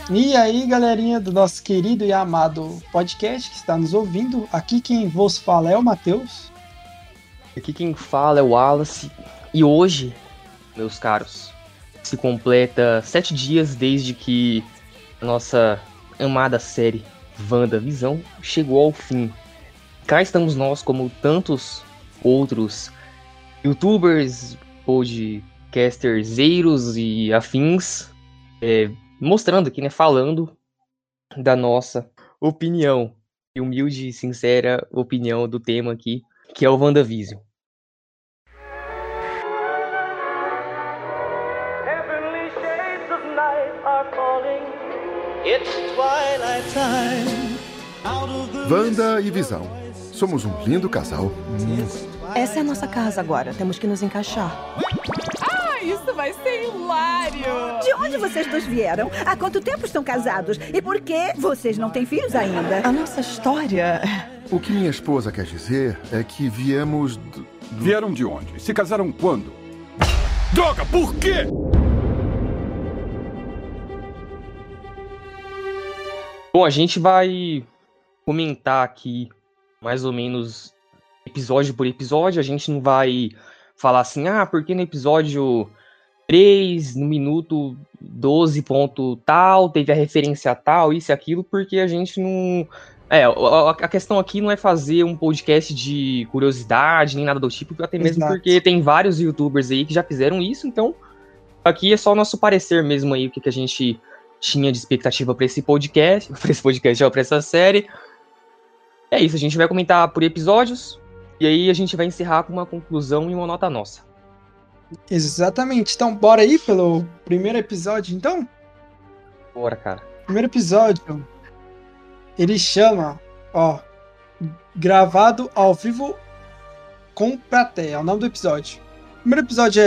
E aí, galerinha do nosso querido e amado podcast que está nos ouvindo, aqui quem vos fala é o Matheus. Aqui quem fala é o Wallace. E hoje, meus caros, se completa 7 dias desde que a nossa amada série WandaVisão chegou ao fim. Cá estamos nós, como tantos outros youtubers, podcasterzeiros e afins, mostrando aqui, né, falando da nossa opinião, e humilde e sincera opinião do tema aqui, que é o WandaVision. Wanda e Visão. Somos um lindo casal. Essa é a nossa casa agora. Temos que nos encaixar. Isso vai ser hilário! De onde vocês dois vieram? Há quanto tempo estão casados? E por que vocês não têm filhos ainda? A nossa história... O que minha esposa quer dizer é que viemos Vieram de onde? Se casaram quando? Droga, por quê? Bom, a gente vai comentar aqui mais ou menos episódio por episódio. A gente não vai falar assim, porque no episódio 3, no minuto 12 ponto tal, teve a referência tal, isso e aquilo, porque a gente não... a questão aqui não é fazer um podcast de curiosidade, nem nada do tipo, até mesmo porque tem vários youtubers aí que já fizeram isso, então aqui é só o nosso parecer mesmo aí, o que a gente tinha de expectativa para esse podcast, para essa série. É isso, a gente vai comentar por episódios, e aí a gente vai encerrar com uma conclusão e uma nota nossa. Exatamente. Então, bora aí pelo primeiro episódio, então? Bora, cara. Primeiro episódio, ele chama, gravado ao vivo com plateia, é o nome do episódio. O primeiro episódio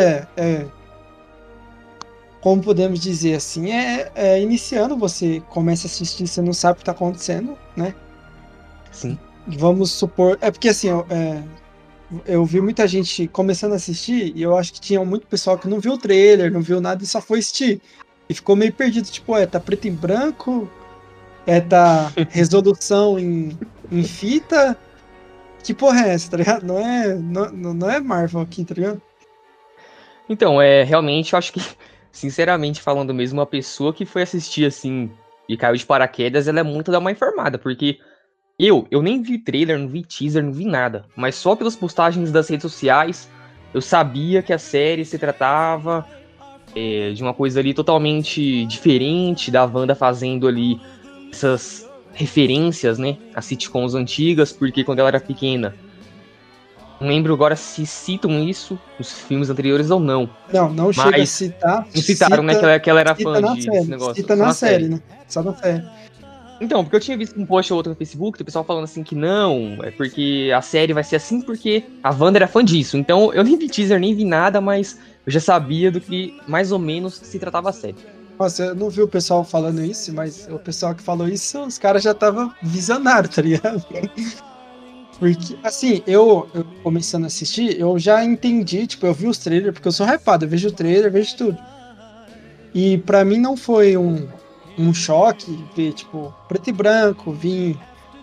como podemos dizer assim, iniciando, você começa a assistir, você não sabe o que tá acontecendo, né? Sim. Vamos supor... É porque assim, eu vi muita gente começando a assistir e eu acho que tinha muito pessoal que não viu o trailer, não viu nada e só foi assistir. E ficou meio perdido, tipo, tá preto e branco, tá resolução em fita. Que porra é essa, tá ligado? Não é Marvel aqui, tá ligado? Então, realmente, eu acho que, sinceramente falando mesmo, uma pessoa que foi assistir assim e caiu de paraquedas, ela é muito da má informada, porque eu nem vi trailer, não vi teaser, não vi nada, mas só pelas postagens das redes sociais, eu sabia que a série se tratava de uma coisa ali totalmente diferente da Wanda fazendo ali essas referências, né, a sitcoms antigas, porque quando ela era pequena, não lembro agora se citam isso nos filmes anteriores ou não. Não chega a citar. Não citaram, né, que ela era fã desse negócio. Cita na série, né? Só na série. Então, porque eu tinha visto um post ou outro no Facebook, do pessoal falando assim que não, é porque a série vai ser assim porque a Wanda era fã disso. Então, eu nem vi teaser, nem vi nada, mas eu já sabia do que mais ou menos se tratava a série. Nossa, eu não vi o pessoal falando isso, mas o pessoal que falou isso, os caras já estavam visionários, tá ligado? Porque, assim, eu começando a assistir, eu já entendi, tipo, eu vi os trailers, porque eu sou hypado, eu vejo o trailer, vejo tudo. E pra mim não foi um choque ver, tipo, preto e branco, vir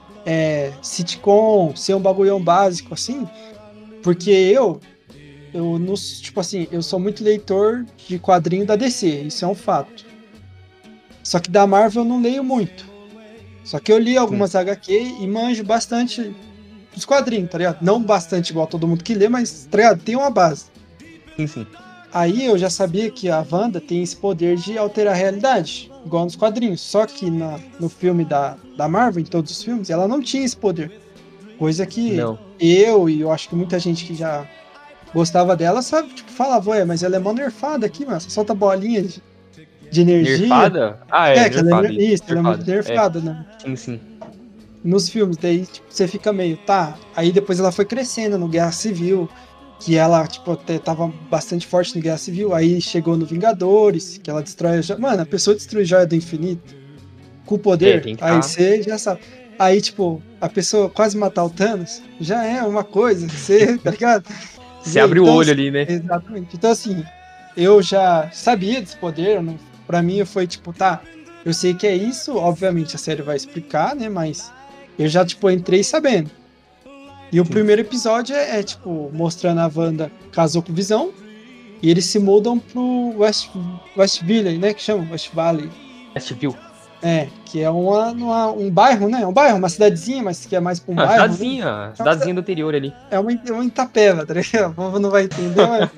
sitcom, ser um bagulhão básico, assim, porque eu tipo assim, eu sou muito leitor de quadrinho da DC, isso é um fato. Só que da Marvel eu não leio muito. Só que eu li algumas HQ e manjo bastante dos quadrinhos, tá ligado? Não bastante igual todo mundo que lê, mas, tá ligado? Tem uma base. Sim. Aí eu já sabia que a Wanda tem esse poder de alterar a realidade, igual nos quadrinhos. Só que no filme da Marvel, em todos os filmes, ela não tinha esse poder. Coisa que eu acho que muita gente que já gostava dela, sabe? Tipo, falava, mas ela é mó nerfada aqui, mano. Só solta bolinha de energia. Nerfada? Nerfada. Ela é muito nerfada, né? Sim. Nos filmes, daí tipo, você fica meio, Aí depois ela foi crescendo no Guerra Civil, que ela, tipo, até tava bastante forte no Guerra Civil. Aí chegou no Vingadores, que ela destrói a joia. Mano, a pessoa destrói a joia do infinito com o poder, aí você já sabe. Aí, tipo, a pessoa quase matar o Thanos já é uma coisa, você, tá ligado? Você abre o olho ali, né? Exatamente. Então, assim, eu já sabia desse poder, pra mim foi tipo, Eu sei que é isso, obviamente a série vai explicar, né? Mas eu já, tipo, entrei sabendo. E o primeiro episódio é, tipo, mostrando a Wanda casou com o Visão e eles se mudam pro West Village, né? Que chama? West Valley. Westview. Que é um bairro, né? Um bairro, uma cidadezinha, mas que é mais pra um bairro. Cidadezinha do interior ali. É uma Itapeva, tá ligado? O povo não vai entender, mas...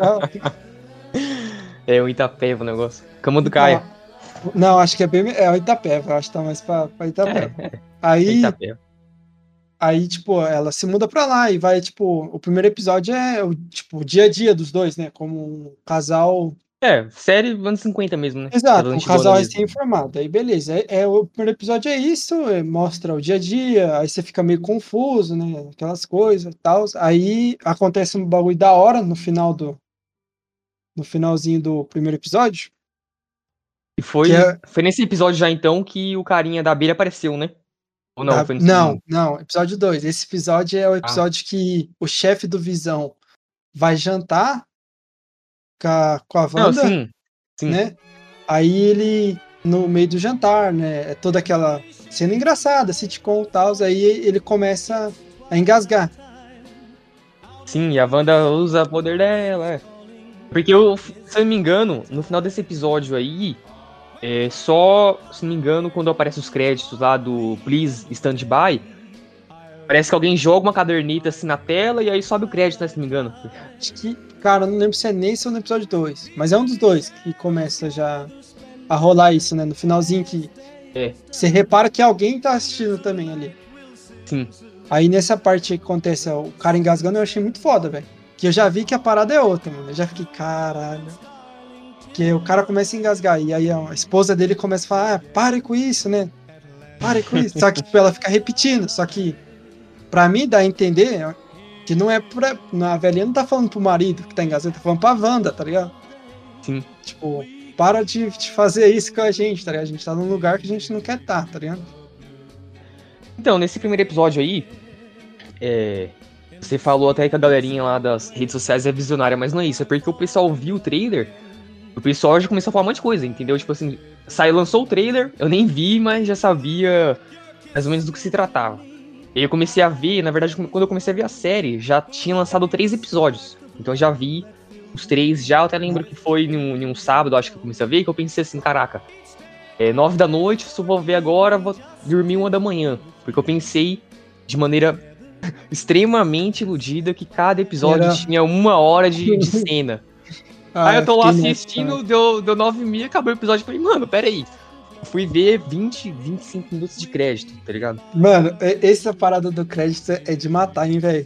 É um Itapeva o negócio. Cama do Caio. Não, acho que é o Itapeva, acho que tá mais pra Itapeva. Aí, tipo, ela se muda pra lá e vai, tipo, o primeiro episódio é o dia a dia dos dois, né? Como um casal. Série anos 50 mesmo, né? Exato, um casal mesmo. recém-formado. Aí, beleza. O primeiro episódio é isso, mostra o dia a dia, aí você fica meio confuso, né? Aquelas coisas e tal. Aí acontece um bagulho da hora no finalzinho do primeiro episódio. E foi nesse episódio já, então, que o carinha da abelha apareceu, né? Ou não? Foi no não, episódio 2. Esse episódio é o episódio que o chefe do Visão vai jantar com a Wanda, sim. né? Aí ele, no meio do jantar, né? É toda aquela cena engraçada, sitcom e tal, aí ele começa a engasgar. Sim, e a Wanda usa o poder dela, Porque, se eu não me engano, no final desse episódio aí, só, se não me engano, quando aparecem os créditos lá do Please Stand By, parece que alguém joga uma caderneta assim na tela e aí sobe o crédito, né, se não me engano. Acho que, cara, eu não lembro se é nesse ou no episódio 2, mas é um dos dois que começa já a rolar isso, né, no finalzinho que você repara que alguém tá assistindo também ali. Sim. Aí nessa parte que acontece o cara engasgando, eu achei muito foda, velho. Que eu já vi que a parada é outra, mano. Eu já fiquei, caralho. Que o cara começa a engasgar. E aí a esposa dele começa a falar, pare com isso, né? Pare com isso. Só que tipo, ela fica repetindo. Só que, pra mim, dá a entender que não é pra... A velhinha não tá falando pro marido que tá engasgando, tá falando pra Wanda, tá ligado? Sim. Tipo, para de fazer isso com a gente, tá ligado? A gente tá num lugar que a gente não quer tá ligado? Então, nesse primeiro episódio aí, você falou até que a galerinha lá das redes sociais é visionária, mas não é isso, é porque o pessoal viu o trailer, o pessoal já começou a falar um monte de coisa, entendeu? Tipo assim, lançou o trailer, eu nem vi, mas já sabia mais ou menos do que se tratava. E aí eu comecei a ver, na verdade, quando eu comecei a ver a série, já tinha lançado 3 episódios, então eu já vi os 3, já eu até lembro que foi em um sábado, acho que eu comecei a ver, que eu pensei assim, caraca, 9 da noite, se eu vou ver agora, vou dormir 1 da manhã, porque eu pensei de maneira extremamente iludida que cada episódio tinha 1 hora de cena. Aí eu tô lá assistindo, deu 9h30, acabou o episódio, falei, mano, pera aí. Fui ver 25 minutos de crédito, tá ligado? Mano, essa parada do crédito é de matar, hein, velho?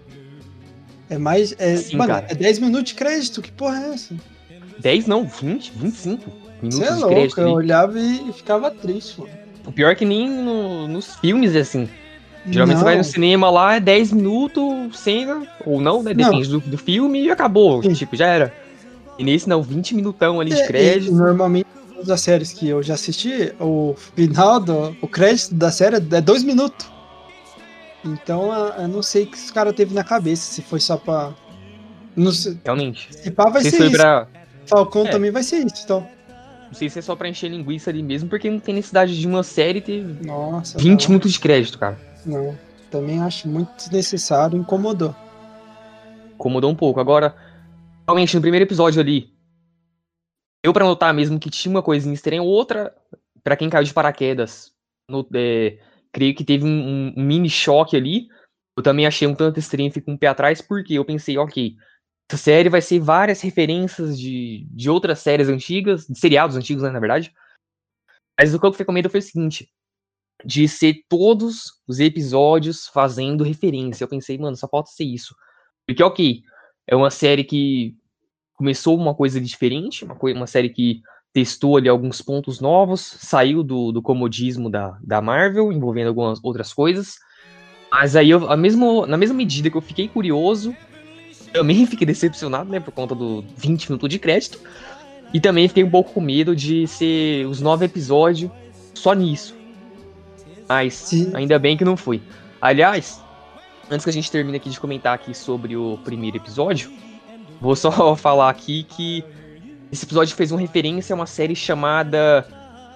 É mais... Sim, mano, cara. é 10 minutos de crédito, que porra é essa? 10 não, 20, 25 minutos Você é de louco, crédito. eu olhava e ficava triste, mano. O pior é que nem nos filmes é assim. Geralmente Não. você vai no cinema lá, é 10 minutos, cena, ou não, né? Depende do filme e acabou. Sim. Tipo, já era. E nesse não, 20 minutão ali de crédito. E normalmente, todas as séries que eu já assisti, o final o crédito da série é 2 minutos. Então, eu não sei o que os caras teve na cabeça, se foi só pra... Não sei. Realmente. Se pá, vai Não sei ser se foi isso. pra... Falcão também vai ser isso, então. Não sei se é só pra encher linguiça ali mesmo, porque não tem necessidade de uma série ter Nossa, 20 não. minutos de crédito, cara. Não, também acho muito desnecessário, incomodou. Incomodou um pouco. Agora, realmente, no primeiro episódio ali, deu pra notar mesmo que tinha uma coisinha estranha. Outra, pra quem caiu de paraquedas, creio que teve um mini choque ali. Eu também achei um tanto estranho e fico um pé atrás, porque eu pensei, ok, essa série vai ser várias referências de outras séries antigas, de seriados antigos, né, na verdade. Mas o que eu fiquei com medo foi o seguinte, de ser todos os episódios fazendo referência. Eu pensei, mano, só falta ser isso. Porque, ok, é uma série que começou uma coisa diferente, uma série que testou ali alguns pontos novos, saiu do comodismo da Marvel, envolvendo algumas outras coisas. Mas aí, na mesma medida que eu fiquei curioso, também fiquei decepcionado, né, por conta do 20 minutos de crédito. E também fiquei um pouco com medo de ser os 9 episódios só nisso. Mas Sim. Ainda bem que não foi. Aliás, antes que a gente termine aqui de comentar aqui sobre o primeiro episódio, vou só falar aqui que esse episódio fez uma referência a uma série chamada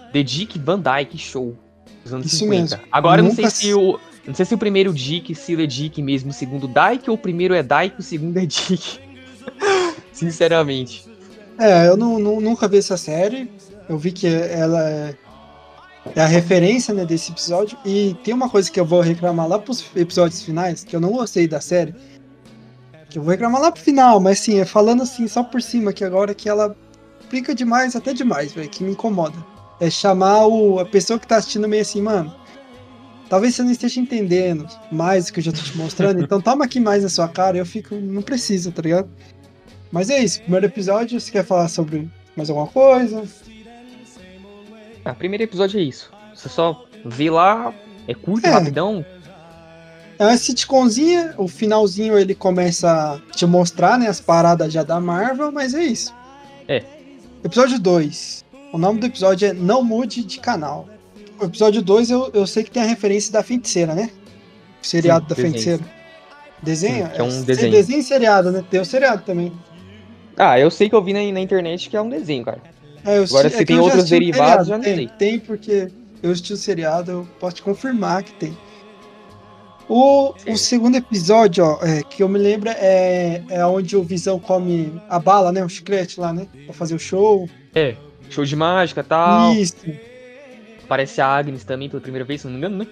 The Dick Van Dyke Show. Dos anos Isso 50. mesmo. Agora eu não Nunca sei se o primeiro Dick, se ele é Dick mesmo, o segundo Dyke, ou o primeiro é Dyke, o segundo é Dick. Sinceramente. Eu nunca vi essa série. Eu vi que ela é a referência, né, desse episódio. E tem uma coisa que eu vou reclamar lá pros episódios finais, que eu não gostei da série. Que eu vou reclamar lá pro final, mas assim, falando assim, só por cima, que agora que ela explica demais, até demais, velho, que me incomoda. É chamar a pessoa que tá assistindo meio assim, mano, talvez você não esteja entendendo mais do que eu já tô te mostrando, então toma aqui mais na sua cara, eu fico, não precisa, tá ligado? Mas é isso, primeiro episódio, você quer falar sobre mais alguma coisa? Primeiro episódio é isso. Você só vê lá, é curto, rapidão. É uma sitcomzinha, o finalzinho ele começa a te mostrar, né, as paradas já da Marvel, mas é isso. Episódio 2. O nome do episódio é Não Mude de Canal. O episódio 2 eu sei que tem a referência da Feiticeira, né? O seriado da Feiticeira. Desenho? Sim, que é um desenho. Desenho e seriado, né? Tem o seriado também. Eu sei que eu vi na internet que é um desenho, cara. Agora, se tem outros derivados, já não sei. Tem, porque eu assisti o seriado, eu posso te confirmar que tem. O segundo episódio, que eu me lembro, é onde o Visão come a bala, né? O chiclete lá, né? Pra fazer o show. Show de mágica e tal. Isso. Aparece a Agnes também pela primeira vez, se não me engano, né?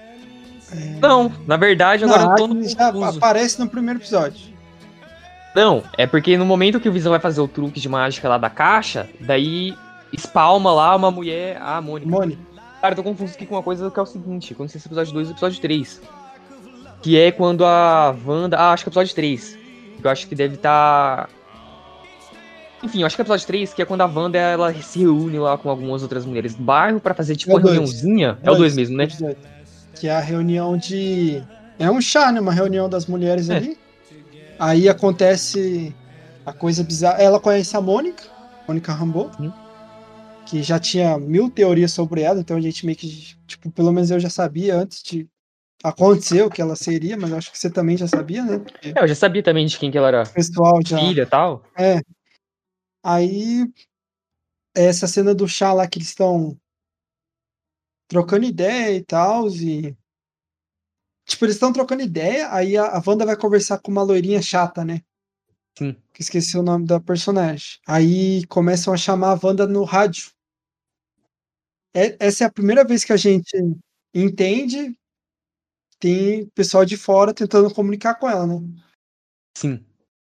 Não, na verdade, agora eu tô no já confuso. aparece no primeiro episódio. Não, é porque no momento que o Visão vai fazer o truque de mágica lá da caixa, daí espalma lá uma mulher, a Mônica. Cara, eu tô confuso aqui com uma coisa que é o seguinte, quando esse episódio 2 e episódio 3. Que é quando a Wanda... acho que é o episódio 3. Que eu acho que deve estar... Enfim, eu acho que é o episódio 3, que é quando a Wanda ela se reúne lá com algumas outras mulheres do bairro pra fazer tipo uma reuniãozinha. É o 2 mesmo, né? Que é a reunião de... É um chá, né? Uma reunião das mulheres ali. Aí acontece a coisa bizarra. Ela conhece a Mônica Rambeau, que já tinha 1000 teorias sobre ela, então a gente meio que, tipo, pelo menos eu já sabia antes de acontecer o que ela seria, mas eu acho que você também já sabia, né? Porque eu já sabia também de quem que ela era. O pessoal já... Filha e tal. Aí, essa cena do chá lá que eles estão trocando ideia e tal, e... Tipo, eles estão trocando ideia, aí a Wanda vai conversar com uma loirinha chata, né? Sim. Que esqueci o nome da personagem. Aí começam a chamar a Wanda no rádio. Essa é a primeira vez que a gente entende, tem pessoal de fora tentando comunicar com ela, né? Sim.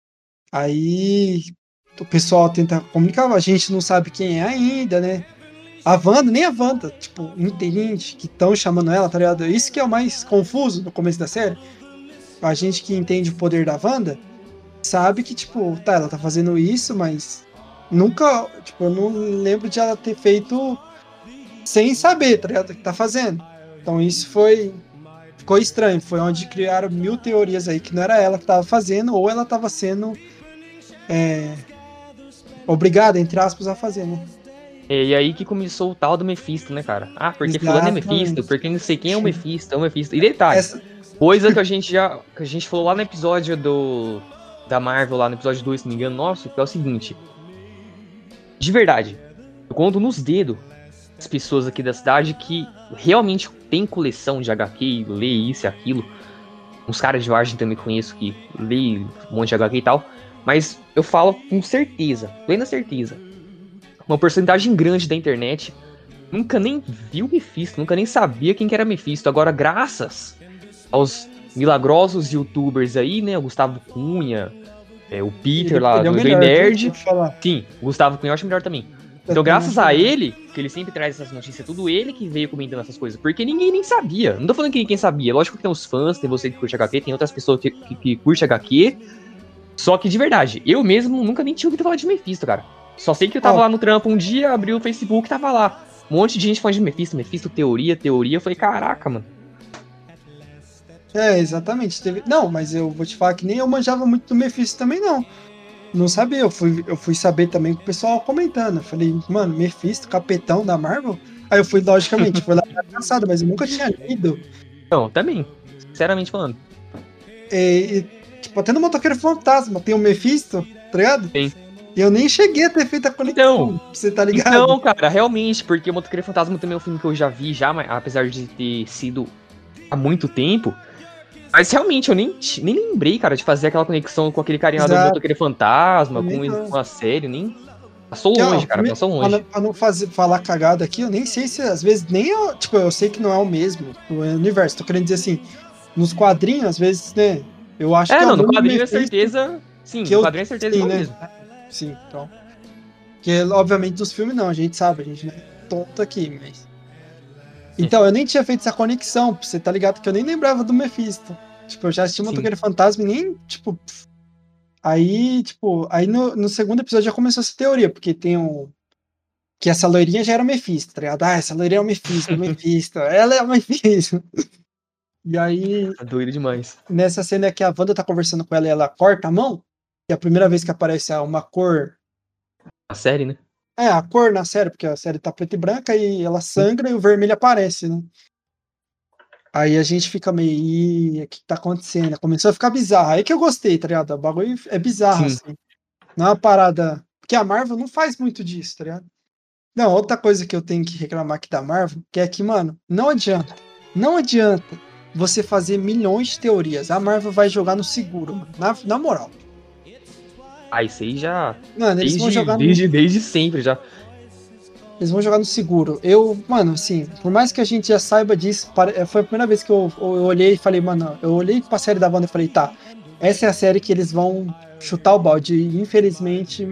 Aí o pessoal tenta comunicar, a gente não sabe quem é ainda, né? A Wanda, nem a Wanda, tipo, entende que estão chamando ela, tá ligado? Isso que é o mais confuso no começo da série. A gente que entende o poder da Wanda sabe que, tipo, ela tá fazendo isso, mas nunca, tipo, eu não lembro de ela ter feito sem saber, tá ligado? O que tá fazendo. Então isso ficou estranho, foi onde criaram 1000 teorias aí, que não era ela que tava fazendo, ou ela tava sendo obrigada, entre aspas, a fazer, né? E aí que começou o tal do Mephisto, né, cara? Porque fulano é Mephisto, porque não sei quem é o Mephisto, E detalhe, coisa que a gente falou lá no episódio da Marvel, lá no episódio 2, se não me engano, nosso, que é o seguinte. De verdade, eu conto nos dedos as pessoas aqui da cidade que realmente tem coleção de HQ, lê isso e aquilo. Uns caras de Vargem também conheço que lê um monte de HQ e tal. Mas eu falo com certeza, plena certeza, uma porcentagem grande da internet nunca nem viu Mephisto, nunca nem sabia quem que era Mephisto. Agora, graças aos milagrosos youtubers aí, né, o Gustavo Cunha, o Peter lá do Nerd. Sim, o Gustavo Cunha eu acho melhor também. Então, graças a ele, que ele sempre traz essas notícias, tudo ele que veio comentando essas coisas, porque ninguém nem sabia. Não tô falando que ninguém sabia, lógico que tem os fãs, tem você que curte HQ, tem outras pessoas que curte HQ, só que de verdade, eu mesmo nunca nem tinha ouvido falar de Mephisto, cara. Só sei que eu tava lá no trampo um dia, abri o Facebook e tava lá. Um monte de gente falando de Mephisto, teoria. Eu falei, caraca, mano. Exatamente. Não, mas eu vou te falar que nem eu manjava muito do Mephisto também, não. Não sabia, eu fui saber também com o pessoal comentando. Eu falei, mano, Mephisto, capetão da Marvel? Aí eu fui, logicamente, foi lá cansado, mas eu nunca tinha lido. Não, também. Sinceramente falando. Tipo, até no Motoqueiro Fantasma tem o Mephisto, tá ligado? Tem. Eu nem cheguei a ter feito a conexão, você tá ligado? Então, cara, realmente, porque o Motoqueiro Fantasma também é um filme que eu já vi já, mas, apesar de ter sido há muito tempo. Mas realmente, eu nem lembrei, cara, de fazer aquela conexão com aquele carinha lá do Motoqueiro Fantasma, com a série, nem... Passou longe, cara, passou longe. Pra não falar cagada aqui, eu nem sei se às vezes nem eu, tipo, eu sei que não é o mesmo o universo, tô querendo dizer assim, nos quadrinhos, às vezes, né, eu acho que não, no quadrinho é certeza, sim, no quadrinho é certeza que é o mesmo. Sim, então. Porque, obviamente, dos filmes não, a gente sabe, a gente não é tonto aqui, mas... Então, eu nem tinha feito essa conexão, você tá ligado que eu nem lembrava do Mephisto. Tipo, eu já assisti Motoqueiro Fantasma e nem, tipo... Aí, tipo, aí no segundo episódio já começou essa teoria, porque tem um... Que essa loirinha já era o Mephisto, tá ligado? Ah, essa loirinha é o Mephisto, ela é o Mephisto. E aí... Tá doido demais. Nessa cena que a Wanda tá conversando com ela e ela corta a mão, que é a primeira vez que aparece uma cor... A série, né? A cor na série, porque a série tá preta e branca e ela sangra e o vermelho aparece, né? Aí a gente fica meio... O que tá acontecendo? Começou a ficar bizarro. Aí que eu gostei, tá ligado? O bagulho é bizarro, assim. Não é uma parada... Porque a Marvel não faz muito disso, tá ligado? Não, outra coisa que eu tenho que reclamar aqui da Marvel, que é que, mano, não adianta você fazer milhões de teorias. A Marvel vai jogar no seguro, mano. Na moral. Isso aí já... Mano, eles vão jogar desde sempre, já. Eles vão jogar no seguro. Mano, assim, por mais que a gente já saiba disso, foi a primeira vez que eu olhei e falei, mano, eu olhei pra série da Wanda e falei, tá, essa é a série que eles vão chutar o balde. E, infelizmente,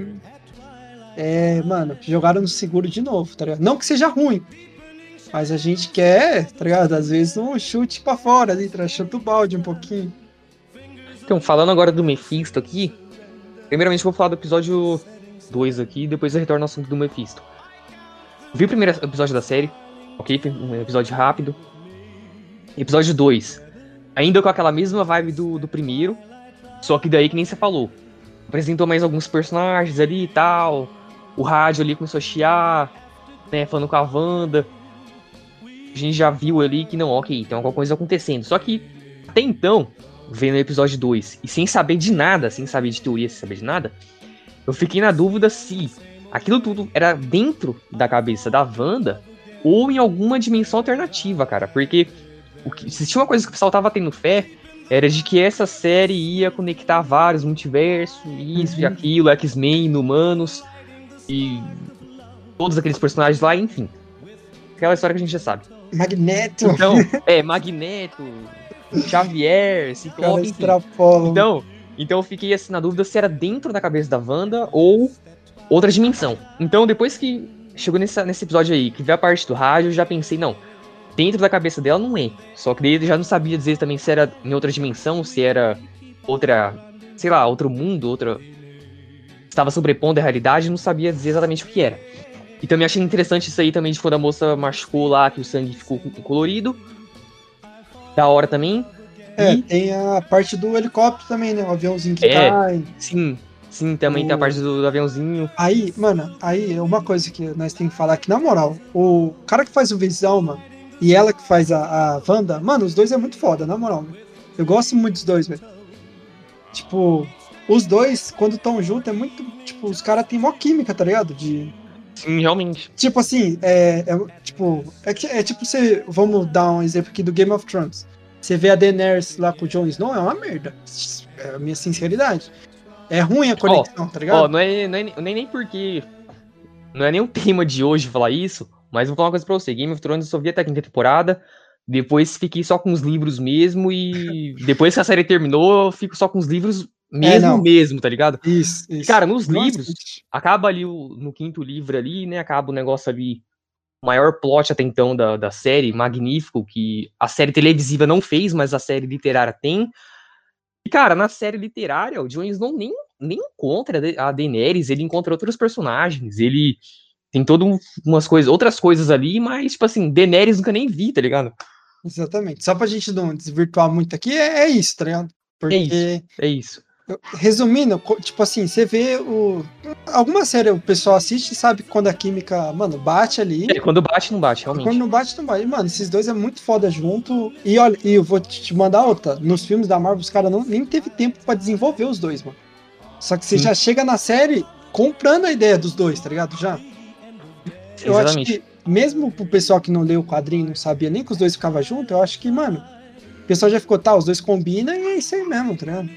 mano, jogaram no seguro de novo, tá ligado? Não que seja ruim, mas a gente quer, tá ligado? Às vezes um chute pra fora ali, chuta o balde um pouquinho. Então, falando agora do Mephisto aqui, primeiramente eu vou falar do episódio 2 aqui, depois eu retorno ao assunto do Mephisto. Vi o primeiro episódio da série, ok? Foi um episódio rápido. Episódio 2, ainda com aquela mesma vibe do primeiro, só que daí que nem você falou. Apresentou mais alguns personagens ali e tal, o rádio ali começou a chiar, né, falando com a Wanda. A gente já viu ali que não, ok, tem alguma coisa acontecendo. Só que, até então, vendo o episódio 2, e sem saber de nada, sem saber de teoria, sem saber de nada, eu fiquei na dúvida se aquilo tudo era dentro da cabeça da Wanda ou em alguma dimensão alternativa, cara. Porque se tinha uma coisa que o pessoal tava tendo fé, era de que essa série ia conectar vários multiversos, isso e aquilo, X-Men, Inumanos, e todos aqueles personagens lá, enfim. Aquela história que a gente já sabe. Magneto! Então, Magneto, Xavier, Ciclope, enfim. Então eu fiquei assim na dúvida se era dentro da cabeça da Wanda ou outra dimensão. Então depois que chegou nesse episódio aí, que veio a parte do rádio, eu já pensei, não, dentro da cabeça dela não é. Só que daí eu já não sabia dizer também se era em outra dimensão, se era outra, sei lá, outro mundo, outra... Estava sobrepondo a realidade, não sabia dizer exatamente o que era. E também achei interessante isso aí também de quando a moça machucou lá, que o sangue ficou colorido. Da hora também. Tem a parte do helicóptero também, né? O aviãozinho que cai. Sim, também tem a parte do aviãozinho. Aí, mano, uma coisa que nós temos que falar aqui, na moral, o cara que faz o Visão, mano, e ela que faz a Wanda, mano, os dois é muito foda, na moral, mano. Eu gosto muito dos dois, velho. Tipo, os dois, quando estão juntos, é muito, tipo, os caras têm mó química, tá ligado? Sim, realmente. Tipo assim, tipo você, vamos dar um exemplo aqui do Game of Thrones. Você vê a Daenerys lá com o Jon Snow, é uma merda. É a minha sinceridade. É ruim a conexão, tá ligado? Não é nem porque... Não é nem o tema de hoje falar isso, mas vou falar uma coisa pra você. Game of Thrones eu só vi até a quinta temporada, depois fiquei só com os livros mesmo, e depois que a série terminou, eu fico só com os livros mesmo, tá ligado? Isso. Cara, nos livros, acaba ali no quinto livro ali, né, acaba o negócio ali, o maior plot até então da série, magnífico, que a série televisiva não fez, mas a série literária tem. E, cara, na série literária, o Jon Snow nem encontra a Daenerys, ele encontra outros personagens, ele tem outras coisas ali, mas, tipo assim, Daenerys nunca nem vi, tá ligado? Exatamente. Só pra gente não desvirtuar muito aqui, é isso, tá ligado? Porque... É isso. Resumindo, tipo assim, você vê alguma série o pessoal assiste e sabe quando a química, mano, bate ali. Quando bate, não bate, realmente. Quando não bate, não bate. Mano, esses dois é muito foda junto. E olha, eu vou te mandar outra. Nos filmes da Marvel, os caras nem teve tempo pra desenvolver os dois, mano. Só que você já chega na série, comprando a ideia dos dois, tá ligado? Já. Eu acho que, mesmo pro pessoal que não leu o quadrinho, não sabia nem que os dois ficavam juntos, eu acho que, mano, o pessoal já ficou, tá, os dois combinam e é isso aí mesmo, tá ligado?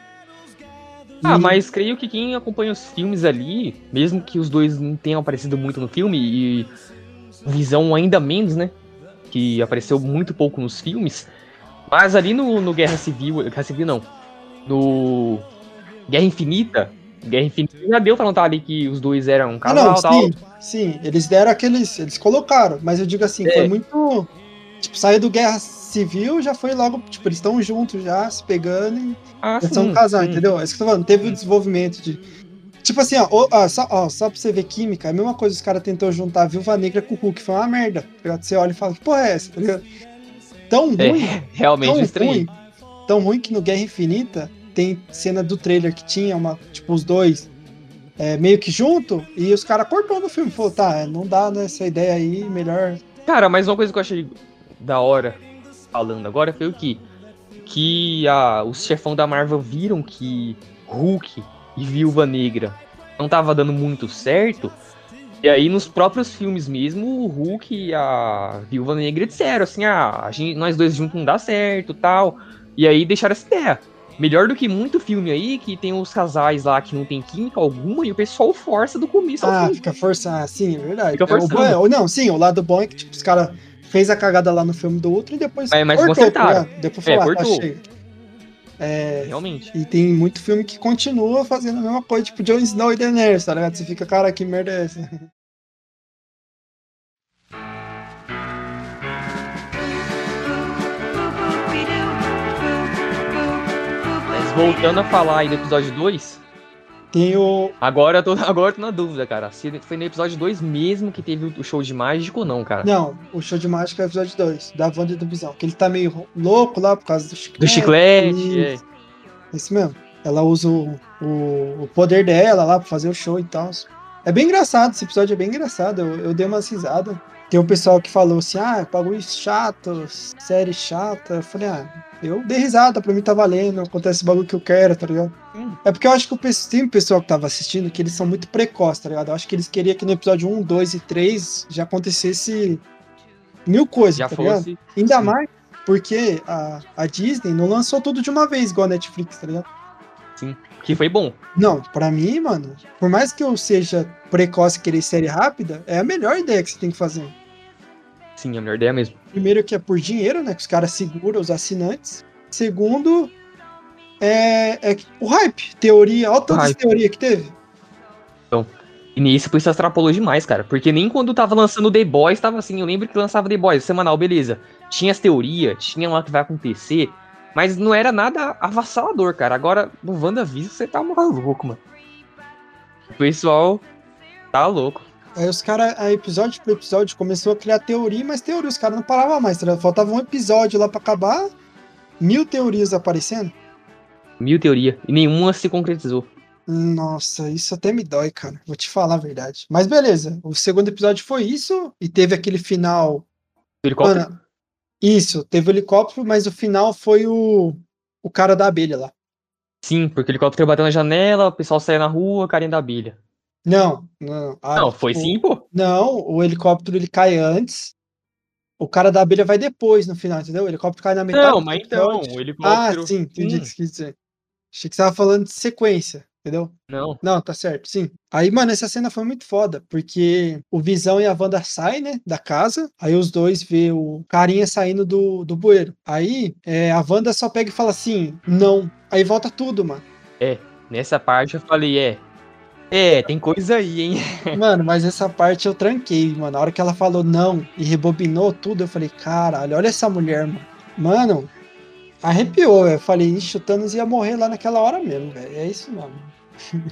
Mas creio que quem acompanha os filmes ali, mesmo que os dois não tenham aparecido muito no filme, e Visão ainda menos, né? Que apareceu muito pouco nos filmes, mas ali no Guerra Civil não, no Guerra Infinita já deu pra notar ali que os dois eram um casal e tal. Sim, eles deram eles colocaram, mas eu digo assim, foi muito, tipo, saiu do Guerra Civil, já foi logo, tipo, eles estão juntos já, se pegando e eles são um casal, entendeu? É isso que eu tô falando, teve o desenvolvimento de, tipo assim, só pra você ver química, é a mesma coisa, os caras tentou juntar a Viúva Negra com o Hulk, foi uma merda, tá ligado? Você olha e fala, que porra é essa, tá ligado? Tão ruim, realmente estranho. Tão ruim que no Guerra Infinita tem cena do trailer que tinha tipo, os dois meio que junto, e os caras cortou no filme, falou, tá, não dá nessa ideia aí, melhor... Cara, mas uma coisa que eu achei da hora, falando agora, foi o que os chefão da Marvel viram que Hulk e Viúva Negra não tava dando muito certo, e aí nos próprios filmes mesmo, o Hulk e a Viúva Negra disseram assim, nós dois juntos não dá certo, tal, e aí deixaram essa ideia. Melhor do que muito filme aí, que tem os casais lá que não tem química alguma e o pessoal força do começo ao fim. Fica forçando, sim, é verdade. Fica forçando. Não, sim, o lado bom é que tipo, os caras fez a cagada lá no filme do outro e depois mas consertaram. Depois falou, cortou. Tá cheio. Realmente. E tem muito filme que continua fazendo a mesma coisa, tipo Jon Snow e Daenerys, tá ligado? Você fica, cara, que merda é essa? Voltando a falar aí do episódio 2, tem o... Agora eu tô na dúvida, cara. Se foi no episódio 2 mesmo que teve o show de mágico ou não, cara. Não, o show de mágico é o episódio 2, da Wanda e do Visão. Que ele tá meio louco lá por causa do chiclete. Do chiclete, Isso mesmo. Ela usa o poder dela lá pra fazer o show e tal. É bem engraçado, esse episódio é bem engraçado. Eu dei uma risada. Tem um pessoal que falou assim, bagulho chato, série chata. Eu falei, eu dei risada, pra mim tá valendo, acontece o bagulho que eu quero, tá ligado? É porque eu acho que tem um pessoal que tava assistindo que eles são muito precoces, tá ligado? Eu acho que eles queriam que no episódio 1, 2 e 3 já acontecesse 1000 coisas, já tá fosse. Ligado? Ainda mais porque a Disney não lançou tudo de uma vez, igual a Netflix, tá ligado? Sim, que foi bom. Não, pra mim, mano, por mais que eu seja precoce e querer série rápida, é a melhor ideia que você tem que fazer. Sim, é a melhor ideia mesmo. Primeiro que é por dinheiro, né? Que os caras seguram os assinantes. Segundo, é o hype, teoria. Olha todas as teorias que teve. Então, e nisso por isso extrapolou demais, cara. Porque nem quando tava lançando The Boys, tava assim. Eu lembro que lançava The Boys, semanal, beleza. Tinha as teorias, tinha lá o que vai acontecer. Mas não era nada avassalador, cara. Agora, no WandaVision, você tá maluco, mano. O pessoal tá louco. Aí os caras, episódio por episódio, começou a criar teoria, mas teoria, os caras não paravam mais, tá? Faltava um episódio lá pra acabar, 1000 teorias aparecendo. 1000 teorias, e nenhuma se concretizou. Nossa, isso até me dói, cara, vou te falar a verdade. Mas beleza, o segundo episódio foi isso, e teve aquele final... O helicóptero? Mano, isso, teve o helicóptero, mas o final foi o cara da abelha lá. Sim, porque o helicóptero bateu na janela, o pessoal saia na rua, carinha da abelha. Não. Não, foi sim, pô. Não, o helicóptero ele cai antes. O cara da abelha vai depois, no final, entendeu? O helicóptero cai na metade. Não, mas então, o helicóptero... sim, entendi o que você quis dizer. Achei que você tava falando de sequência, entendeu? Não, tá certo, sim. Aí, mano, essa cena foi muito foda, porque o Visão e a Wanda saem, né, da casa, aí os dois vê o carinha saindo do bueiro. Aí, a Wanda só pega e fala assim, não. Aí volta tudo, mano. Nessa parte eu falei, tem coisa aí, hein? Mano, mas essa parte eu tranquei, mano. Na hora que ela falou não e rebobinou tudo, eu falei, caralho, olha essa mulher, mano. Mano, arrepiou, velho. Eu falei, ixi, o Thanos ia morrer lá naquela hora mesmo, velho. É isso mesmo.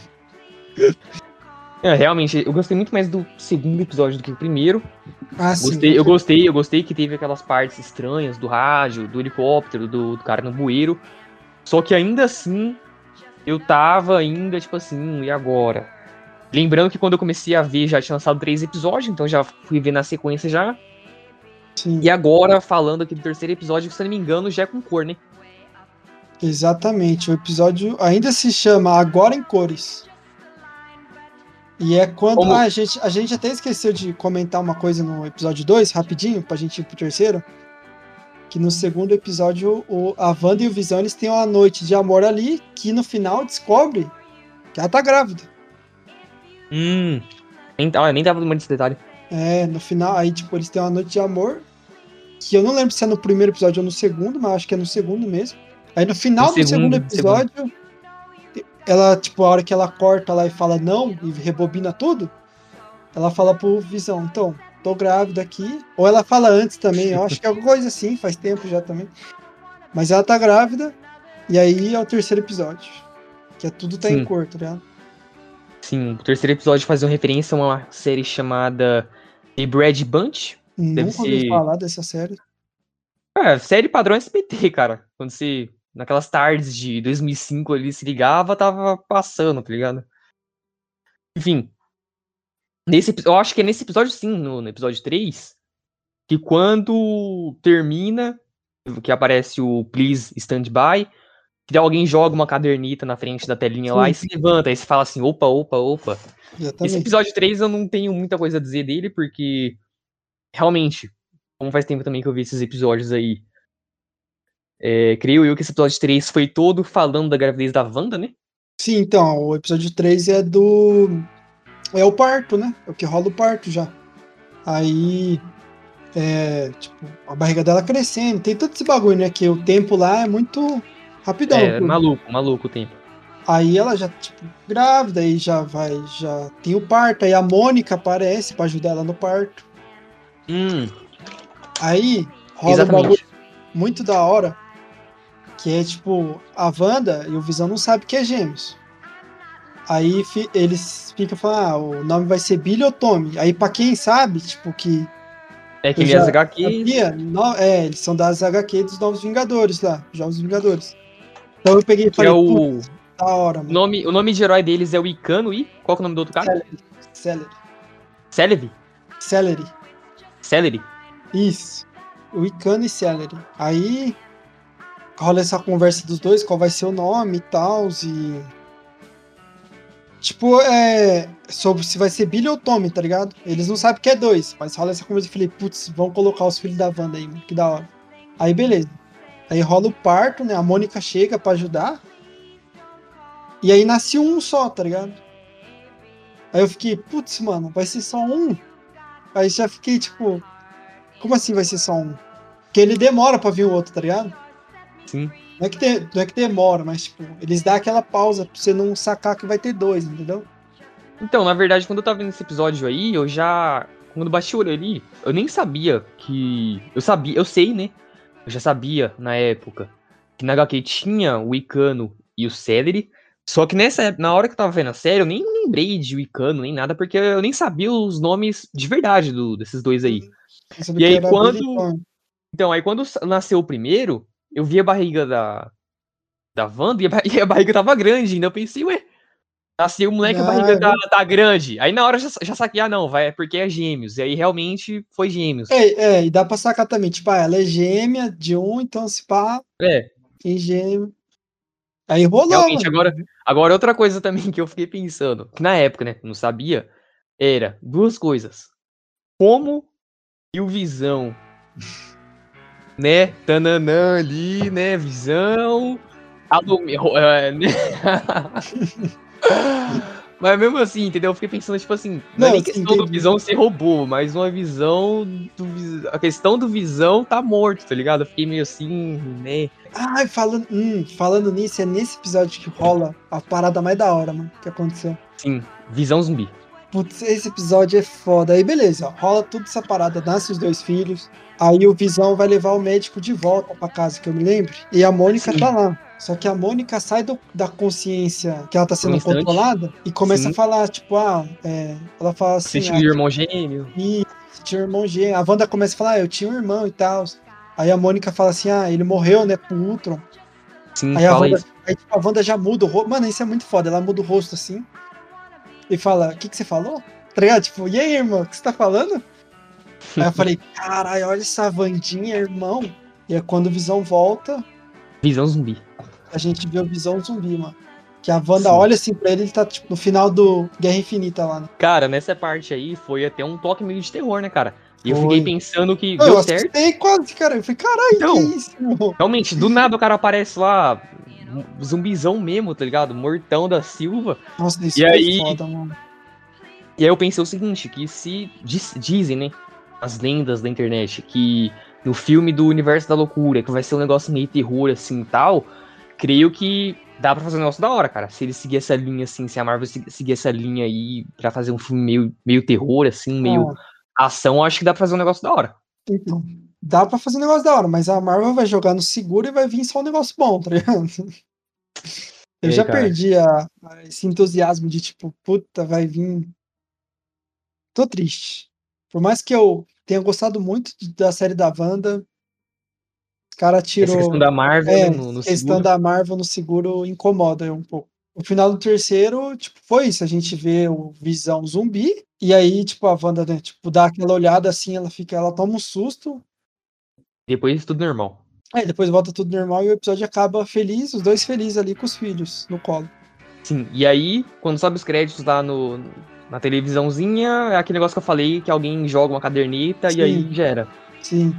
Realmente, eu gostei muito mais do segundo episódio do que o primeiro. Sim. Eu gostei que teve aquelas partes estranhas do rádio, do helicóptero, do cara no bueiro. Só que ainda assim... Eu tava ainda, tipo assim, e agora? Lembrando que quando eu comecei a ver, já tinha lançado 3 episódios, então já fui ver na sequência já. Sim. E agora, falando aqui do terceiro episódio, se eu não me engano, já é com cor, né? Exatamente, o episódio ainda se chama Agora em Cores. E é quando. Como- A gente até esqueceu de comentar uma coisa no episódio 2, rapidinho, pra gente ir pro terceiro. Que no segundo episódio, a Wanda e o Visão eles têm uma noite de amor ali, que no final descobre que ela tá grávida. Nem tava tomando esse detalhe. No final, aí, tipo, eles têm uma noite de amor. Que eu não lembro se é no primeiro episódio ou no segundo, mas acho que é no segundo mesmo. Aí no final do segundo episódio, ela, tipo, a hora que ela corta lá e fala não, e rebobina tudo, ela fala pro Visão, então, tô grávida aqui. Ou ela fala antes também, eu acho que é alguma coisa assim, faz tempo já também. Mas ela tá grávida, e aí é o terceiro episódio. Que é tudo tá em cor, tá ligado? Sim, o terceiro episódio faz uma referência a uma série chamada The Brad Bunch. Nunca ouvi falar dessa série. Série padrão SBT, cara. Quando você, naquelas tardes de 2005 ali, se ligava, tava passando, tá ligado? Enfim. Eu acho que é nesse episódio sim, no episódio 3, que quando termina, que aparece o Please Stand By, que alguém joga uma caderneta na frente da telinha lá e se levanta, aí você fala assim, opa. Exatamente. Esse episódio 3 eu não tenho muita coisa a dizer dele, porque realmente, como faz tempo também que eu vi esses episódios aí, creio eu que esse episódio 3 foi todo falando da gravidez da Wanda, né? Sim, então, o episódio 3 é o parto, né? É o que rola o parto já. Aí, tipo, a barriga dela crescendo, tem todo esse bagulho, né? Que o tempo lá é muito rapidão. Maluco o tempo. Aí ela já, tipo, grávida, aí já tem o parto, aí a Mônica aparece pra ajudar ela no parto. Aí rola um bagulho muito da hora, que é tipo, a Wanda e o Visão não sabem que é gêmeos. Aí eles ficam falando, o nome vai ser Billy ou Tommy. Aí pra quem sabe, tipo, que... que ele é as HQ. Eles são das HQ dos Novos Vingadores lá, Jovens Vingadores. Então eu peguei e falei, da hora, mano. O nome de herói deles é o Icano e... Qual que é o nome do outro cara? Celery? Isso. O Icano e Celery. Aí rola essa conversa dos dois, qual vai ser o nome e tal, e... Tipo, sobre se vai ser Billy ou Tommy, tá ligado? Eles não sabem que é dois, mas rola essa conversa e falei, putz, vão colocar os filhos da Wanda aí, mano, que da hora. Aí beleza. Aí rola o parto, né? A Mônica chega pra ajudar. E aí nasce um só, tá ligado? Aí eu fiquei, putz, mano, vai ser só um? Aí já fiquei, tipo, como assim vai ser só um? Porque ele demora pra vir o outro, tá ligado? Sim. Não é que demora, mas, tipo, eles dão aquela pausa pra você não sacar que vai ter dois, entendeu? Então, na verdade, quando eu tava vendo esse episódio aí, quando bati o olho ali, eu nem sabia que... Eu sei, né? Eu já sabia, na época, que na HQ tinha o Icano e o Celery. Só que na hora que eu tava vendo a série, eu nem lembrei de Icano, nem nada, porque eu nem sabia os nomes de verdade desses dois aí. E aí, quando nasceu o primeiro, eu vi a barriga da Wanda e a barriga tava grande. Ainda eu pensei, nasceu o moleque, a barriga tá grande. Aí na hora eu já saquei, é porque é gêmeos. E aí realmente foi gêmeos. E dá pra sacar também, tipo, ela é gêmea de um, então se pá, tem gêmeo. Aí rolou, realmente, agora outra coisa também que eu fiquei pensando, que na época, né, não sabia, era duas coisas. Como e o Visão, né, tananã ali, né, Visão, Mas mesmo assim, entendeu? Eu fiquei pensando, tipo assim, não é nem questão do Visão ser robô, mas uma visão a questão do Visão tá morto, tá ligado? Eu fiquei meio assim, né? Ai, falando nisso, é nesse episódio que rola a parada mais da hora, mano, que aconteceu. Sim, Visão zumbi. Putz, esse episódio é foda. Aí beleza, rola tudo essa parada, nasce os dois filhos, aí o Visão vai levar o médico de volta pra casa, que eu me lembro, e a Mônica tá lá. Só que a Mônica sai da consciência que ela tá sendo controlada e começa a falar, tipo, ela fala assim... Você tinha um irmão gêmeo? Tinha um irmão gêmeo. A Wanda começa a falar, eu tinha um irmão e tal. Aí a Mônica fala assim, ele morreu, né, pro Ultron. Sim, aí fala isso. Aí tipo, a Wanda já muda o rosto. Mano, isso é muito foda. Ela muda o rosto assim e fala, o que você falou? Tá ligado? Tipo, e aí, irmão, o que você tá falando? Aí eu falei, caralho, olha essa Wandinha, irmão. E é quando o Visão volta... Visão zumbi. A gente vê o Visão zumbi, mano. Que a Wanda Sim. olha assim pra ele tá tipo no final do Guerra Infinita lá, né? Cara, nessa parte aí foi até um toque meio de terror, né, cara? E eu Foi. fiquei pensando que Eu deu certo. assustei quase, cara. Eu falei, caralho, Então, que isso, irmão? realmente, do nada o cara aparece lá, zumbizão mesmo, tá ligado? Mortão da Silva. Nossa, isso E foi aí- foda, mano. E aí eu pensei o seguinte, que se dizem, né, as lendas da internet, que no filme do Universo da Loucura, que vai ser um negócio meio terror assim e tal, creio que dá pra fazer um negócio da hora, cara. Se ele seguir essa linha assim, se a Marvel seguir essa linha aí pra fazer um filme meio terror, assim, meio ação, eu acho que dá pra fazer um negócio da hora. Então, dá pra fazer um negócio da hora, mas a Marvel vai jogar no seguro e vai vir só um negócio bom, tá ligado? Eu E aí, já cara? perdi esse entusiasmo de tipo, puta, vai vir. Tô triste. Por mais que eu tenha gostado muito da série da Wanda, os cara Essa questão tirou. da Marvel, né, no Questão seguro. da Marvel no seguro incomoda eu um pouco. O final do terceiro, tipo, foi isso. A gente vê o Visão zumbi, e aí, tipo, a Wanda, né, tipo, dá aquela olhada assim, ela toma um susto, Depois tudo normal. aí depois volta tudo normal e o episódio acaba feliz, os dois felizes ali com os filhos no colo. Sim, e aí, quando sobe os créditos lá na televisãozinha, é aquele negócio que eu falei, que alguém joga uma caderneta e aí Sim. já era. Sim.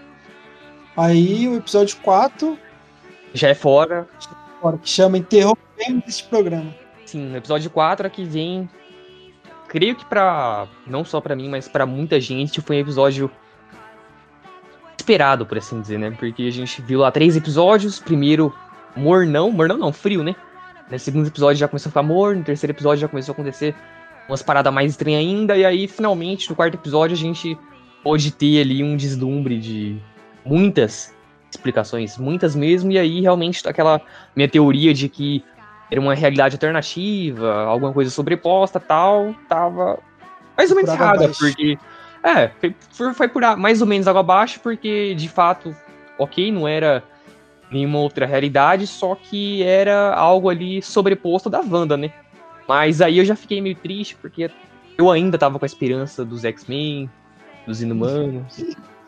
Aí o episódio 4, Já é fora. que chama Interrompemos este programa. Sim, no episódio 4 aqui vem. Creio que não só pra mim, mas pra muita gente, foi um episódio esperado, por assim dizer, né? Porque a gente viu lá 3 episódios. Primeiro, mornão não, frio, né? No segundo episódio já começou a ficar morno. No terceiro episódio já começou a acontecer umas paradas mais estranhas ainda. E aí, finalmente, no quarto episódio, a gente pode ter ali um deslumbre de muitas explicações, muitas mesmo. E aí, realmente, aquela minha teoria de que era uma realidade alternativa, alguma coisa sobreposta tal, tava mais ou menos Por água errada, abaixo. porque foi por mais ou menos água abaixo, porque de fato, ok, não era nenhuma outra realidade, só que era algo ali sobreposto da Wanda, né? Mas aí eu já fiquei meio triste, porque eu ainda tava com a esperança dos X-Men, dos Inumanos.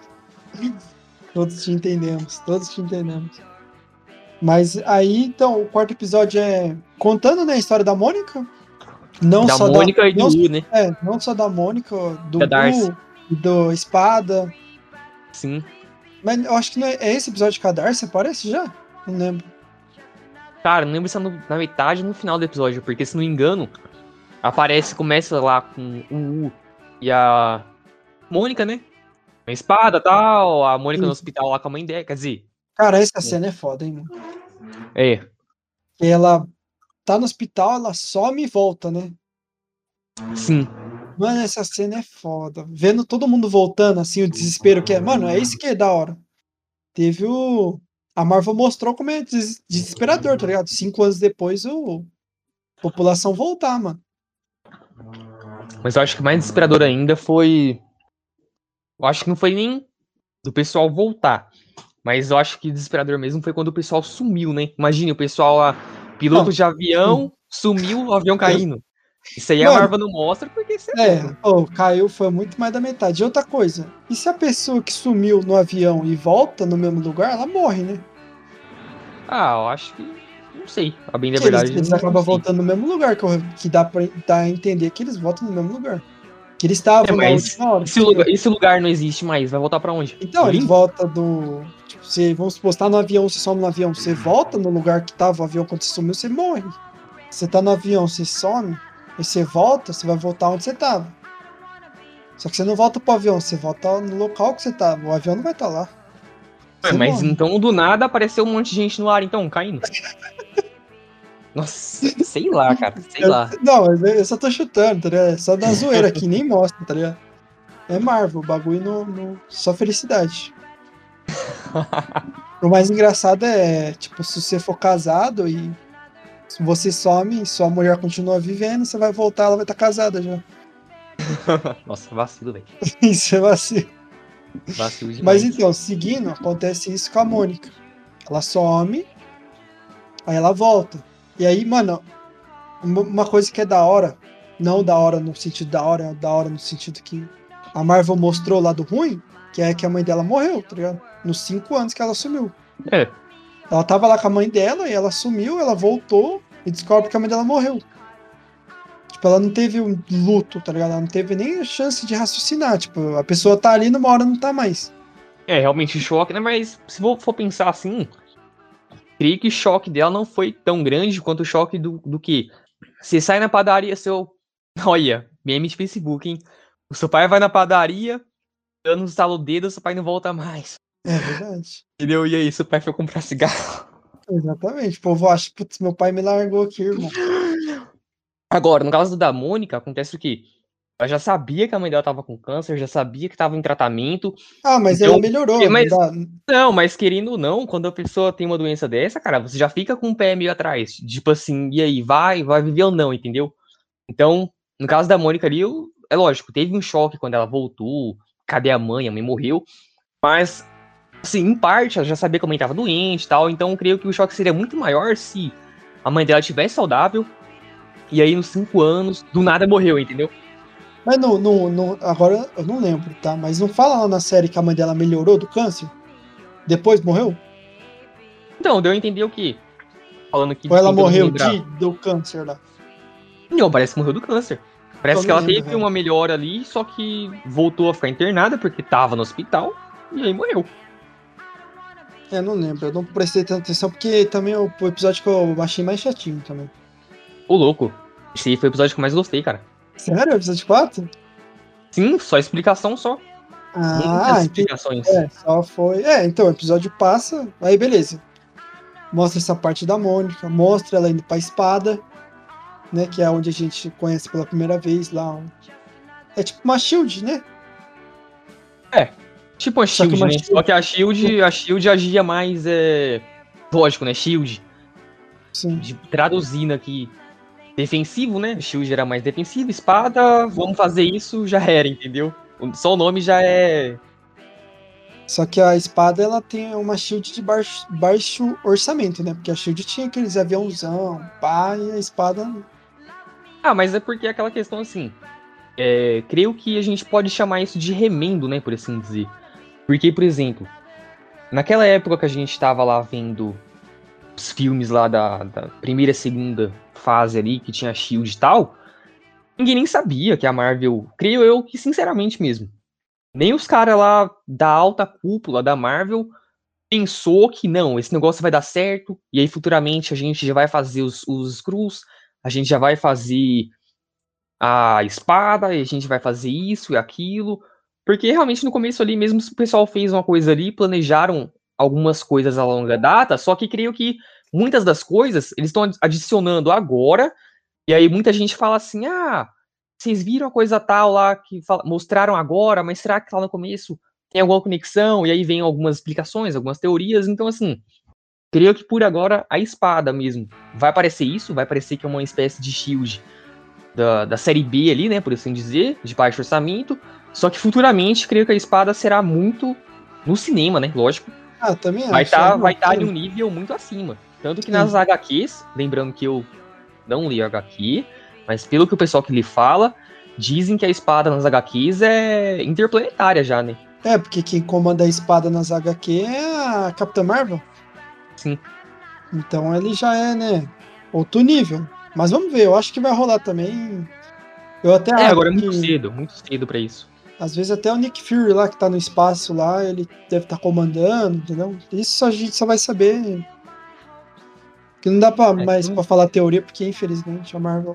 Todos te entendemos. Mas aí, então, o quarto episódio é contando, né, a história da Mônica. Não Da só Mônica e do Wu, né? não só da Mônica, do Da Darcy. Wu e do Espada. Sim. Mas eu acho que não é esse episódio que a Darcy aparece já? Não lembro. Cara, não lembro se é na metade ou no final do episódio, porque se não me engano, começa lá com o Wu e a Mônica, né? Com a espada e tal, a Mônica no hospital lá com a mãe dela, quer dizer, Cara, essa cena é foda, hein, mano. é, Que ela tá no hospital, ela some e volta, né? sim, Mano, essa cena é foda. Vendo todo mundo voltando, assim, o desespero que é. Mano, é isso que é da hora. Teve o. A Marvel mostrou como é desesperador, tá ligado? 5 anos depois, a população voltar, mano. mas eu acho que mais desesperador ainda foi, eu acho que não foi nem do pessoal voltar, mas eu acho que desesperador mesmo foi quando o pessoal sumiu, né? Imagine o pessoal lá, piloto Não, de avião, sumiu, o avião caindo. Isso aí a Mano, Marvel não mostra porque isso é pouco. Pô, caiu, foi muito mais da metade. E outra coisa, e se a pessoa que sumiu no avião e volta no mesmo lugar, ela morre, né? Ah, eu acho que, não sei, a bem da Porque verdade. eles não acabam sei. voltando no mesmo lugar, que dá a entender que eles voltam no mesmo lugar. Que eles estavam na Mas última hora. esse lugar não existe mais, vai voltar pra onde? Então, No eles limbo? voltam do. Tipo, você, vamos supor, você tá no avião, você some no avião, você volta no lugar que tava o avião quando você sumiu, você morre. Você tá no avião, você some, aí você volta, você vai voltar onde você tava. Só que você não volta pro avião, você volta no local que você tava. O avião não vai estar lá. Você Mas morre. então do nada apareceu um monte de gente no ar, então, caindo. Nossa, sei lá, cara, sei lá. Não, eu só tô chutando, tá ligado? É só da zoeira aqui, nem mostra, tá ligado? É Marvel, o bagulho só felicidade. O mais engraçado é, tipo, se você for casado e você some, sua mulher continua vivendo, você vai voltar, ela vai estar casada já. Nossa, vacilo, velho. Isso é vacilo. Vacilo Mas demais. então, seguindo, acontece isso com a Mônica. Ela some, aí ela volta. E aí, mano, uma coisa que é da hora, não da hora no sentido da hora, é da hora no sentido que a Marvel mostrou o lado ruim, que é que a mãe dela morreu, tá ligado? Nos 5 anos que ela sumiu. É, Ela tava lá com a mãe dela e ela sumiu, ela voltou e descobre que a mãe dela morreu. Tipo, ela não teve um luto, tá ligado? Ela não teve nem a chance de raciocinar. Tipo, a pessoa tá ali, numa hora não tá mais. É, realmente choque, né? Mas se for pensar assim, creio que o choque dela não foi tão grande quanto o choque do que você sai na padaria, olha, meme de Facebook, hein? O seu pai vai na padaria, dando um estalo o dedo, seu pai não volta mais. É verdade. Entendeu? E aí, seu pai foi comprar cigarro. Exatamente. O povo acha, putz, meu pai me largou aqui, irmão. Agora, no caso da Mônica, acontece o quê? Ela já sabia que a mãe dela tava com câncer, já sabia que tava em tratamento. Ah, mas Então, ela melhorou. mas- Não dá- Não, mas querendo ou não, quando a pessoa tem uma doença dessa, cara, você já fica com o pé meio atrás. Tipo assim, e aí, vai viver ou não, entendeu? Então, no caso da Mônica ali, é lógico, teve um choque quando ela voltou. Cadê a mãe? A mãe morreu. Mas, assim, em parte, ela já sabia que a mãe tava doente e tal. Então, eu creio que o choque seria muito maior se a mãe dela estivesse saudável. E aí, nos 5 anos, do nada morreu, entendeu? Mas agora eu não lembro, tá? Mas não fala lá na série que a mãe dela melhorou do câncer? Depois morreu? Então, deu a entender o quê? Falando aqui Ou ela tentando morreu lembrar. do câncer lá? Não, parece que morreu do câncer. Parece Eu que não ela lembro, teve velho. uma melhora ali, só que voltou a ficar internada porque tava no hospital e aí morreu. Eu não lembro, eu não prestei tanta atenção porque também o episódio que eu achei mais chatinho também. Ô, louco. Esse aí foi o episódio que eu mais gostei, cara. Sério? Episódio 4? Sim, só explicação só. Muitas Ah, entendi. explicações. Só foi. Então o episódio passa, aí beleza. Mostra essa parte da Mônica, mostra ela indo pra espada, né? Que é onde a gente conhece pela primeira vez lá. É tipo uma Shield, né? Tipo a Só que Shield, uma né? Shield- Só que a Shield agia mais, lógico, né? Shield. Sim. Traduzindo aqui, defensivo, né? Shield era mais defensivo, espada, vamos fazer isso, já era, entendeu? Só o nome já é... Só que a espada ela tem uma Shield de baixo orçamento, né? Porque a Shield tinha aqueles aviãozão, pá, e a espada. Ah, mas é porque é aquela questão assim. Creio que a gente pode chamar isso de remendo, né? Por assim dizer. Porque, por exemplo, naquela época que a gente tava lá vendo os filmes lá da primeira e segunda fase ali, que tinha a Shield e tal, ninguém nem sabia que a Marvel, creio eu que sinceramente mesmo, nem os caras lá da alta cúpula da Marvel pensou que não, esse negócio vai dar certo, e aí futuramente a gente já vai fazer os Skrulls, a gente já vai fazer a espada, e a gente vai fazer isso e aquilo, porque realmente no começo ali, mesmo se o pessoal fez uma coisa ali, planejaram algumas coisas a longa data, só que creio que muitas das coisas eles estão adicionando agora, e aí muita gente fala assim, vocês viram a coisa tal lá que mostraram agora, mas será que lá no começo tem alguma conexão? E aí vem algumas explicações, algumas teorias, então assim, creio que por agora a espada mesmo vai parecer isso, vai parecer que é uma espécie de shield da série B ali, né, por assim dizer, de baixo orçamento, só que futuramente creio que a espada será muito no cinema, né, lógico, Também vai acho. estar em um nível muito acima, tanto que nas HQs, lembrando que eu não li HQ, mas pelo que o pessoal que lhe fala, dizem que a espada nas HQs é interplanetária já, né? Porque quem comanda a espada nas HQ é a Capitã Marvel. Sim. Então ele já é, né, outro nível. Mas vamos ver, eu acho que vai rolar também. Eu até acho agora é que, muito cedo pra isso. às vezes até o Nick Fury lá, que tá no espaço lá, ele deve estar comandando, entendeu? Isso a gente só vai saber. Que não dá mais pra falar teoria, porque infelizmente a Marvel...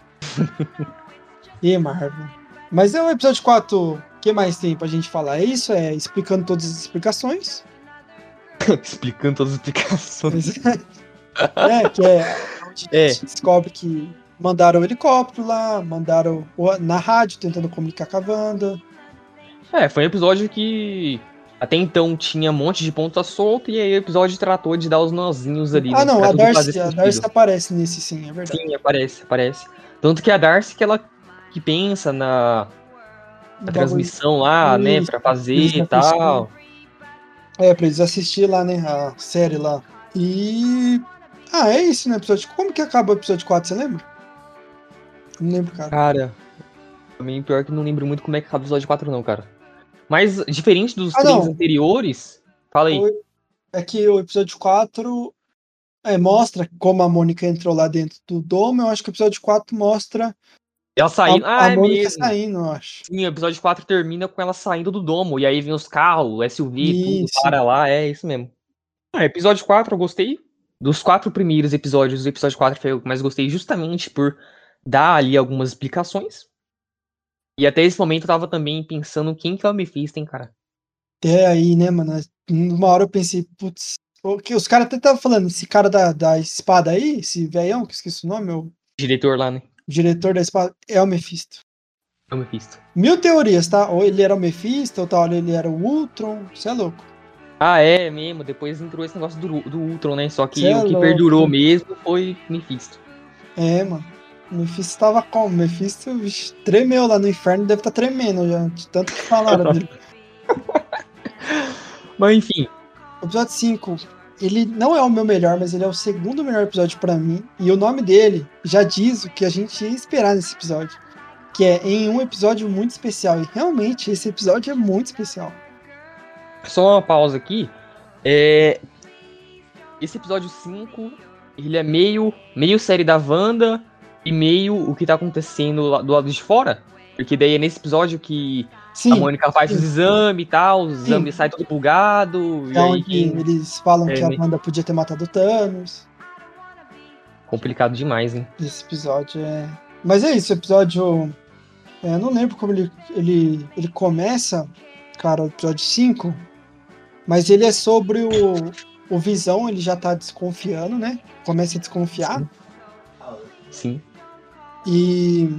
Marvel. Mas é o episódio 4, o que mais tem pra gente falar? É isso, explicando todas as explicações. Explicando todas as explicações. Que é onde a gente descobre que mandaram o helicóptero lá, mandaram na rádio tentando comunicar com a Wanda. Foi um episódio que até então tinha um monte de ponta solta e aí o episódio tratou de dar os nozinhos ali. Ah, né, não, pra a tudo fazer Darcy sentido. aparece nesse sim, é verdade. Sim, aparece. Tanto que a Darcy que pensa na transmissão lá, né, pra fazer e tal. Pra eles assistirem lá, né, a série lá. E... é isso, né, episódio... Como que acaba o episódio 4, você lembra? Não lembro, cara. Cara, também pior que não lembro muito como é que acaba o episódio 4 não, cara. Mas, diferente dos três anteriores... Fala aí. É que o episódio 4 mostra como a Mônica entrou lá dentro do domo. Eu acho que o episódio 4 mostra Ela saindo. a É Mônica mesmo. saindo, eu acho. Sim, o episódio 4 termina com ela saindo do domo. E aí vem os carros, o SUV, tudo Isso. para lá. É isso mesmo. Episódio 4 eu gostei. Dos 4 primeiros episódios, o episódio 4 foi o que mais gostei, justamente por dar ali algumas explicações. E até esse momento eu tava também pensando quem que é o Mephisto, hein, cara. Até aí, né, mano? Uma hora eu pensei, putz. Os caras até estavam falando, esse cara da espada aí, esse velhão, que eu esqueci o nome, o Diretor lá, né? diretor da espada, é o Mephisto. É o Mephisto. 1000 teorias, tá? Ou ele era o Mephisto, ou tal, ele era o Ultron. Você é louco. Ah, é mesmo. Depois entrou esse negócio do Ultron, né? Só que Cê é o que louco. perdurou mesmo foi Mephisto. É, mano. O Mephisto tava como? O Mephisto vixe, tremeu lá no inferno, deve estar tremendo já, de tanto que falaram dele. Mas enfim, O episódio 5, ele não é o meu melhor, mas ele é o segundo melhor episódio pra mim. E o nome dele já diz o que a gente ia esperar nesse episódio. Que é em um episódio muito especial. E realmente, esse episódio é muito especial. só uma pausa aqui. Esse episódio 5, ele é meio série da Wanda e meio o que tá acontecendo do lado de fora. Porque daí é nesse episódio que Sim. a Mônica faz sim. os exames e tal, os exames saem todo bugado. E É aí onde eles falam que a né? Wanda podia ter matado o Thanos. Complicado demais, hein? Esse episódio é. Mas é isso, o episódio. Eu não lembro como ele começa, cara, o episódio 5. Mas ele é sobre o Visão, ele já tá desconfiando, né? Começa a desconfiar. Sim. E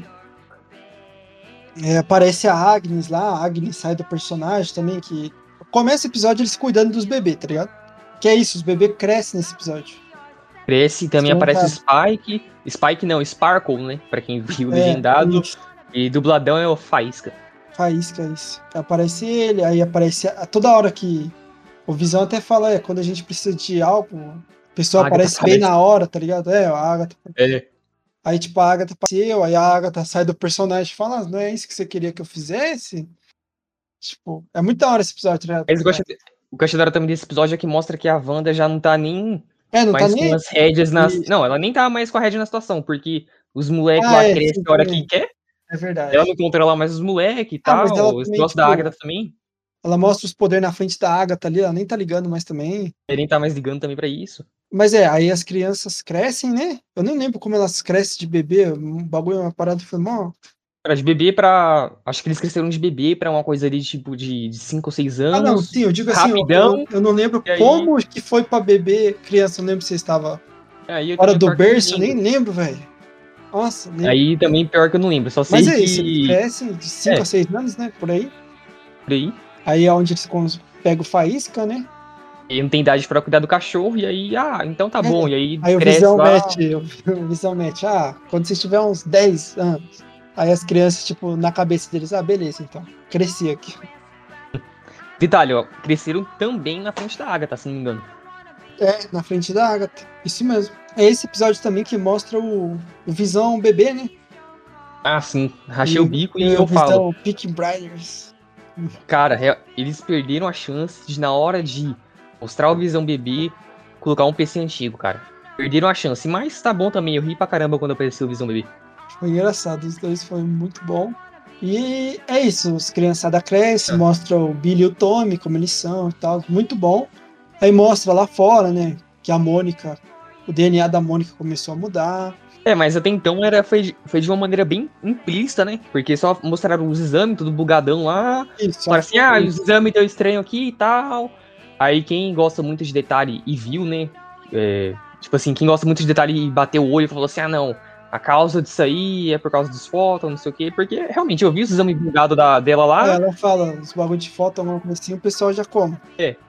aparece a Agnes lá, a Agnes sai do personagem também, que começa o episódio eles cuidando dos bebês, tá ligado? Que é isso, os bebês crescem nesse episódio. Cresce e também Sim, aparece cara. Spike. Spike não, Sparkle, né? Pra quem viu legendado. Isso, E dubladão é o Faísca. Faísca, isso. Aparece ele, aí aparece toda hora que o Visão até fala, quando a gente precisa de algo, a pessoa A Agatha aparece bem aparece. na hora, tá ligado? A Agatha. É. Aí, tipo, a Agatha apareceu, aí a Agatha sai do personagem e fala, não é isso que você queria que eu fizesse? Tipo, é muito da hora esse episódio, tá ligado? Mas o que eu achei da hora também desse episódio é que mostra que a Wanda já não tá nem Não mais tá com nem. as rédeas nas. Isso. Não, ela nem tá mais com a rédea na situação, porque os moleques lá crescem sim, a hora também. que quer. É verdade. Ela não controla mais os moleques e mas ela tal. Esse também, negócio da tipo, Agatha também. Ela mostra os poderes na frente da Agatha ali, ela nem tá ligando mais também. Ele nem tá mais ligando também pra isso. Mas aí as crianças crescem, né? Eu nem lembro como elas crescem de bebê. Um bagulho, uma parada foi mó. Era de bebê pra. Acho que eles cresceram de bebê pra uma coisa ali, tipo, de 5 ou 6 anos. Não, sim, eu digo assim, rapidão. eu não lembro E aí- como que foi pra bebê criança. Eu não lembro se estava Aí eu fora também do pior que eu não berço, eu nem lembro. lembro, velho. Nossa, nem. Aí também pior que eu não lembro. Só sei Mas é que. isso, eles crescem de 5 É. a 6 anos, né? Por aí. Por aí. Aí é onde eles pegam faísca, né? Ele não tem idade pra cuidar do cachorro, e aí, então tá bom. E aí, Aí o cresce Visão lá. mete, o Visão mete, quando vocês tiver uns 10 anos. Aí as crianças, tipo, na cabeça deles, beleza, então. Cresci aqui. Detalhe, ó, cresceram também na frente da Agatha, se não me engano. Na frente da Agatha. Isso mesmo. É esse episódio também que mostra o Visão bebê, né? Ah, sim. Rachei o bico e o eu falo. Visão Peaky Blinders. Cara, eles perderam a chance de, na hora de mostrar o Visão bebê, colocar um PC antigo, cara. Perderam a chance, mas tá bom também. Eu ri pra caramba quando apareceu o Visão bebê. Foi engraçado, os dois foi muito bom. E é isso, os criançadas crescem, mostra o Billy e o Tommy, como eles são e tal, muito bom. Aí mostra lá fora, né, que a Mônica, o DNA da Mônica começou a mudar. Mas até então foi de uma maneira bem implícita, né? Porque só mostraram os exames, tudo bugadão lá. Isso, Falaram assim, os exames deu estranho aqui e tal. Aí quem gosta muito de detalhe e viu, né? Tipo assim, quem gosta muito de detalhe e bateu o olho e falou assim, não, a causa disso aí é por causa dos fótons, não sei o quê. Porque realmente eu vi os exames bugados dela lá. Ela fala, os bagulho de foto, alguma coisa assim, o pessoal já come.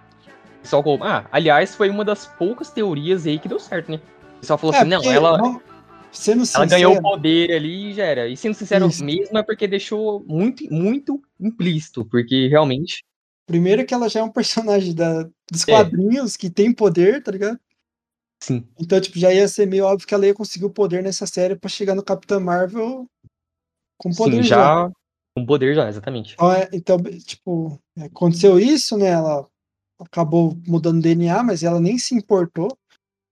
Só como, aliás, foi uma das poucas teorias aí que deu certo, né? O pessoal falou assim, não, porque, ela sendo sincero, ganhou o poder ali e já era. E sendo sincero Isso. mesmo, é porque deixou muito, muito implícito. Porque realmente. Primeiro que ela já é um personagem dos quadrinhos que tem poder, tá ligado? Sim. Então, tipo, já ia ser meio óbvio que ela ia conseguir o poder nessa série pra chegar no Capitão Marvel com poder Sim, já. Com poder já, exatamente. Então, tipo, aconteceu isso, né? Ela acabou mudando o DNA, mas ela nem se importou.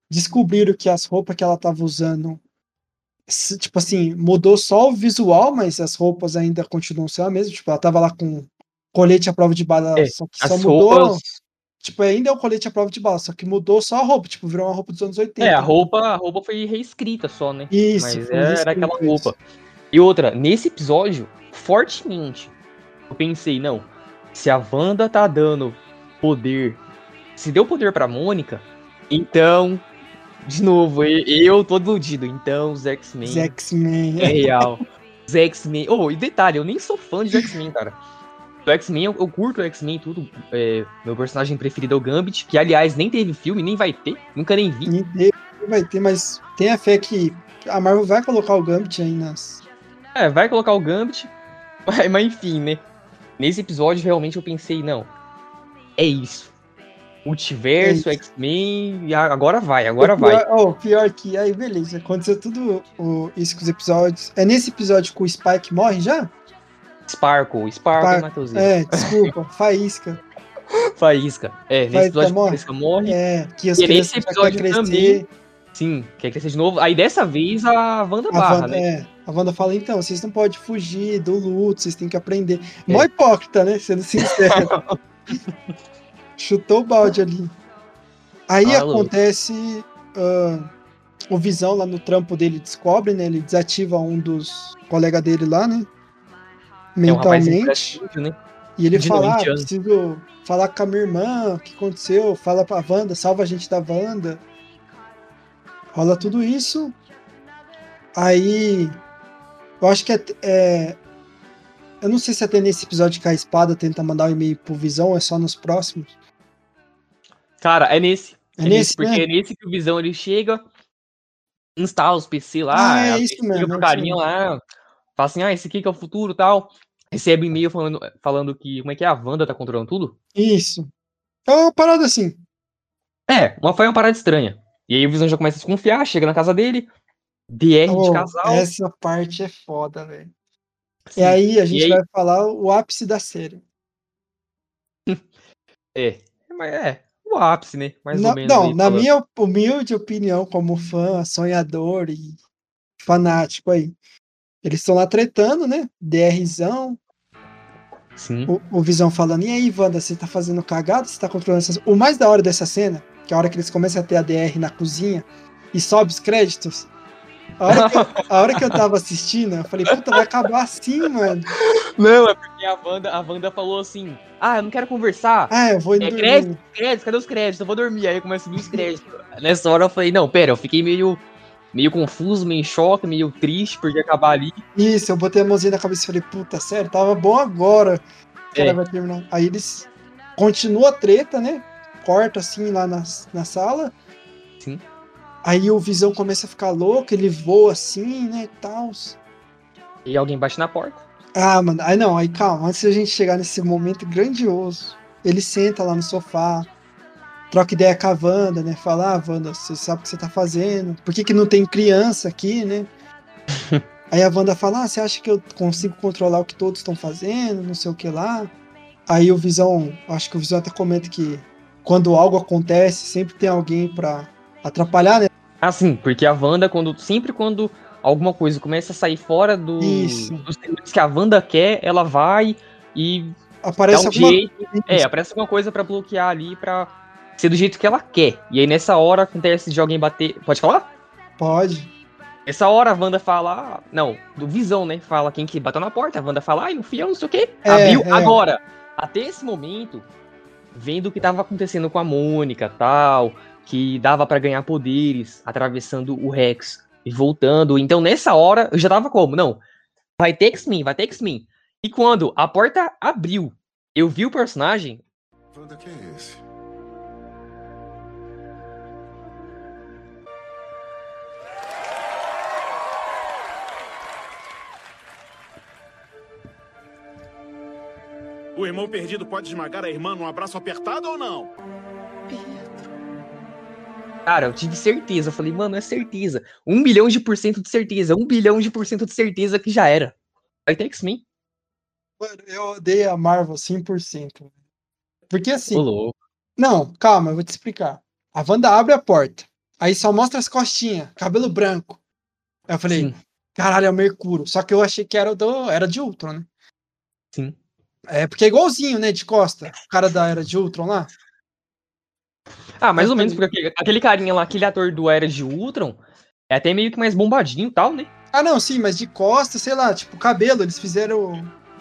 descobriram que as roupas que ela tava usando, tipo assim, mudou só o visual, mas as roupas ainda continuam sendo a mesma. Tipo, ela tava lá com colete à prova de bala, só que só As mudou. roupas. Tipo, ainda é o colete à prova de bala, só que mudou só a roupa, tipo, virou uma roupa dos anos 80. A roupa foi reescrita só, né? Isso, Mas foi era aquela reescrito roupa. isso. E outra, nesse episódio, fortemente, eu pensei, não, se a Wanda tá dando poder, se deu poder pra Mônica, então, de novo, eu tô iludido, então os Os X-Men X-Men. é real. Os X-Men, e detalhe, eu nem sou fã de X-Men, cara. O X-Men, eu curto o X-Men tudo, meu personagem preferido é o Gambit, que aliás nem teve filme, nem vai ter, nunca nem vi. Nem vai ter, mas tenha fé que a Marvel vai colocar o Gambit aí nas. Vai colocar o Gambit, mas enfim, né? Nesse episódio, realmente, eu pensei, não, é isso. Multiverso, X-Men, agora vai. Pior que aí, beleza. Aconteceu tudo isso com os episódios. É nesse episódio que o Spike morre já? Sparkle, Matheusinho. Desculpa, Faísca. Faísca. Nesse episódio que a Faísca morre. Que as e crianças nesse episódio quer também. Sim, quer crescer de novo. Aí dessa vez a Wanda barra, né? A Wanda fala, então, vocês não podem fugir do luto, vocês têm que aprender. Mó hipócrita, né? Sendo sincero. Chutou o balde ali. Aí acontece. O Visão lá no trampo dele descobre, né? Ele desativa um dos colegas dele lá, né? Mentalmente. Né? E ele fala: preciso falar com a minha irmã, o que aconteceu? Fala pra Wanda, salva a gente da Wanda. Rola tudo isso. Aí. Eu acho que eu não sei se até nesse episódio que a espada tenta mandar um e-mail pro Visão, ou é só nos próximos. Cara, é nesse. Porque é nesse que o Visão ele chega, instala os PC lá, é isso mesmo. Pro carinha lá, fala assim, esse aqui que é o futuro e tal. Recebe e-mail falando que, como é que é, a Wanda tá controlando tudo? Isso. É uma parada assim. Foi uma parada estranha. E aí o Visão já começa a desconfiar, chega na casa dele, DR de casal. Essa parte é foda, velho. E aí a gente vai falar o ápice da série. O ápice, né? Mais ou menos. Não, na minha humilde opinião, como fã, sonhador e fanático aí. Eles estão lá tretando, né? DRzão. Sim. O Visão falando, e aí, Wanda, você tá fazendo cagada? Você tá controlando essas... O mais da hora dessa cena, que é a hora que eles começam a ter a DR na cozinha e sobe os créditos. A hora que eu tava assistindo, eu falei, puta, vai acabar assim, mano. Não, é porque a Wanda falou assim, eu não quero conversar. Eu vou indo dormir. Créditos, cadê os créditos? Eu vou dormir. Aí começa a subir os créditos. Nessa hora eu falei, não, pera, eu fiquei meio confuso, meio em choque, meio triste por acabar ali. Isso, eu botei a mãozinha na cabeça e falei, puta, sério, tava bom agora. O cara vai terminar. Aí eles continuam a treta, né? Corta assim lá na sala. Sim. Aí o Visão começa a ficar louco, ele voa assim, né, e tal. E alguém bate na porta. Mano, aí calma, antes da gente chegar nesse momento grandioso, ele senta lá no sofá, troca ideia com a Wanda, né, fala, Wanda, você sabe o que você tá fazendo, por que não tem criança aqui, né? Aí a Wanda fala, você acha que eu consigo controlar o que todos estão fazendo, não sei o que lá. Aí o Visão, acho que o Visão até comenta que quando algo acontece, sempre tem alguém pra atrapalhar, né? Sim, porque a Wanda, sempre quando alguma coisa começa a sair fora dos limites que a Wanda quer, ela vai e aparece dá jeito. Aparece alguma coisa pra bloquear ali, pra ser do jeito que ela quer. E aí nessa hora acontece de alguém bater... Pode falar? Pode. Nessa hora a Wanda fala... Não, do Visão, né? Fala quem que bateu na porta. A Wanda fala, não fui eu, não sei o quê. Abriu. Agora, até esse momento, vendo o que tava acontecendo com a Mônica e tal... que dava pra ganhar poderes atravessando o Rex e voltando. Então, nessa hora, eu já tava como? Não, vai ter X-Men. E quando a porta abriu, eu vi o personagem... Wanda, quem é esse? O irmão perdido pode esmagar a irmã num abraço apertado ou não? Cara, eu tive certeza. Eu falei, mano, é certeza. 1 milhão de % de certeza. 1 bilhão de % de certeza que já era. Vai ter X-Men. Mano, eu odeio a Marvel 100%. Porque assim... Ô, louco. Não, calma, eu vou te explicar. A Wanda abre a porta. Aí só mostra as costinhas, cabelo branco. Aí eu falei, Sim. caralho, é o Mercúrio. Só que eu achei que era Era de Ultron, né? Sim. É, porque é igualzinho, né, de costa. O cara da Era de Ultron lá. Mais Eu ou menos, falei, porque aquele carinha lá, aquele ator do Era de Ultron, é até meio que mais bombadinho e tal, né? não, sim, mas de costa, sei lá, tipo, cabelo, eles fizeram...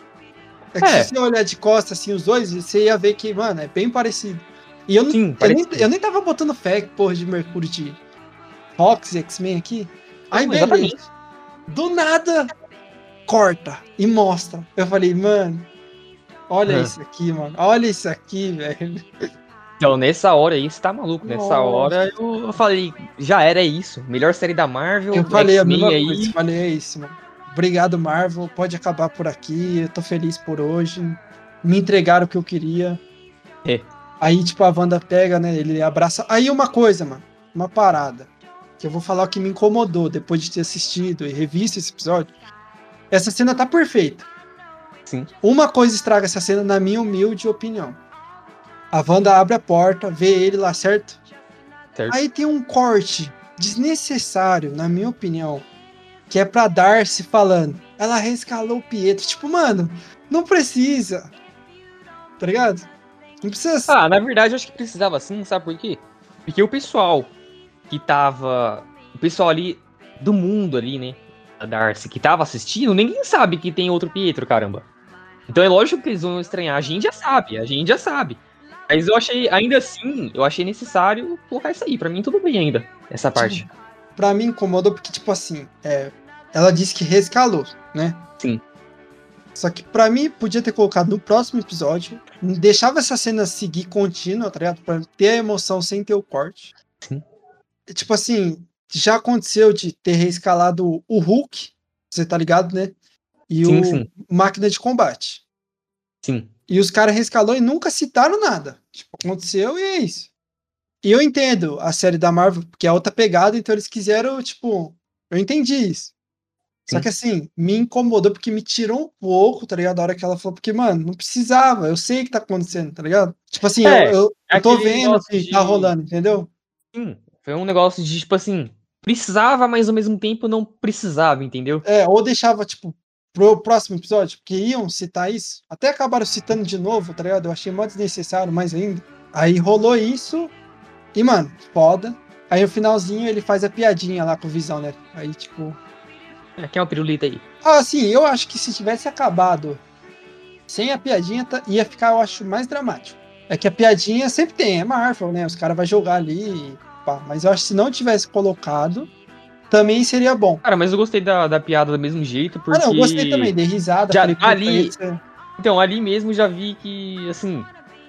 É que se É. você olhar de costa, assim, os dois, você ia ver que, mano, é bem parecido. E Sim, eu parecido. nem tava botando fé, porra, de Mercúrio de Fox e X-Men aqui. Aí, Não, beleza. exatamente. Do nada, corta e mostra. Eu falei, mano, olha isso aqui, mano. Olha isso aqui, velho. Então, nessa hora aí, você tá maluco. Nessa Nossa. hora eu falei, já era isso. Melhor série da Marvel, Eu falei a mesma X-Men coisa. aí. Falei, é isso, mano. Obrigado, Marvel. Pode acabar por aqui. Eu tô feliz por hoje. Me entregaram o que eu queria. É. Aí, tipo, a Wanda pega, né? Ele abraça. Aí, uma coisa, mano. Uma parada. Que eu vou falar o que me incomodou depois de ter assistido e revisto esse episódio. Essa cena tá perfeita. Sim. Uma coisa estraga essa cena, na minha humilde opinião. A Wanda abre a porta, vê ele lá, certo? Certo. Aí tem um corte desnecessário, na minha opinião, que é pra Darcy falando. Ela rescalou o Pietro. Tipo, mano, não precisa. Tá ligado? Não precisa. Na verdade, eu acho que precisava sim, sabe por quê? Porque o pessoal que tava. O pessoal ali do mundo ali, né? A Darcy, que tava assistindo, ninguém sabe que tem outro Pietro, caramba. Então é lógico que eles vão estranhar. A gente já sabe. Mas eu achei, ainda assim, eu achei necessário colocar isso aí. Pra mim, tudo bem ainda, essa parte. Pra mim incomodou porque, tipo assim, ela disse que rescalou, né? Sim. Só que pra mim, podia ter colocado no próximo episódio, deixava essa cena seguir contínua, tá ligado? Pra ter a emoção sem ter o corte. Sim. Tipo assim, já aconteceu de ter reescalado o Hulk, você tá ligado, né? E Sim. Máquina de Combate. Sim. E os caras reescalou e nunca citaram nada. Tipo, aconteceu e é isso. E eu entendo a série da Marvel, porque é outra pegada, então eles quiseram, tipo... Eu entendi isso. Só que assim, me incomodou porque me tirou um pouco, tá ligado? Da hora que ela falou, porque, mano, não precisava, eu sei o que tá acontecendo, tá ligado? Tipo assim, eu tô vendo que tá rolando, entendeu? Sim, foi um negócio de, tipo assim, precisava, mas ao mesmo tempo não precisava, entendeu? Ou deixava, tipo, pro próximo episódio, porque iam citar isso. Até acabaram citando de novo, tá ligado? Eu achei mó desnecessário, mais ainda. Aí rolou isso, e, mano, foda. Aí no finalzinho ele faz a piadinha lá com o Visão, né? Aí, tipo... Quem é o pirulito aí? Sim, eu acho que se tivesse acabado sem a piadinha, ia ficar, eu acho, mais dramático. É que a piadinha sempre tem, é Marvel, né? Os caras vão jogar ali, pá. Mas eu acho que se não tivesse colocado, também seria bom. Cara, mas eu gostei da piada do mesmo jeito, porque... não, eu gostei também, dei risada. Já, falei, ali... Então, ali mesmo já vi que, assim...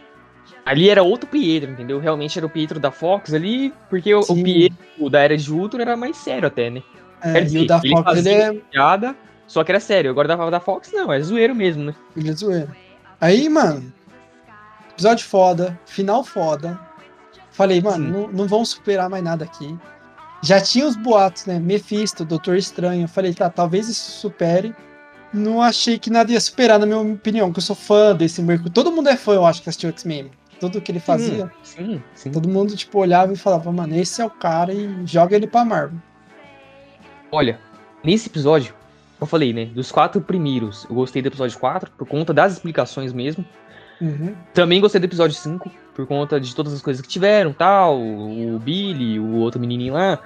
Ali era outro Pietro, entendeu? Realmente era o Pietro da Fox ali, porque o Pietro da Era de Ultron era mais sério até, né? Quer dizer, e o da ele Fox, fazia piada, só que era sério. Agora da Fox não, é zoeiro mesmo, né? Ele é zoeiro. Aí, mano, episódio foda, final foda. Falei, mano, não vão superar mais nada aqui. Já tinha os boatos, né? Mephisto, Doutor Estranho. Falei, tá, talvez isso supere. Não achei que nada ia superar, na minha opinião, que eu sou fã desse Mercúrio. Todo mundo é fã, eu acho, que assistiu X-Men. Tudo que ele fazia. Sim. Todo mundo, tipo, olhava e falava, mano, esse é o cara e joga ele pra Marvel. Olha, nesse episódio, eu falei, né? Dos 4 primeiros, eu gostei do episódio 4, por conta das explicações mesmo. Também gostei do episódio 5, por conta de todas as coisas que tiveram, tal, o Billy, o outro menininho lá.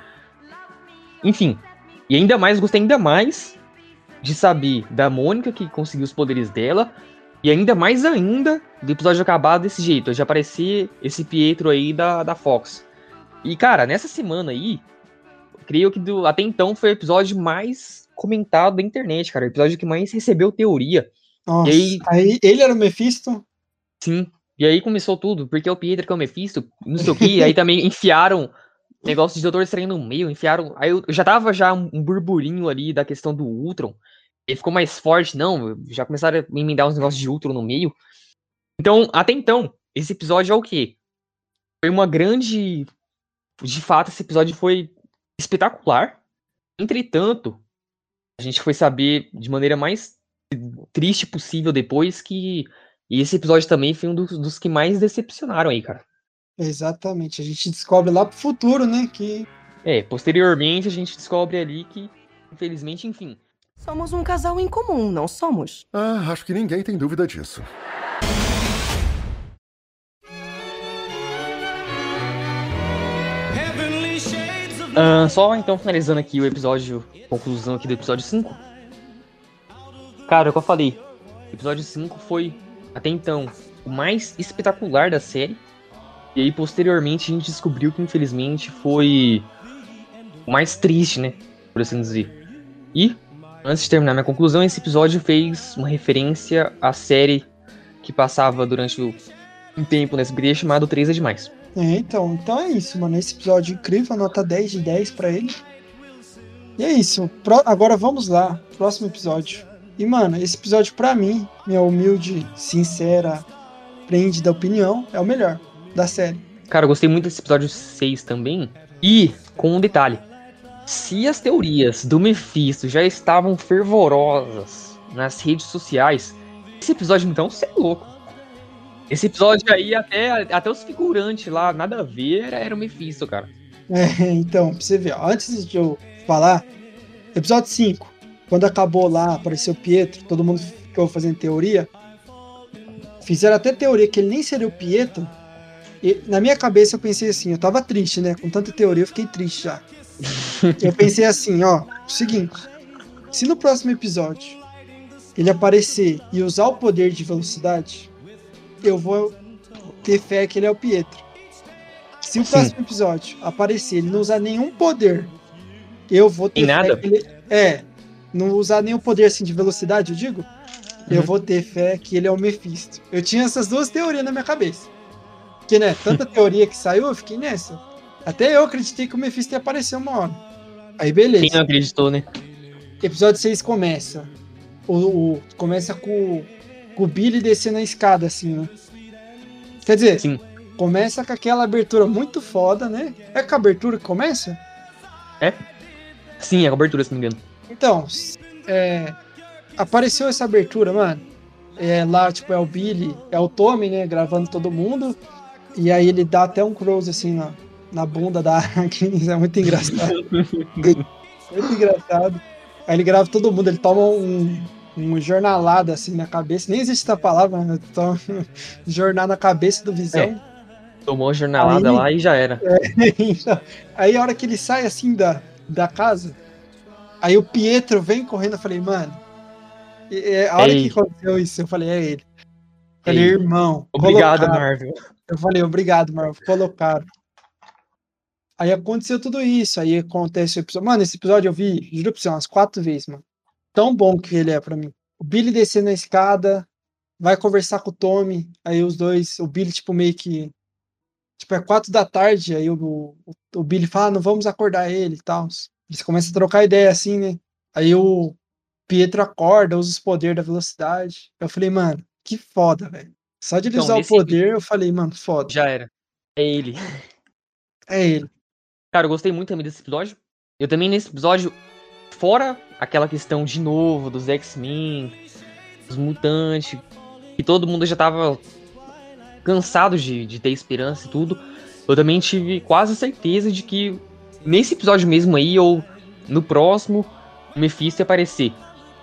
Enfim, e ainda mais, gostei ainda mais de saber da Mônica, que conseguiu os poderes dela, e ainda mais ainda do episódio acabar desse jeito, de aparecer esse Pietro aí da Fox. E, cara, nessa semana aí, creio que até então foi o episódio mais comentado da internet, cara. O episódio que mais recebeu teoria. Nossa, e aí ele era o Mephisto? Sim, e aí começou tudo, porque é o Pietro que é o Mephisto, não sei o que, aí também enfiaram negócio de Doutor Estranho no meio, enfiaram... Aí eu já tava um burburinho ali da questão do Ultron, ele ficou mais forte, não, já começaram a emendar uns negócios de Ultron no meio. Então, até então, esse episódio é o quê? Foi uma grande... De fato, esse episódio foi espetacular. Entretanto, a gente foi saber de maneira mais triste possível depois que esse episódio também foi um dos que mais decepcionaram aí, cara. Exatamente. A gente descobre lá pro futuro, né? Que Posteriormente a gente descobre ali que, infelizmente, enfim. Somos um casal em comum, não somos? Acho que ninguém tem dúvida disso. Só então finalizando aqui o episódio, conclusão aqui do episódio 5. Cara, é o que eu falei, o episódio 5 foi, até então, o mais espetacular da série. E aí, posteriormente, a gente descobriu que, infelizmente, foi o mais triste, né? Por assim dizer. E, antes de terminar minha conclusão, esse episódio fez uma referência à série que passava durante um tempo nessa SBT chamado 3 é Demais. então é isso, mano. Esse episódio incrível, nota 10 de 10 pra ele. E é isso. Agora vamos lá, próximo episódio. E, mano, esse episódio pra mim, minha humilde, sincera, prendida opinião, é o melhor da série. Cara, eu gostei muito desse episódio 6 também. E, com um detalhe. Se as teorias do Mephisto já estavam fervorosas nas redes sociais, esse episódio, então, você é louco. Esse episódio aí, até os figurantes lá, nada a ver, era o Mephisto, cara. Então, pra você ver, ó, antes de eu falar, episódio 5, quando acabou lá, apareceu o Pietro, todo mundo ficou fazendo teoria, fizeram até teoria que ele nem seria o Pietro, e na minha cabeça eu pensei assim, eu tava triste, né, com tanta teoria eu fiquei triste já. Eu pensei assim, ó, o seguinte, se no próximo episódio ele aparecer e usar o poder de velocidade, eu vou ter fé que ele é o Pietro. Se o próximo episódio aparecer ele não usar nenhum poder, eu vou ter fé que ele... não usar nenhum poder assim de velocidade, eu digo, eu vou ter fé que ele é o Mephisto. Eu tinha essas duas teorias na minha cabeça. Porque, né, tanta teoria que saiu, eu fiquei nessa. Até eu acreditei que o Mephisto ia aparecer uma hora. Aí, beleza. Quem não acreditou, né? Episódio 6 começa. Começa com o Billy descendo a escada, assim, né? Quer dizer, começa com aquela abertura muito foda, né? É com a abertura que começa? Sim, é a abertura, se não me engano. Então, apareceu essa abertura, mano. Lá, tipo, é o Billy, é o Tommy, né? Gravando todo mundo. E aí ele dá até um close, assim, na bunda da Agnes. É muito engraçado. Muito engraçado. Aí ele grava todo mundo, ele toma um jornalada, assim, na cabeça. Nem existe essa palavra, né? Toma jornal na cabeça do Visão. Tomou uma jornalada lá e já era. Aí a hora que ele sai, assim, da casa, aí o Pietro vem correndo, eu falei, mano, a hora que aconteceu isso, eu falei, é ele. Eu falei, irmão. Obrigado, Marvel. Eu falei, obrigado, Marvel, colocaram. Aí aconteceu tudo isso, aí acontece o episódio. Mano, esse episódio eu vi, juro pra você, umas 4 vezes, mano. Tão bom que ele é pra mim. O Billy descendo a escada, vai conversar com o Tommy, aí os dois, o Billy, tipo, meio que... Tipo, é 4 da tarde, aí o Billy fala, não vamos acordar ele e tal. Eles começam a trocar ideia assim, né? Aí o Pietro acorda, usa os poderes da velocidade. Eu falei, mano, que foda, velho. Só de ele usar o poder, eu falei, mano, foda. Já era. É ele. É ele. Cara, eu gostei muito também desse episódio. Eu também, nesse episódio, fora aquela questão, de novo, dos X-Men, dos mutantes, que todo mundo já tava cansado de ter esperança e tudo, eu também tive quase certeza de que nesse episódio mesmo aí, ou no próximo, o Mephisto ia aparecer.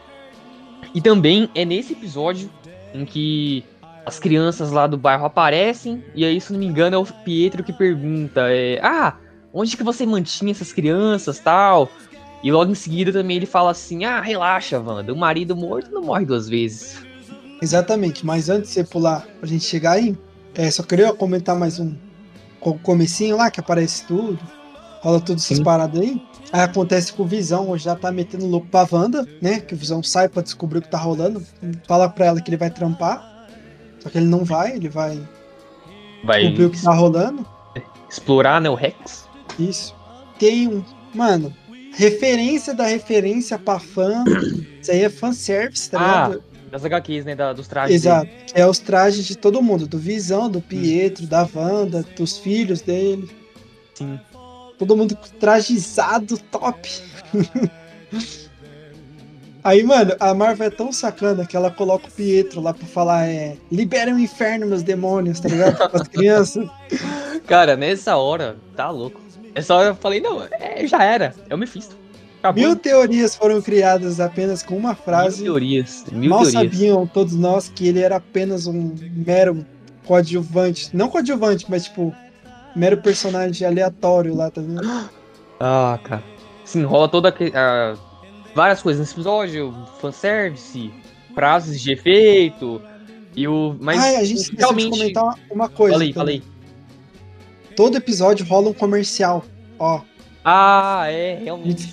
E também é nesse episódio em que as crianças lá do bairro aparecem, e aí, se não me engano, é o Pietro que pergunta, onde que você mantinha essas crianças, tal? E logo em seguida também ele fala assim, relaxa, Wanda, o marido morto não morre 2 vezes. Exatamente, mas antes de você pular pra gente chegar aí, só queria comentar mais um comecinho lá, que aparece tudo, rola tudo essas paradas aí. Aí acontece com o Visão, já tá metendo louco pra Wanda, né, que o Visão sai pra descobrir o que tá rolando, fala pra ela que ele vai trampar, só que ele não vai, ele vai descobrir o que tá rolando. Explorar, né, o Rex. Isso. Tem mano, referência da referência pra fã, isso aí é fanservice, tá ligado? Das HQs, né, dos trajes. Exato, dele. é os trajes de todo mundo, do Visão, do Pietro, da Wanda, dos filhos dele. Sim. Todo mundo trajezado, top. Aí, mano, a Marvel é tão sacana que ela coloca o Pietro lá pra falar, liberem o inferno, meus demônios, tá ligado? Para as crianças. Cara, nessa hora, tá louco. Essa hora eu falei, não, já era. É o Mephisto. Acabou. 1000 teorias foram criadas apenas com uma frase. 1000 teorias. Mal sabiam todos nós que ele era apenas um mero coadjuvante. Não coadjuvante, mas tipo, mero personagem aleatório lá, tá vendo? Ah, cara. Sim, rola toda várias coisas nesse episódio, fanservice, frases de efeito e o... Mas a gente esqueceu de comentar uma coisa. Falei. Todo episódio rola um comercial, ó. Realmente.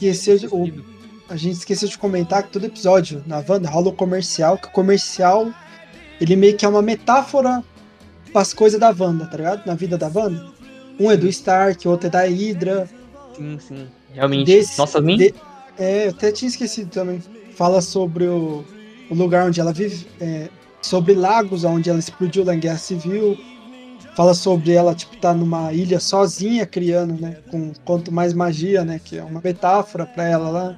A gente esqueceu de comentar que todo episódio na Wanda rola um comercial, que o comercial, ele meio que é uma metáfora para as coisas da Wanda, tá ligado? Na vida da Wanda. Um é do Stark, o outro é da Hydra. Sim. Realmente. Nossa, nem... eu até tinha esquecido também. Fala sobre o lugar onde ela vive, sobre Lagos, onde ela explodiu lá em Guerra Civil. Fala sobre ela, tipo, tá numa ilha sozinha criando, né? Com quanto mais magia, né? Que é uma metáfora pra ela lá.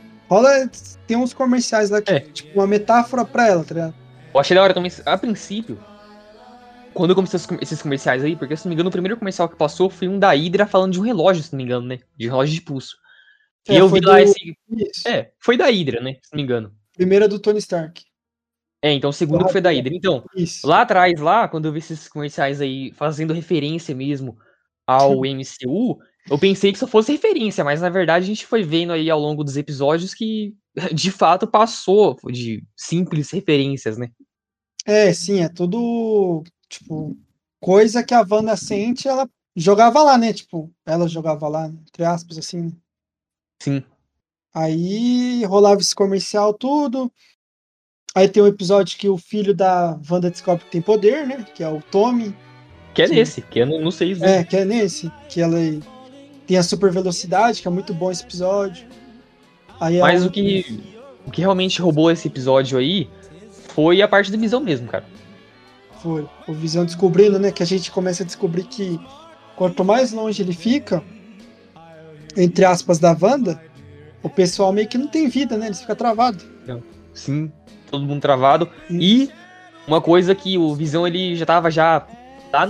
Tem uns comerciais lá que tipo, uma metáfora pra ela, tá ligado? Eu achei da hora também, a princípio, quando começou esses comerciais aí, porque se não me engano, o primeiro comercial que passou foi um da Hydra falando de um relógio, se não me engano, né? De relógio de pulso. E eu vi lá foi da Hydra, né? Se não me engano. Primeira do Tony Stark. Então o segundo foi da Hydra. Então, lá atrás, quando eu vi esses comerciais aí fazendo referência mesmo ao MCU, eu pensei que só fosse referência, mas na verdade a gente foi vendo aí ao longo dos episódios que de fato passou de simples referências, né? Sim, é tudo, tipo, coisa que a Wanda sente, ela jogava lá, né? Tipo, ela jogava lá, entre aspas, assim, né? Sim. Aí rolava esse comercial, tudo. Aí tem um episódio que o filho da Wanda descobre que tem poder, né? Que é o Tommy. Que é nesse, que é no 6, né? Que é nesse. Que ela tem a super velocidade, que é muito bom esse episódio. Aí mas o que realmente roubou esse episódio aí foi a parte do Visão mesmo, cara. Foi. O Visão descobrindo, né? Que a gente começa a descobrir que quanto mais longe ele fica, entre aspas, da Wanda, o pessoal meio que não tem vida, né? Eles ficam travados. Sim. Todo mundo travado. E uma coisa que o Visão, ele já tava lá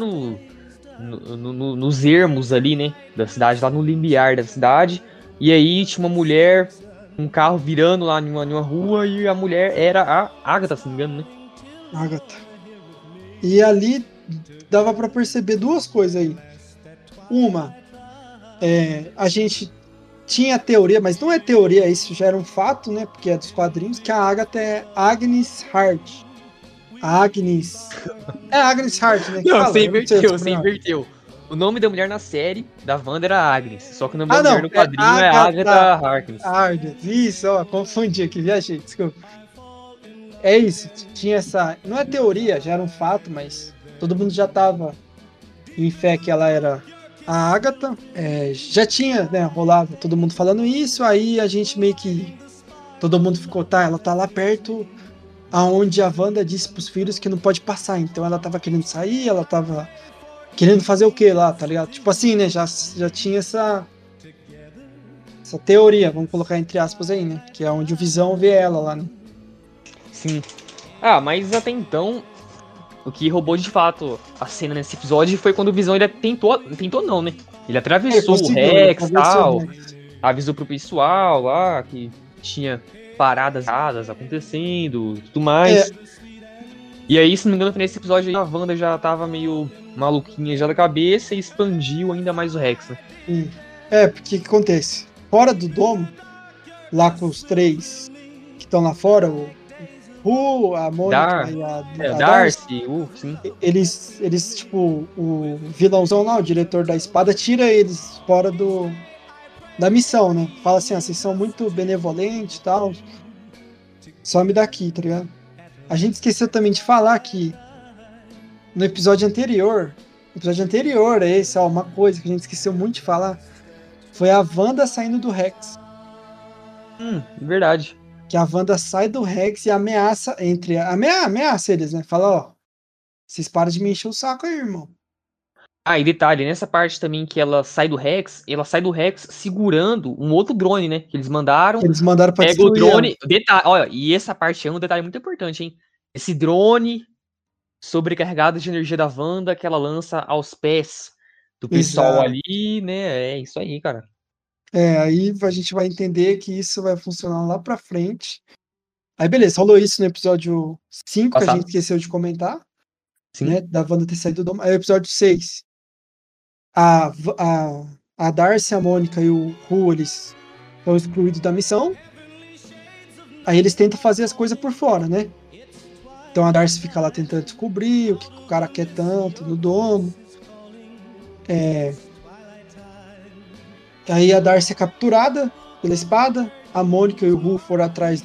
nos ermos ali, né, da cidade, lá no limiar da cidade. E aí tinha uma mulher, um carro virando lá numa rua, e a mulher era a Agatha, se não me engano, né? Agatha. E ali dava pra perceber duas coisas aí. Uma, a gente tinha teoria, mas não é teoria, isso já era um fato, né? Porque é dos quadrinhos, que a Agatha é Agnes Hart. Agnes Hart, né? Não, você inverteu. O nome da mulher na série da Wanda era Agnes, só que o nome da mulher no quadrinho é Agatha Harkness. Isso, confundi aqui, viajei, desculpa. É isso, tinha essa... Não é teoria, já era um fato, mas todo mundo já tava em fé que ela era a Agatha. Já tinha, né, rolado todo mundo falando isso, aí a gente meio que... Todo mundo ficou, ela tá lá perto aonde a Wanda disse pros filhos que não pode passar, então ela tava querendo sair, ela tava querendo fazer o que lá, tá ligado? Tipo assim, né, já tinha essa teoria, vamos colocar entre aspas aí, né, que é onde o Visão vê ela lá, né. Sim. Mas até então, o que roubou de fato a cena nesse episódio foi quando o Visão ele tentou não, né? Ele atravessou o Rex e tal, avisou pro pessoal lá que tinha paradas acontecendo, tudo mais. E aí, se não me engano, nesse episódio aí, a Wanda já tava meio maluquinha já da cabeça e expandiu ainda mais o Rex, né? Porque o que acontece? Fora do domo, lá com os três que estão lá fora, a Mônica e a Darcy, sim. Eles, tipo, o vilãozão lá, o diretor da espada, tira eles fora da missão, né? Fala assim, vocês são muito benevolentes e tal, some daqui, tá ligado? A gente esqueceu também de falar que no episódio anterior esse, uma coisa que a gente esqueceu muito de falar, foi a Wanda saindo do Rex. Verdade. Que a Wanda sai do Rex e ameaça eles, né? Fala, vocês param de me encher o saco aí, irmão. Ah, e detalhe, nessa parte também que ela sai do Rex segurando um outro drone, né? Que eles mandaram. Eles mandaram pra Pega o destruir drone. Detalhe, olha, e essa parte é um detalhe muito importante, hein? Esse drone sobrecarregado de energia da Wanda que ela lança aos pés do pessoal Exato. ali, né? É isso aí, cara. Aí a gente vai entender que isso vai funcionar lá pra frente. Aí beleza, rolou isso no episódio 5, que a Passado. gente esqueceu de comentar, Sim. né? Da Wanda ter saído do domo. Aí o episódio 6. A Darcy, a Mônica e o Ru, eles estão excluídos da missão. Aí eles tentam fazer as coisas por fora, né? Então a Darcy fica lá tentando descobrir o que o cara quer tanto no domo. Aí a Darcy é capturada pela espada. A Mônica e o Ru foram atrás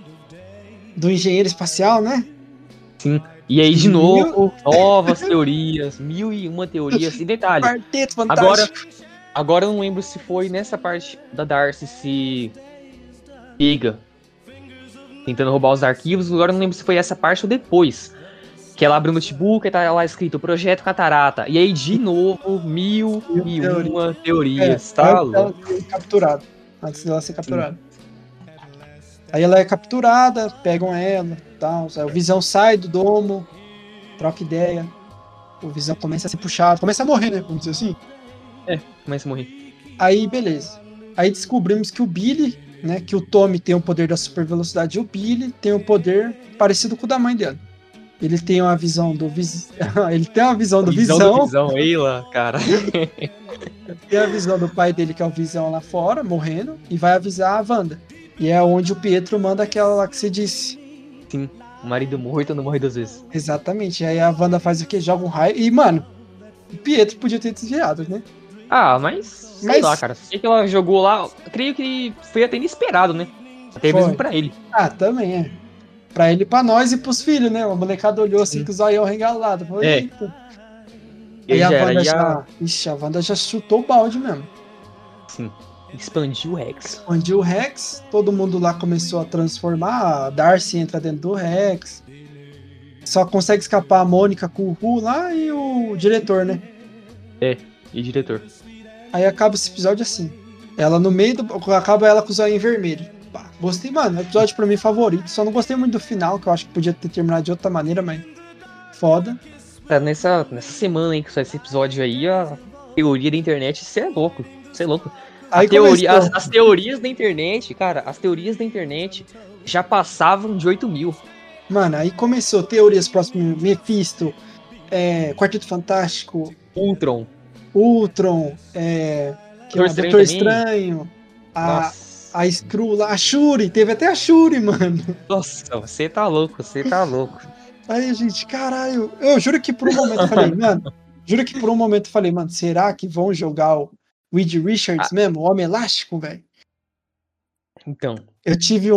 do engenheiro espacial, né? Sim. E aí, de novo, novas teorias, 1001 teorias. E detalhe, Quarteto fantástico. agora eu não lembro se foi nessa parte da Darcy se pega tentando roubar os arquivos. Agora eu não lembro se foi essa parte ou depois. Que ela abre o notebook e tá lá escrito Projeto Catarata. E aí, de novo, 1001 teorias. Tá Antes dela louco. ser capturada. Antes dela ser capturada. Aí ela é capturada, pegam ela e tal. Aí o Visão sai do domo, troca ideia. O Visão começa a ser puxado, começa a morrer, né? Vamos dizer assim. Começa a morrer. Aí, beleza. Aí descobrimos que o Billy, né? Que o Tommy tem o poder da super velocidade e o Billy tem um poder parecido com o da mãe dele. Ele tem uma visão do Ele tem uma visão do Visão. Visão, Eila, cara. Tem a visão do pai dele, que é o Visão lá fora, morrendo, e vai avisar a Wanda. E é onde o Pietro manda aquela lá que você disse. Sim, o marido morto não morre 2 vezes. Exatamente. Aí a Wanda faz o quê? Joga um raio. E, mano, o Pietro podia ter desviado, né? Ah, mas sei lá, cara. Sei que ela jogou lá, creio que foi até inesperado, né? Até mesmo pra ele. Ah, também é. Pra ele, pra nós e pros filhos, né? A molecada olhou assim com o zoião regalado. Falou, eita. Aí a Wanda já... Ixi, a Wanda já chutou o balde mesmo. Sim. Expandiu o Rex. Expandiu o Rex, todo mundo lá começou a transformar, a Darcy entra dentro do Rex. Só consegue escapar a Mônica com o Ru lá e o diretor, né? E diretor. Aí acaba esse episódio assim. Ela no meio do... Acaba ela com o zoinho vermelho. Pá, gostei, mano. Episódio pra mim favorito. Só não gostei muito do final, que eu acho que podia ter terminado de outra maneira, mas... Foda. Nessa semana aí que saiu esse episódio aí, a teoria da internet, você é louco. Você é louco. As teorias da internet, cara, as teorias da internet já passavam de 8.000. Mano, aí começou teorias próximas, Mephisto, Quarteto Fantástico, Ultron, Doutor Estranho, a Skrull lá, a Shuri, teve até a Shuri, mano. Nossa, você tá louco. Aí, gente, caralho, eu juro que por um momento eu falei, mano, será que vão jogar o Reed Richards mesmo, o Homem Elástico, velho? Então. Eu tive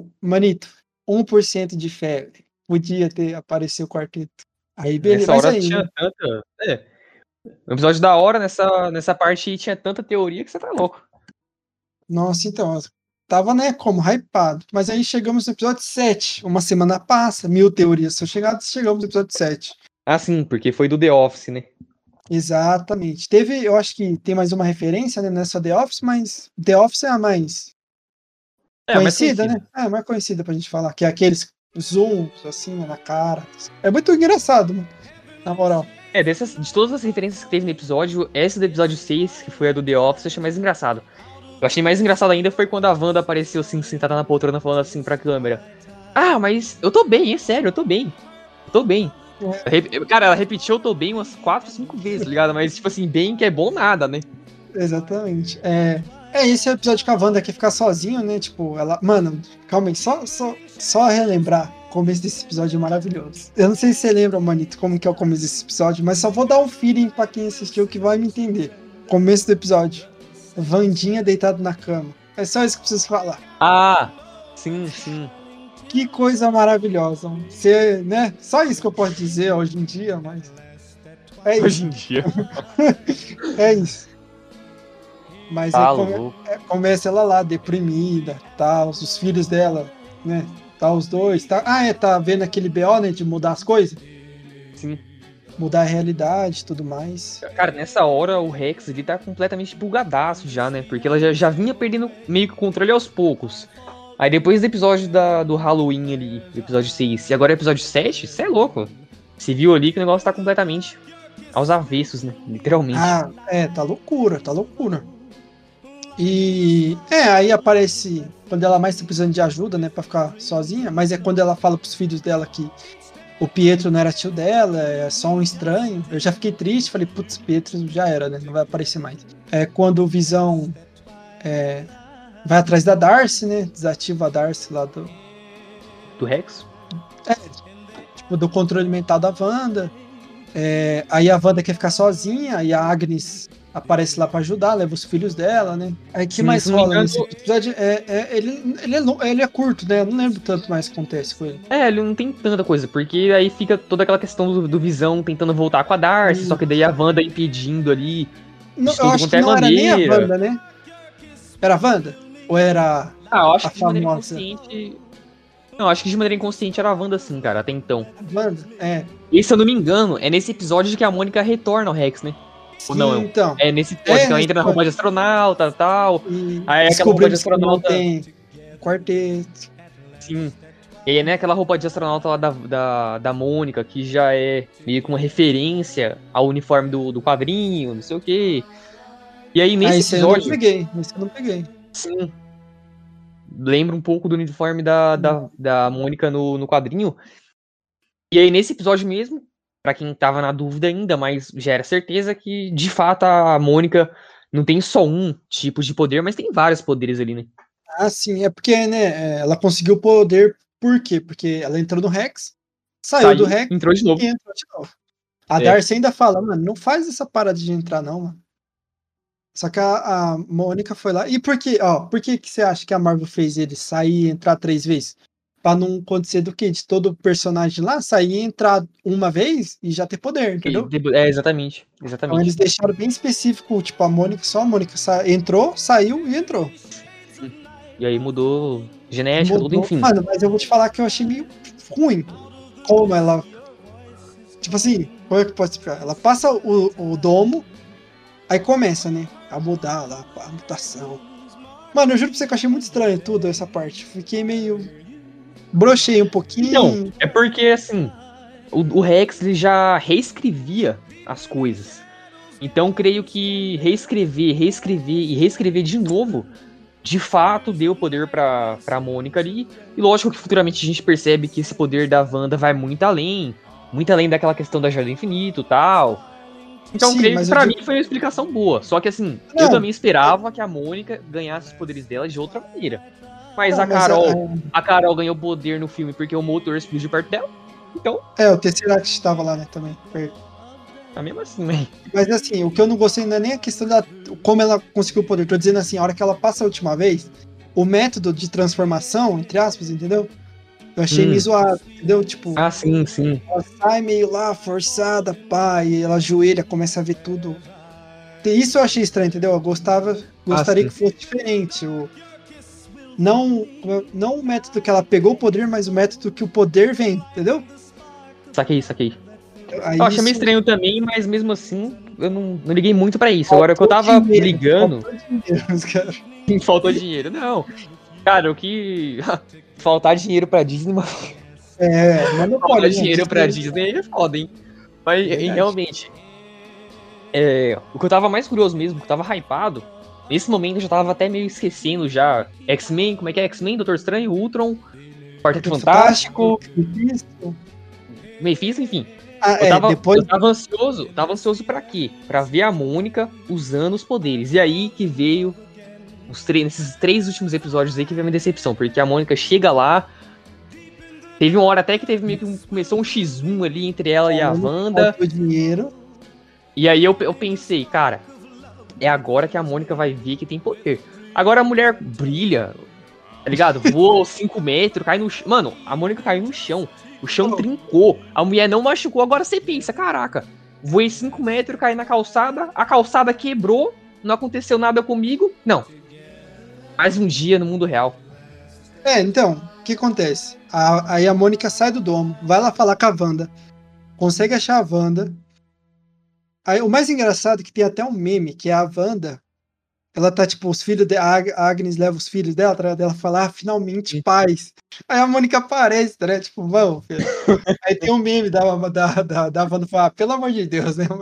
1% de fé. Podia ter aparecido o quarteto. Aí, beleza. Nessa hora tinha tanta... O episódio da hora, nessa parte tinha tanta teoria que você tá louco. Nossa, então, tava, né, como hypado. Mas aí chegamos no episódio 7. Uma semana passa, 1000 teorias são chegadas, chegamos no episódio 7. Ah, sim, porque foi do The Office, né? Exatamente. Eu acho que tem mais uma referência, né? Não é só The Office, mas The Office é a mais conhecida, né? É a mais conhecida pra gente falar, que é aqueles zooms, assim, na cara. É muito engraçado, mano. Na moral. De todas as referências que teve no episódio, essa do episódio 6, que foi a do The Office, eu achei mais engraçado. Eu achei mais engraçado ainda foi quando a Wanda apareceu assim, sentada na poltrona, falando assim pra câmera. Ah, mas eu tô bem, é sério, eu tô bem. Cara, ela repetiu eu tô bem umas 4, 5 vezes, ligado? Mas, tipo assim, bem que é bom nada, né? Exatamente. Esse é o episódio que a Wanda quer ficar sozinha, né? Tipo, ela... Mano, calma aí, só relembrar. O começo desse episódio é maravilhoso. Eu não sei se você lembra, Manito, como que é o começo desse episódio, mas só vou dar um feeling pra quem assistiu que vai me entender. Começo do episódio. Wandinha deitado na cama. É só isso que eu preciso falar. Ah, sim. Que coisa maravilhosa. Você, né? Só isso que eu posso dizer hoje em dia, mas... É isso. Hoje em dia. É isso. Mas começa ela lá, deprimida, tal, os filhos dela, né? Tá os dois, tá... tá vendo aquele BO, né, de mudar as coisas? Sim. mudar a realidade e tudo mais. Cara, nessa hora o Rex ele tá completamente bugadaço já, né? Porque ela já vinha perdendo meio que o controle aos poucos. Aí depois do episódio do Halloween ali, do episódio 6, e agora o episódio 7, você é louco. Você viu ali que o negócio tá completamente aos avessos, né? Literalmente. Tá loucura, tá loucura. E aí aparece quando ela mais tá precisando de ajuda, né, pra ficar sozinha, mas é quando ela fala pros filhos dela que o Pietro não era tio dela, é só um estranho. Eu já fiquei triste, falei, putz, Pietro já era, né, não vai aparecer mais. É quando o Visão vai atrás da Darcy, né, desativa a Darcy lá do Rex? Tipo, do controle mental da Wanda. Aí a Wanda quer ficar sozinha, e a Agnes aparece lá pra ajudar, leva os filhos dela, né? Aí que mais rola nesse episódio? Ele é curto, né? Eu não lembro tanto mais o que acontece com ele. Ele não tem tanta coisa, porque aí fica toda aquela questão do Visão tentando voltar com a Darcy, só que daí a Wanda impedindo ali. Não, eu acho que não era nem a Wanda, né? Era a Wanda? Ou era eu acho a que de maneira famosa? inconsciente. Não, acho que de maneira inconsciente era a Wanda sim, cara, até então. A Wanda? E se eu não me engano, é nesse episódio que a Mônica retorna ao Rex, né? Sim, não, então. É nesse episódio que ela entra na roupa de astronauta e tal. Aí aquela roupa de astronauta. Tem quarteto. Sim. E aí, né, aquela roupa de astronauta lá da Mônica, que já é meio que uma referência ao uniforme do quadrinho, não sei o quê. E aí, nesse episódio. Esse eu não peguei. Sim. Lembra um pouco do uniforme da Mônica no quadrinho. E aí, nesse episódio mesmo, pra quem tava na dúvida ainda, mas já era certeza que, de fato, a Mônica não tem só um tipo de poder, mas tem vários poderes ali, né? Sim, é porque, né, ela conseguiu o poder, por quê? Porque ela entrou no Rex, saiu do Rex entrou de novo. E entrou de novo. A Darcy ainda fala, mano, não faz essa parada de entrar não, mano. Só que a Mônica foi lá. E por que você acha que a Marvel fez ele sair e entrar 3 vezes? Pra não acontecer do quê? De todo personagem lá sair e entrar uma vez e já ter poder, entendeu? Exatamente. Então eles deixaram bem específico, tipo, só a Mônica entrou, saiu e entrou. Sim. E aí mudou genética, tudo, enfim. Mano, mas eu vou te falar que eu achei meio ruim. Como ela... Tipo assim, como é que pode explicar? Ela passa o domo, aí começa, né? A mudar lá, a mutação. Mano, eu juro pra você que eu achei muito estranho tudo essa parte. Fiquei meio... Brochei um pouquinho. Então, é porque, assim, o Rex ele já reescrevia as coisas. Então, creio que reescrever de novo, de fato, deu poder pra Mônica ali. E lógico que futuramente a gente percebe que esse poder da Wanda vai muito além daquela questão da Joia do Infinito e tal. Então, sim, creio que pra mim foi uma explicação boa. Só que, assim, eu também esperava que a Mônica ganhasse os poderes dela de outra maneira. Mas a Carol ganhou poder no filme porque o motor explodiu perto dela. Então. O Tesseract estava lá, né, também. Tá mesmo assim, né? Mas assim, o que eu não gostei não é nem a questão como ela conseguiu o poder. Tô dizendo assim, a hora que ela passa a última vez, o método de transformação, entre aspas, entendeu? Eu achei meio zoado, entendeu? Tipo. Sim. Ela sai meio lá, forçada, pá, e ela ajoelha, começa a ver tudo. Isso eu achei estranho, entendeu? Eu gostaria que fosse diferente. Não o método que ela pegou o poder, mas o método que o poder vem, entendeu? Saquei. Eu achei meio estranho também, mas mesmo assim, eu não liguei muito pra isso. Agora que eu tava ligando... Faltou dinheiro, não. Cara, o que... Faltar dinheiro pra Disney... Mas não faltar dinheiro pra Disney é foda, hein? Mas, realmente... o que eu tava mais curioso mesmo, que eu tava hypado... Nesse momento eu já tava até meio esquecendo já. X-Men, como é que é? X-Men, Doutor Estranho, Ultron, Quarteto Fantástico, Mephisto, enfim. Eu tava ansioso pra quê? Pra ver a Mônica usando os poderes. E aí que veio nesses 3 últimos episódios aí que veio a minha decepção. Porque a Mônica chega lá, teve uma hora até que começou um X1 ali entre ela e a Wanda. Dinheiro. E aí eu pensei, cara... É agora que a Mônica vai ver que tem poder. Agora a mulher brilha, tá ligado? Voa 5 metros, cai no chão. Mano, a Mônica caiu no chão. O chão trincou. A mulher não machucou. Agora você pensa, caraca. Voei 5 metros, caí na calçada. A calçada quebrou. Não aconteceu nada comigo. Não. Mais um dia no mundo real. Então, o que acontece? Aí a Mônica sai do domo. Vai lá falar com a Wanda. Consegue achar a Wanda. Aí, o mais engraçado é que tem até um meme, que é a Wanda. Ela tá, tipo, os filhos dela. A Agnes leva os filhos dela, atrás dela fala, finalmente paz. Aí a Mônica aparece, né? Tipo, vamos, filho. Aí tem um meme da Wanda falar, pelo amor de Deus, né?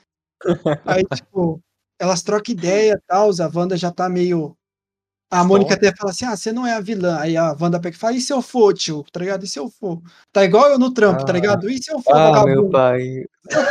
Aí, tipo, elas trocam ideia e tal, a Wanda já tá meio. A Mônica até fala assim, você não é a vilã. Aí a Wanda pega e fala, e se eu for, tio? Tá ligado? E se eu for? Tá igual eu no trampo, tá ligado? E se eu for, vagabundo? Meu pai.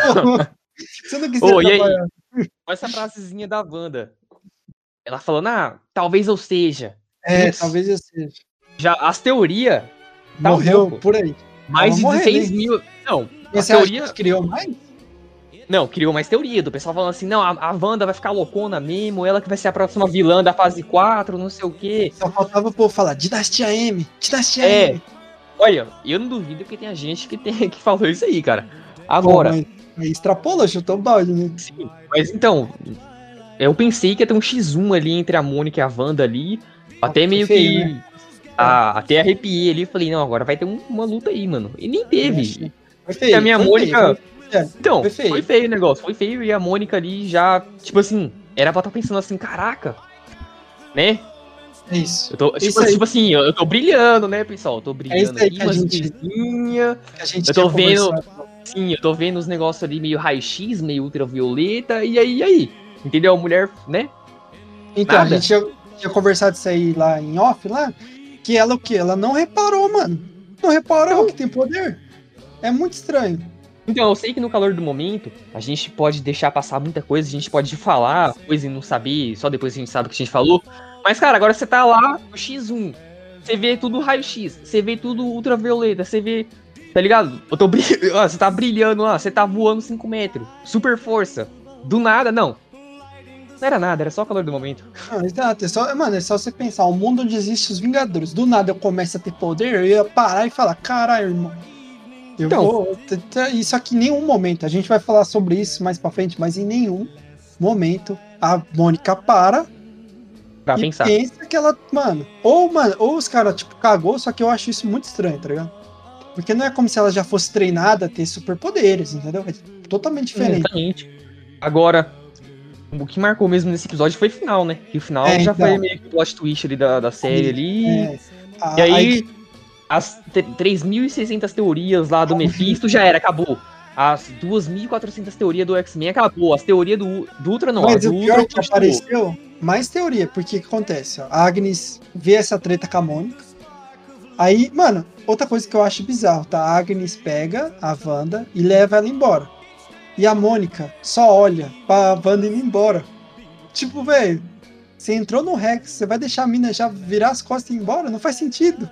Você não quiser trabalhar. Olha essa frasezinha da Wanda. Ela falando, talvez eu seja. Talvez eu seja. Já as teorias. Morreu por aí. Mais de 16 mil. Não, mas a teoria criou mais? Não, criou mais teoria do pessoal falando assim, não, a Wanda vai ficar loucona mesmo, ela que vai ser a próxima vilã da fase 4, não sei o quê. Só faltava o povo falar, Dinastia M, Dinastia M. Olha, eu não duvido que tenha gente que falou isso aí, cara. Agora... Pô, mas extrapola, chutou o balde, né? Sim, mas então... Eu pensei que ia ter um X1 ali entre a Mônica e a Wanda ali. Até meio feio, que... Né? Até arrepiei ali e falei, não, agora vai ter uma luta aí, mano. E nem teve. Foi feio. E a minha Mônica... Então, foi feio o negócio. Foi feio e a Mônica ali já, tipo assim, era pra estar pensando assim, caraca, né? É isso. Eu tô, tipo assim, eu tô brilhando, né, pessoal? Eu tô brilhando aqui, umas vizinhas. Eu tô vendo... Sim, eu tô vendo os negócios ali meio raio-x, meio ultravioleta. E aí? Entendeu? A mulher, né? Então, nada. A gente tinha conversado isso aí lá em off, lá, que ela o quê? Ela não reparou, mano. Não reparou que tem poder. É muito estranho. Então, eu sei que no calor do momento, a gente pode deixar passar muita coisa, a gente pode falar coisa e não saber, só depois a gente sabe o que a gente falou. Mas, cara, agora você tá lá no X1, você vê tudo raio-x, você vê tudo ultravioleta, você vê... Tá ligado? Você tá brilhando lá, você tá voando 5 metros, super força. Do nada, não. Não era nada, era só o calor do momento. Não, exato, é só você pensar, o mundo onde existem os Vingadores, do nada eu começo a ter poder, eu ia parar e falar, caralho, irmão, isso aqui em nenhum momento, a gente vai falar sobre isso mais pra frente, mas em nenhum momento a Mônica para pra e pensar. Pensa que ela, ou os caras, tipo, cagou, só que eu acho isso muito estranho, tá ligado? Porque não é como se ela já fosse treinada a ter superpoderes, entendeu? É totalmente diferente. Exatamente. Agora, o que marcou mesmo nesse episódio foi o final, né? Que o final já foi meio que o plot twist ali da série ali. E aí, as 3.600 teorias lá do Mephisto já era, acabou. As 2.400 teorias do X-Men acabou. As teorias do Ultra não. Mas o pior é que apareceu mais teoria, porque o que acontece? Ó, a Agnes vê essa treta com a Mônica. Aí, mano, outra coisa que eu acho bizarro, tá? A Agnes pega a Wanda e leva ela embora. E a Mônica só olha pra Wanda indo embora. Tipo, velho, você entrou no Rex, você vai deixar a mina já virar as costas e ir embora? Não faz sentido.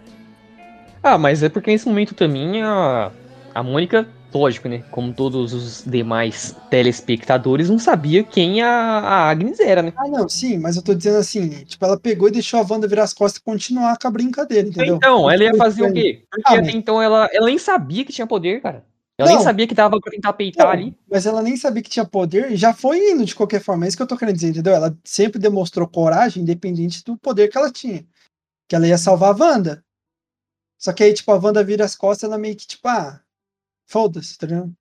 Mas é porque nesse momento também a Mônica, lógico, né? Como todos os demais telespectadores, não sabia quem a Agnes era, né? Não, sim, mas eu tô dizendo assim, tipo, ela pegou e deixou a Wanda virar as costas e continuar com a brincadeira, entendeu? Então, ela ia fazer o quê? Porque até então ela nem sabia que tinha poder, cara. Ela nem sabia que tava pra tentar peitar ali. Mas ela nem sabia que tinha poder e já foi indo de qualquer forma. É isso que eu tô querendo dizer, entendeu? Ela sempre demonstrou coragem, independente do poder que ela tinha. Que ela ia salvar a Wanda. Só que aí, tipo, a Wanda vira as costas, ela meio que, tipo, foda-se, tá ligado?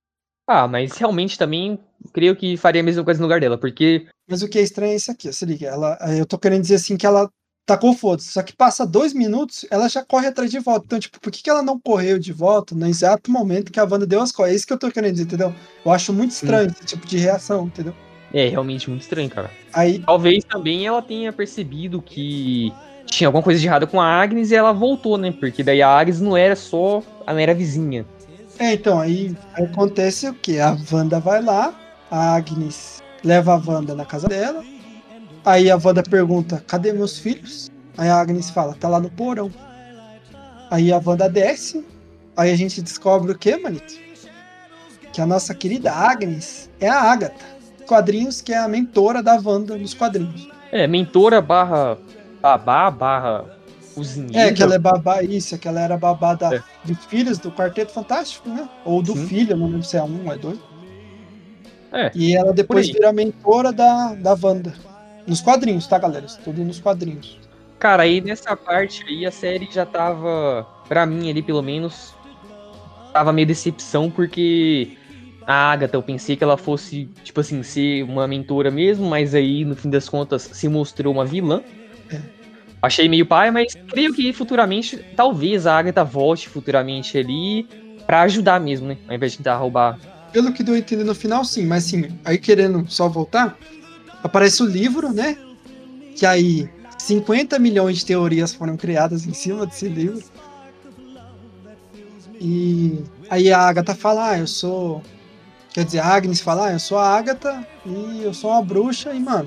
Mas realmente também creio que faria a mesma coisa no lugar dela, porque... Mas o que é estranho é isso aqui, ó, se liga. Eu tô querendo dizer assim que ela tacou foda-se. Só que passa 2 minutos, ela já corre atrás de volta. Então, tipo, por que ela não correu de volta no exato momento que a Wanda deu as costas? É isso que eu tô querendo dizer, entendeu? Eu acho muito estranho esse tipo de reação, entendeu? É, realmente muito estranho, cara. Aí... Talvez também ela tenha percebido que tinha alguma coisa de errado com a Agnes e ela voltou, né? Porque daí a Agnes não era vizinha. Então, aí acontece o quê? A Wanda vai lá, a Agnes leva a Wanda na casa dela, aí a Wanda pergunta, cadê meus filhos? Aí a Agnes fala, tá lá no porão. Aí a Wanda desce, aí a gente descobre o quê, manito? Que a nossa querida Agnes é a Agatha, quadrinhos, que é a mentora da Wanda nos quadrinhos. Mentora / babá / cozinheira. Que ela é babá, que ela era babá dos filhos do Quarteto Fantástico, né? Ou do filho, não lembro se é 1 ou é 2. E ela depois vira a mentora da Wanda. Nos quadrinhos, tá, galera? Tudo nos quadrinhos. Cara, aí nessa parte aí a série já tava, pra mim ali pelo menos, tava meio decepção, porque a Agatha, eu pensei que ela fosse, tipo assim, ser uma mentora mesmo, mas aí, no fim das contas, se mostrou uma vilã. Achei meio paia, mas creio que futuramente, talvez a Agatha volte futuramente ali pra ajudar mesmo, né? Ao invés de tentar roubar. Pelo que deu a entender no final, sim, mas sim, aí querendo só voltar, aparece o livro, né? Que aí 50 milhões de teorias foram criadas em cima desse livro. E aí a Agatha fala, eu sou... Quer dizer, a Agnes fala, eu sou a Agatha e eu sou uma bruxa e, mano,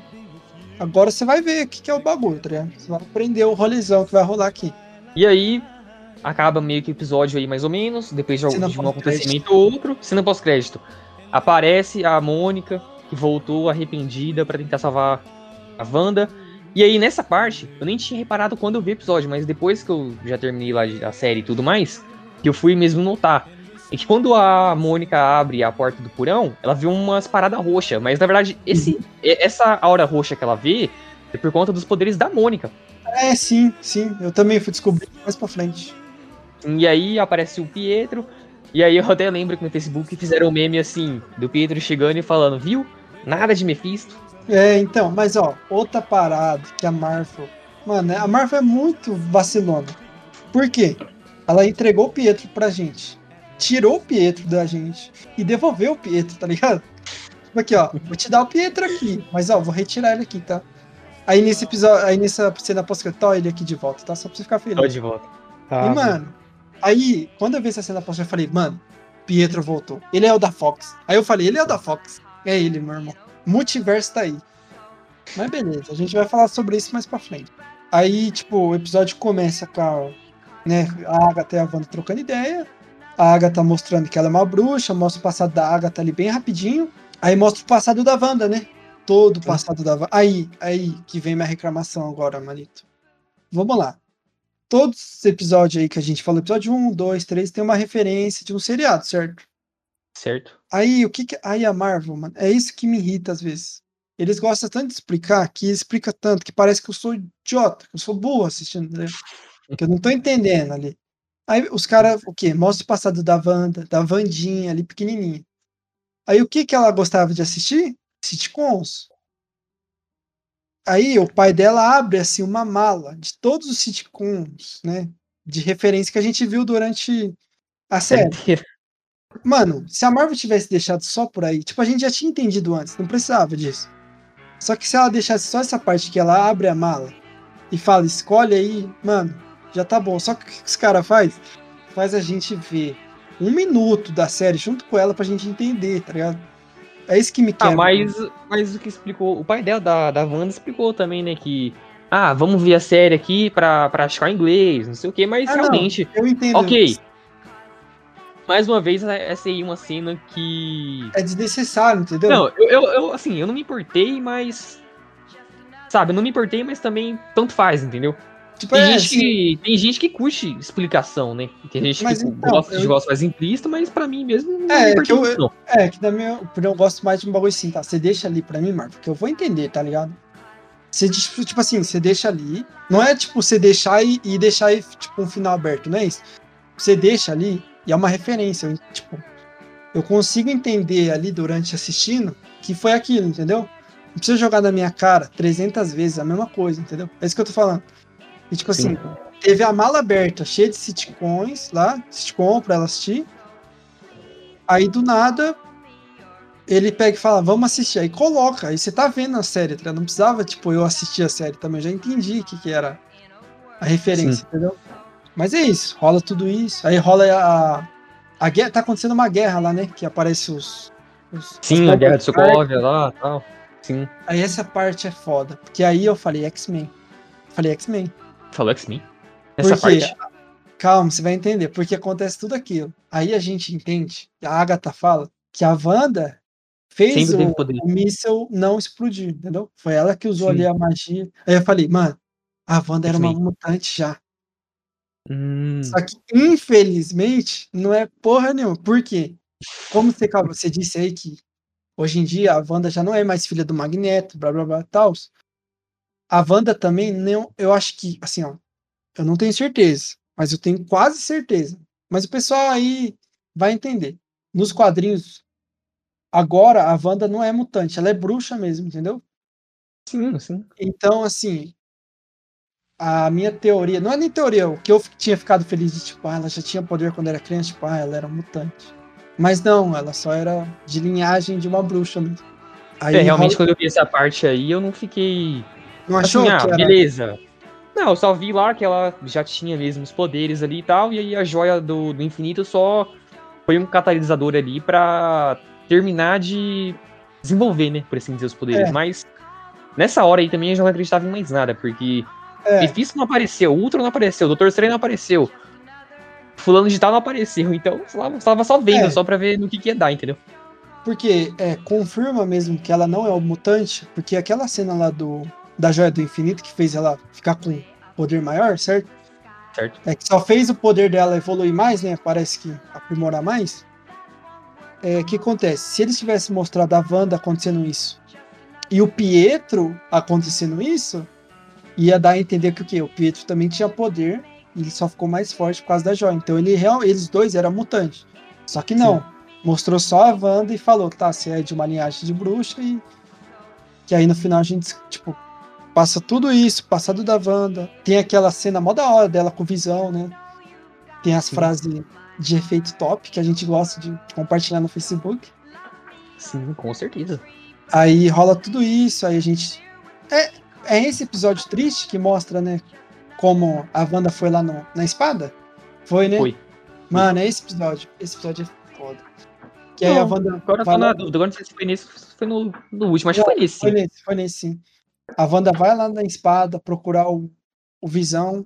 agora você vai ver o que é o bagulho, tá ligado? Você vai aprender o rolezão que vai rolar aqui. E aí, acaba meio que o episódio aí, mais ou menos, depois de um acontecimento ou outro, cena pós-crédito. Aparece a Mônica, que voltou arrependida pra tentar salvar a Wanda. E aí, nessa parte, eu nem tinha reparado quando eu vi o episódio, mas depois que eu já terminei lá a série e tudo mais, que eu fui mesmo notar. É que quando a Mônica abre a porta do porão, ela vê umas paradas roxas, mas na verdade, essa aura roxa que ela vê é por conta dos poderes da Mônica. É, sim, eu também fui descobrir mais pra frente. E aí aparece o Pietro, e aí eu até lembro que no Facebook fizeram um meme assim, do Pietro chegando e falando, viu? Nada de Mephisto. É, então, mas ó, outra parada que a Marvel... Mano, a Marvel é muito vacilona. Por quê? Ela entregou o Pietro pra gente, tirou o Pietro da gente e devolveu o Pietro, tá ligado? Tipo aqui, ó, vou te dar o Pietro aqui, mas ó, vou retirar ele aqui, tá? Aí nesse episódio, aí nessa cena pós-crédito, ele aqui de volta, tá? Só pra você ficar feliz. Tô de volta. E, mano, aí, quando eu vi essa cena pós-crédito, eu falei, mano, Pietro voltou. Ele é o da Fox. Aí eu falei, ele é o da Fox. É ele, meu irmão. Multiverso tá aí. Mas beleza, a gente vai falar sobre isso mais pra frente. Aí, tipo, o episódio começa com a, né, a Agatha e a Wanda trocando ideia. A Agatha mostrando que ela é uma bruxa, mostra o passado da Agatha ali bem rapidinho. Aí mostra o passado da Wanda, né? Todo o passado da Wanda. Aí que vem minha reclamação agora, Marito. Vamos lá. Todos os episódios aí que a gente falou, episódio 1, 2, 3, tem uma referência de um seriado, certo? Certo. Aí, aí a Marvel, mano, é isso que me irrita às vezes. Eles gostam tanto de explicar, que explica tanto, que parece que eu sou idiota, que eu sou burro assistindo, né? Que eu não tô entendendo ali. Aí os caras, o quê? Mostra o passado da Wanda, da Wandinha ali pequenininha. Aí o que ela gostava de assistir? Sitcoms. Aí o pai dela abre assim uma mala de todos os sitcoms, né? De referência que a gente viu durante a série. Mano, se a Marvel tivesse deixado só por aí, tipo, a gente já tinha entendido antes, não precisava disso. Só que se ela deixasse só essa parte que ela abre a mala e fala, escolhe aí, mano, já tá bom. Só que o que os caras faz? Faz a gente ver 1 minuto da série junto com ela pra gente entender, tá ligado? É isso que me quebra. Mas o que explicou, o pai dela, da Wanda, explicou também, né, que vamos ver a série aqui pra praticar inglês, não sei o que, mas realmente, não, eu entendo. Ok. Mais uma vez, essa aí é uma cena que... É desnecessário, entendeu? Não, eu assim, eu não me importei, mas... Sabe, eu não me importei, mas também tanto faz, entendeu? Tipo, tem gente que curte explicação, né? Tem gente que gosta de gosto mais implícito, mas pra mim mesmo não me importei muito, não. Que da minha opinião eu gosto mais de um bagulho assim, tá? Você deixa ali pra mim, Marco, porque eu vou entender, tá ligado? Você, tipo assim, você deixa ali. Não é tipo você deixar e deixar aí, tipo, um final aberto, não é isso? Você deixa ali e é uma referência. Eu consigo entender ali durante assistindo que foi aquilo, entendeu? Não precisa jogar na minha cara 300 vezes a mesma coisa, entendeu? É isso que eu tô falando. E tipo assim, teve a mala aberta, cheia de sitcoms lá, sitcom pra ela assistir. Aí do nada, ele pega e fala, vamos assistir. Aí coloca, aí você tá vendo a série, tá? Não precisava, tipo, eu assistir a série também, eu já entendi o que era a referência, entendeu? Mas é isso, rola tudo isso. Aí rola a guerra, tá acontecendo uma guerra lá, né? Que aparece Sim, a guerra de Sokovia lá e tal. Sim. Aí essa parte é foda, porque aí eu falei X-Men. Falou X-Men? Essa parte? Calma, você vai entender, porque acontece tudo aquilo. Aí a gente entende, a Agatha fala, que a Wanda fez o míssil não explodir, entendeu? Foi ela que usou ali a magia. Aí eu falei, mano, a Wanda era uma mutante já. Só que, infelizmente, não é porra nenhuma. Por quê? Como você disse aí que hoje em dia a Wanda já não é mais filha do Magneto, blá blá blá, tal. A Wanda também não. Eu acho que, assim, ó, eu não tenho certeza, mas eu tenho quase certeza. Mas o pessoal aí vai entender. nos quadrinhos, agora a Wanda não é mutante, ela é bruxa mesmo, entendeu? Sim, sim. Então, assim, a minha teoria, não é nem teoria, o que eu tinha ficado feliz de, tipo, ela já tinha poder quando era criança, tipo, ela era mutante. Mas não, ela só era de linhagem de uma bruxa mesmo. Aí Realmente, quando eu vi essa parte aí, eu não fiquei... não achou assim, que era... beleza. Não, eu só vi lá que ela já tinha mesmo os poderes ali e tal, e aí a joia do infinito só foi um catalisador ali pra terminar de desenvolver, né, por assim dizer, os poderes. Mas nessa hora aí também eu já não acreditava em mais nada, porque Mephisto não apareceu, Ultron não apareceu, Doutor Estranho não apareceu, fulano de tal não apareceu, então eu tava só vendo, só pra ver no que ia dar, entendeu? Porque confirma mesmo que ela não é o mutante, porque aquela cena lá da Joia do Infinito que fez ela ficar com poder maior, certo? Certo. É que só fez o poder dela evoluir mais, né? Parece que aprimorar mais. O que acontece? Se eles tivessem mostrado a Wanda acontecendo isso e o Pietro acontecendo isso, ia dar a entender que o quê? O Pietro também tinha poder e ele só ficou mais forte por causa da joia. Então eles dois eram mutantes. Só que não. Sim. Mostrou só a Wanda e falou, tá, você é de uma linhagem de bruxa e que aí no final a gente, tipo, passa tudo isso, passado da Wanda. Tem aquela cena mó da hora dela com Visão, né? Tem as frases de efeito top que a gente gosta de compartilhar no Facebook. Sim, com certeza. Aí rola tudo isso, aí a gente... É esse episódio triste que mostra, né, como a Wanda foi lá na espada? Foi, né? Foi. Mano, é esse episódio. Esse episódio é foda. Que aí a Wanda... Agora eu tô na dúvida, agora não sei se foi nesse ou foi no último, acho que foi nesse. Foi nesse, sim. A Wanda vai lá na espada procurar o Visão.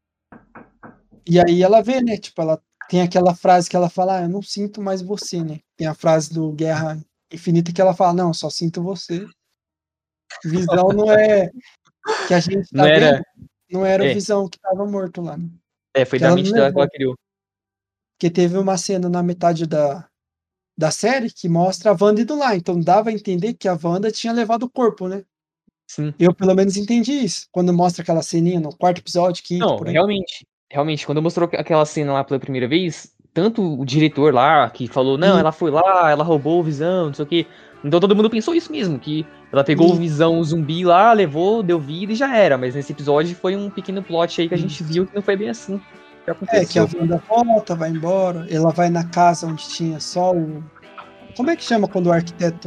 E aí ela vê, né? Tipo, ela tem aquela frase que ela fala, eu não sinto mais você, né? Tem a frase do Guerra Infinita que ela fala, não, só sinto você. Visão não é que a gente tá vendo, não era o Visão que tava morto lá, né? Foi da mente dela que ela criou. Porque teve uma cena na metade da série que mostra a Wanda indo lá, então dava a entender que a Wanda tinha levado o corpo, né? Sim. Eu pelo menos entendi isso, quando mostra aquela ceninha no quarto episódio, quinto, não, por aí. Realmente, quando mostrou aquela cena lá pela primeira vez, tanto o diretor lá, que falou, não, ela foi lá, ela roubou o Visão, não sei o quê. Então todo mundo pensou isso mesmo, que ela pegou o Visão zumbi lá, levou, deu vida e já era. Mas nesse episódio foi um pequeno plot aí que a gente viu que não foi bem assim. Que a Wanda volta, vai embora, ela vai na casa onde tinha só o... Como é que chama quando o arquiteto...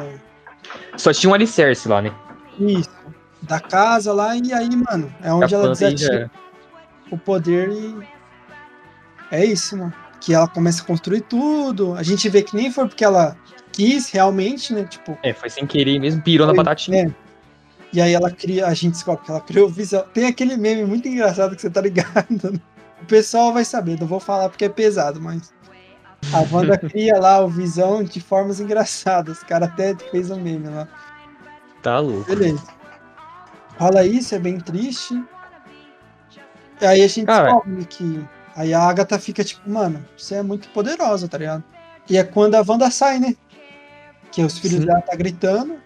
Só tinha um alicerce lá, né? Isso. Da casa lá, e aí, mano, é onde ela desativa o poder e... É isso, mano. Que ela começa a construir tudo. A gente vê que nem foi porque ela quis realmente, né? Tipo... foi sem querer mesmo, pirou na batatinha. E aí ela cria... A gente descobre que ela criou Visão. Tem aquele meme muito engraçado que você tá ligado, né? O pessoal vai saber, não vou falar porque é pesado, mas... A Wanda cria lá o Visão de formas engraçadas. O cara até fez um meme lá. Tá louco. Beleza. Rola isso, é bem triste. E aí a gente descobre que... Aí a Agatha fica tipo, mano, você é muito poderosa, tá ligado? E é quando a Wanda sai, né? Que os filhos dela tá gritando.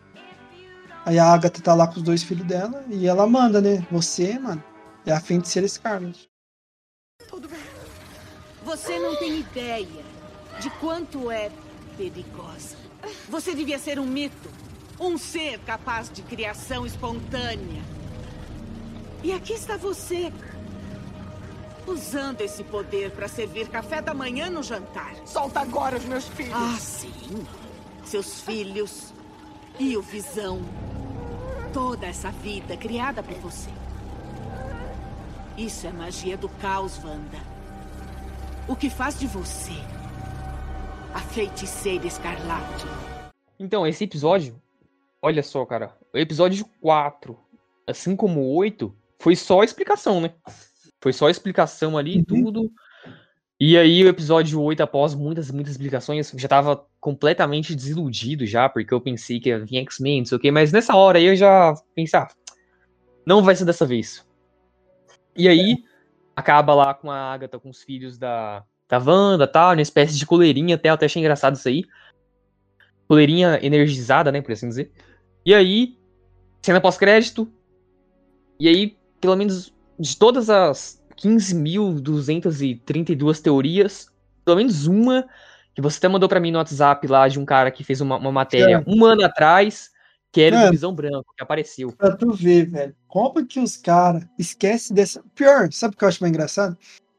Aí a Agatha tá lá com os 2 filhos dela. E ela manda, né? Você, mano, é a Feiticeira Scarlet. Tudo bem. Você não tem ideia de quanto é perigosa. Você devia ser um mito. Um ser capaz de criação espontânea. E aqui está você, usando esse poder para servir café da manhã no jantar. Solta agora os meus filhos. Ah, sim. Seus filhos e o Visão. Toda essa vida criada por você. Isso é magia do caos, Wanda. O que faz de você a Feiticeira Escarlate. Então, esse episódio, olha só, cara, o episódio 4, assim como o 8, foi só explicação, né? Foi só explicação ali, tudo. E aí o episódio 8, após muitas explicações, já tava completamente desiludido já, porque eu pensei que ia vir X-Men, não sei o quê, mas nessa hora aí eu já pensei, não vai ser dessa vez. E aí, acaba lá com a Agatha, com os filhos da Wanda, tal, uma espécie de coleirinha, até eu até achei engraçado isso aí. Coleirinha energizada, né, por assim dizer. E aí, cena pós-crédito. E aí, pelo menos de todas as 15.232 teorias, pelo menos uma que você até mandou pra mim no WhatsApp lá de um cara que fez uma matéria É. 1 ano atrás, que era do Mano. Visão Branco, que apareceu. Pra tu ver, velho. Como que os caras esquecem dessa. Pior, sabe o que eu acho mais engraçado?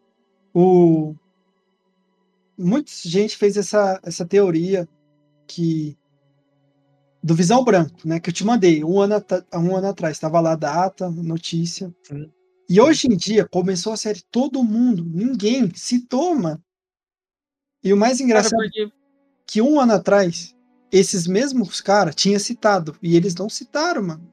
Muita gente fez essa teoria que. Do Visão Branco, né? Que eu te mandei um ano atrás. Tava lá a data, notícia. Sim. E hoje em dia começou a série todo mundo. Ninguém citou, mano. E o mais Cara, engraçado é porque... que um ano atrás, esses mesmos caras tinham citado. E eles não citaram, mano.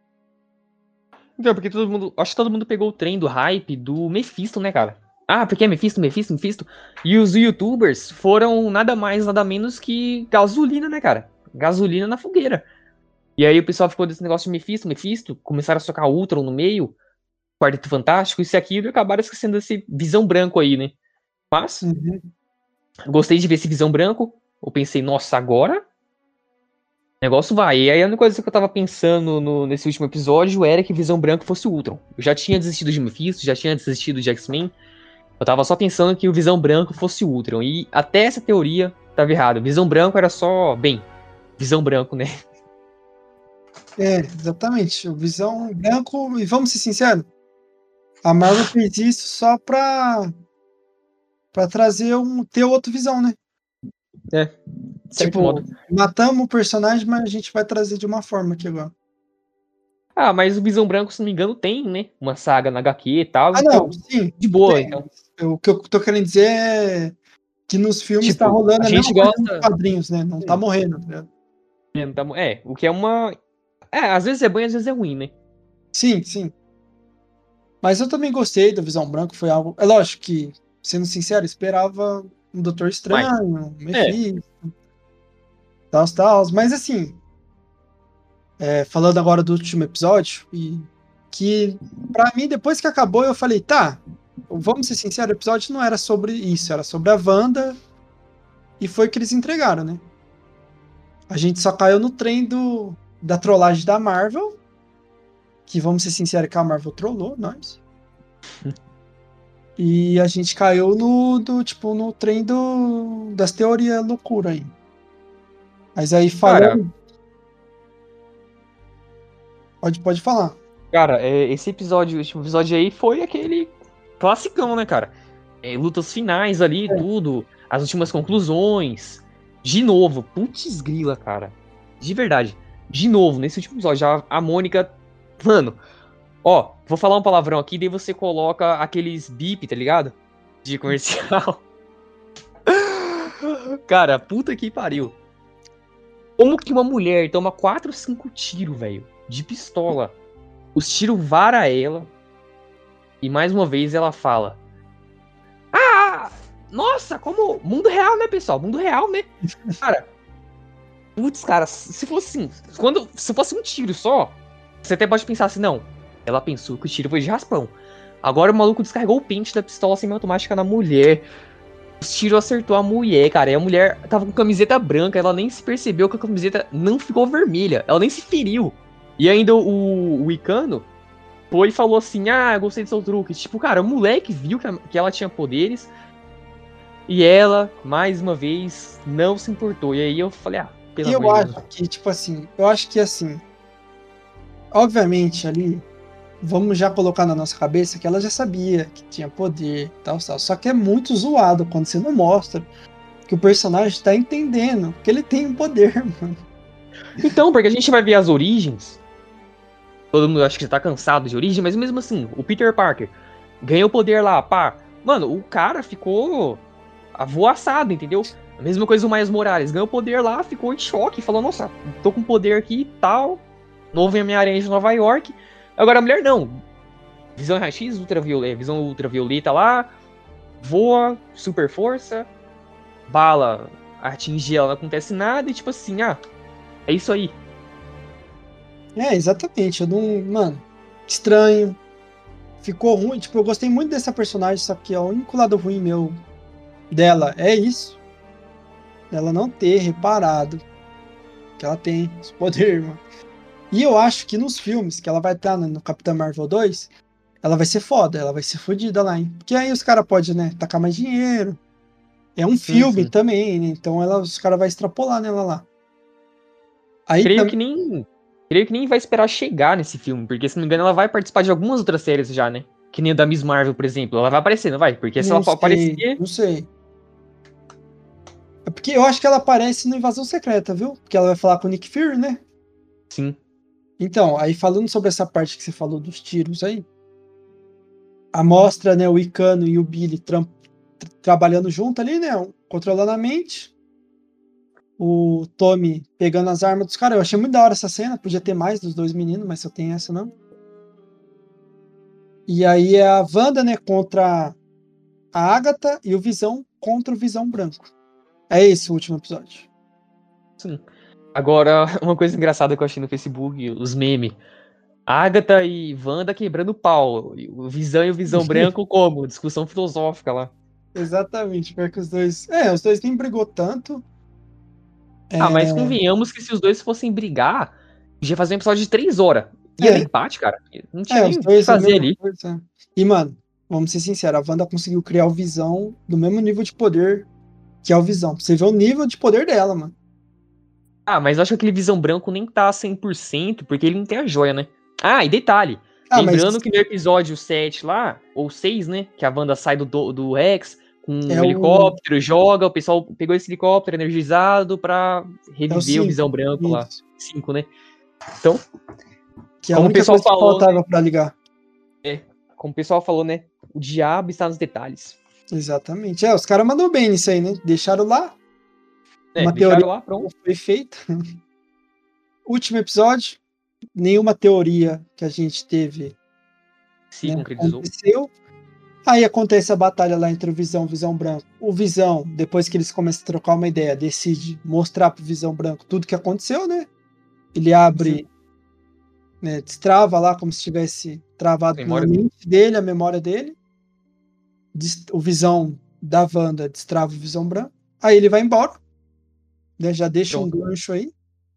Então, porque todo mundo... Acho que todo mundo pegou o trem do hype do Mephisto, né, cara? Ah, porque é Mephisto. E os YouTubers foram nada mais, nada menos que gasolina, né, cara? Gasolina na fogueira. E aí o pessoal ficou desse negócio de Mephisto, começaram a socar Ultron no meio, Quarteto Fantástico, isso e aquilo, e acabaram esquecendo desse Visão Branco aí, né? Mas, gostei de ver esse Visão Branco, eu pensei, nossa, agora o negócio vai. E aí a única coisa que eu tava pensando nesse último episódio era que Visão Branco fosse o Ultron. Eu já tinha desistido de Mephisto, já tinha desistido de X-Men, eu tava só pensando que o Visão Branco fosse o Ultron, e até essa teoria tava errada. Visão Branco era só, bem, Visão Branco, né? É, exatamente. O Visão Branco, e vamos ser sinceros, a Marvel fez isso só pra trazer ter outro Visão, né? É. Tipo, matamos o personagem, mas a gente vai trazer de uma forma aqui agora. Ah, mas o Visão Branco, se não me engano, tem, né? Uma saga na HQ e tal. Ah, então, não, sim. de boa, tem. então. O que eu tô querendo dizer é que nos filmes Tipo, tá rolando a a gente mesma coisa gosta- nos quadrinhos, né? Não tá morrendo, tá ligado? O que é uma... às vezes é bom e às vezes é ruim, né? Sim, sim. Mas eu também gostei do Visão Branco, foi algo... É lógico que, sendo sincero, eu esperava um Doutor Estranho, um Mephisto, tal, mas assim, falando agora do último episódio, e que pra mim, depois que acabou, eu falei, tá, vamos ser sinceros, o episódio não era sobre isso, era sobre a Wanda, e foi o que eles entregaram, né? A gente só caiu no trem da trollagem da Marvel, que vamos ser sinceros que a Marvel trollou nós. E a gente caiu no trem das teorias loucura aí. Mas aí falando... Pode falar. Cara, esse último episódio aí foi aquele classicão, né, cara? Lutas finais ali, tudo, as últimas conclusões. De novo, putz grila, cara. De verdade. De novo, nesse último episódio, a Mônica... Mano, ó, vou falar um palavrão aqui, daí você coloca aqueles bip, tá ligado? De comercial. Cara, puta que pariu. Como que uma mulher toma 4, 5 tiros, velho, de pistola? Os tiros vara ela. E mais uma vez ela fala: ah, nossa, como... Mundo real, né, pessoal? Mundo real, né? Cara, putz, cara, se fosse assim... Se fosse um tiro só, você até pode pensar assim, não. Ela pensou que o tiro foi de raspão. Agora o maluco descarregou o pente da pistola semiautomática na mulher. Os tiros acertou a mulher, cara. E a mulher tava com camiseta branca. Ela nem se percebeu que a camiseta não ficou vermelha. Ela nem se feriu. E ainda o Icano foi e falou assim: ah, eu gostei do seu truque. Tipo, cara, o moleque viu que ela tinha poderes. E ela, mais uma vez, não se importou. E aí eu falei, pelo amor de Deus. Eu acho que, tipo assim, obviamente ali, vamos já colocar na nossa cabeça que ela já sabia que tinha poder e tal. Só que é muito zoado quando você não mostra que o personagem tá entendendo que ele tem um poder, mano. Então, porque a gente vai ver as origens. Todo mundo acho que já tá cansado de origem, mas mesmo assim, o Peter Parker ganhou poder lá, pá. Mano, o cara ficou avoaçado, entendeu? A mesma coisa o Miles Morales, ganhou poder lá, ficou em choque, falou, nossa, tô com poder aqui e tal. Novo em Homem-Aranha de Nova York. Agora a mulher não. Visão raio-x, visão ultravioleta lá. Voa, super força. Bala atingir ela, não acontece nada. E tipo assim, é isso aí. Exatamente. Mano, estranho. Ficou ruim. Tipo, eu gostei muito dessa personagem, só que o único lado ruim meu dela é isso. Ela não ter reparado que ela tem esse poder, mano. E eu acho que nos filmes que ela vai estar no Capitão Marvel 2, ela vai ser foda, ela vai ser fodida lá, hein? Porque aí os caras podem, né, tacar mais dinheiro. É um filme também, né? Então os caras vão extrapolar nela lá. Aí Creio que nem vai esperar chegar nesse filme, porque se não me engano ela vai participar de algumas outras séries já, né? Que nem a da Miss Marvel, por exemplo. Ela vai aparecer, não vai? Porque se ela for aparecer... Não sei. É porque eu acho que ela aparece no Invasão Secreta, viu? Porque ela vai falar com o Nick Fury, né? Sim. Então, aí falando sobre essa parte que você falou dos tiros aí, mostra, né, o Icano e o Billy trabalhando junto ali, né? Controlando a mente. O Tommy pegando as armas dos caras. Eu achei muito da hora essa cena. Podia ter mais dos dois meninos, mas só tem essa, não. E aí é a Wanda, né, contra a Agatha e o Visão contra o Visão Branco. É esse o último episódio. Sim. Agora, uma coisa engraçada que eu achei no Facebook, os memes. Agatha e Wanda quebrando pau. O Visão e o Visão Branco como? Discussão filosófica lá. Exatamente, porque os dois nem brigou tanto. Mas convenhamos que se os dois fossem brigar, já fazer um episódio de 3 horas. Ia dar empate, cara. Não tinha nem o que fazer ali. Coisa. E, mano, vamos ser sinceros, a Wanda conseguiu criar o Visão do mesmo nível de poder que é o Visão. Pra você ver o nível de poder dela, mano. Mas eu acho que aquele Visão Branco nem tá 100%, porque ele não tem a joia, né? E detalhe. Lembrando que no episódio 7 lá, ou 6, né? Que a Wanda sai do Rex com um helicóptero, joga, o pessoal pegou esse helicóptero energizado pra reviver o Visão Branco lá. 5, né? Então, que como o pessoal falou, faltava pra ligar. Como o pessoal falou, né? O diabo está nos detalhes. Exatamente. Os caras mandou bem nisso aí, né? Deixaram lá. Uma deixaram teoria lá, pronto. Foi feita. Último episódio. Nenhuma teoria que a gente teve se concretizou. Aconteceu. Aí acontece a batalha lá entre o Visão e o Visão Branco. O Visão, depois que eles começam a trocar uma ideia, decide mostrar pro Visão Branco tudo que aconteceu, né? Ele abre, né, destrava lá como se tivesse travado na mente dele, a memória dele. O Visão da Wanda destrava o Visão Branco. Aí ele vai embora, né, já deixa um gancho aí.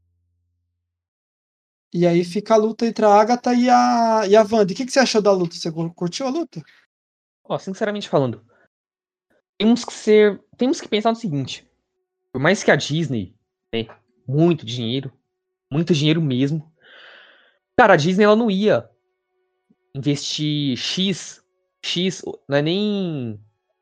E aí fica a luta entre a Agatha e a Wanda. E o que você achou da luta? Você curtiu a luta? Sinceramente falando, temos que pensar no seguinte. Por mais que a Disney tenha muito dinheiro mesmo, cara, a Disney ela não ia investir X, não é nem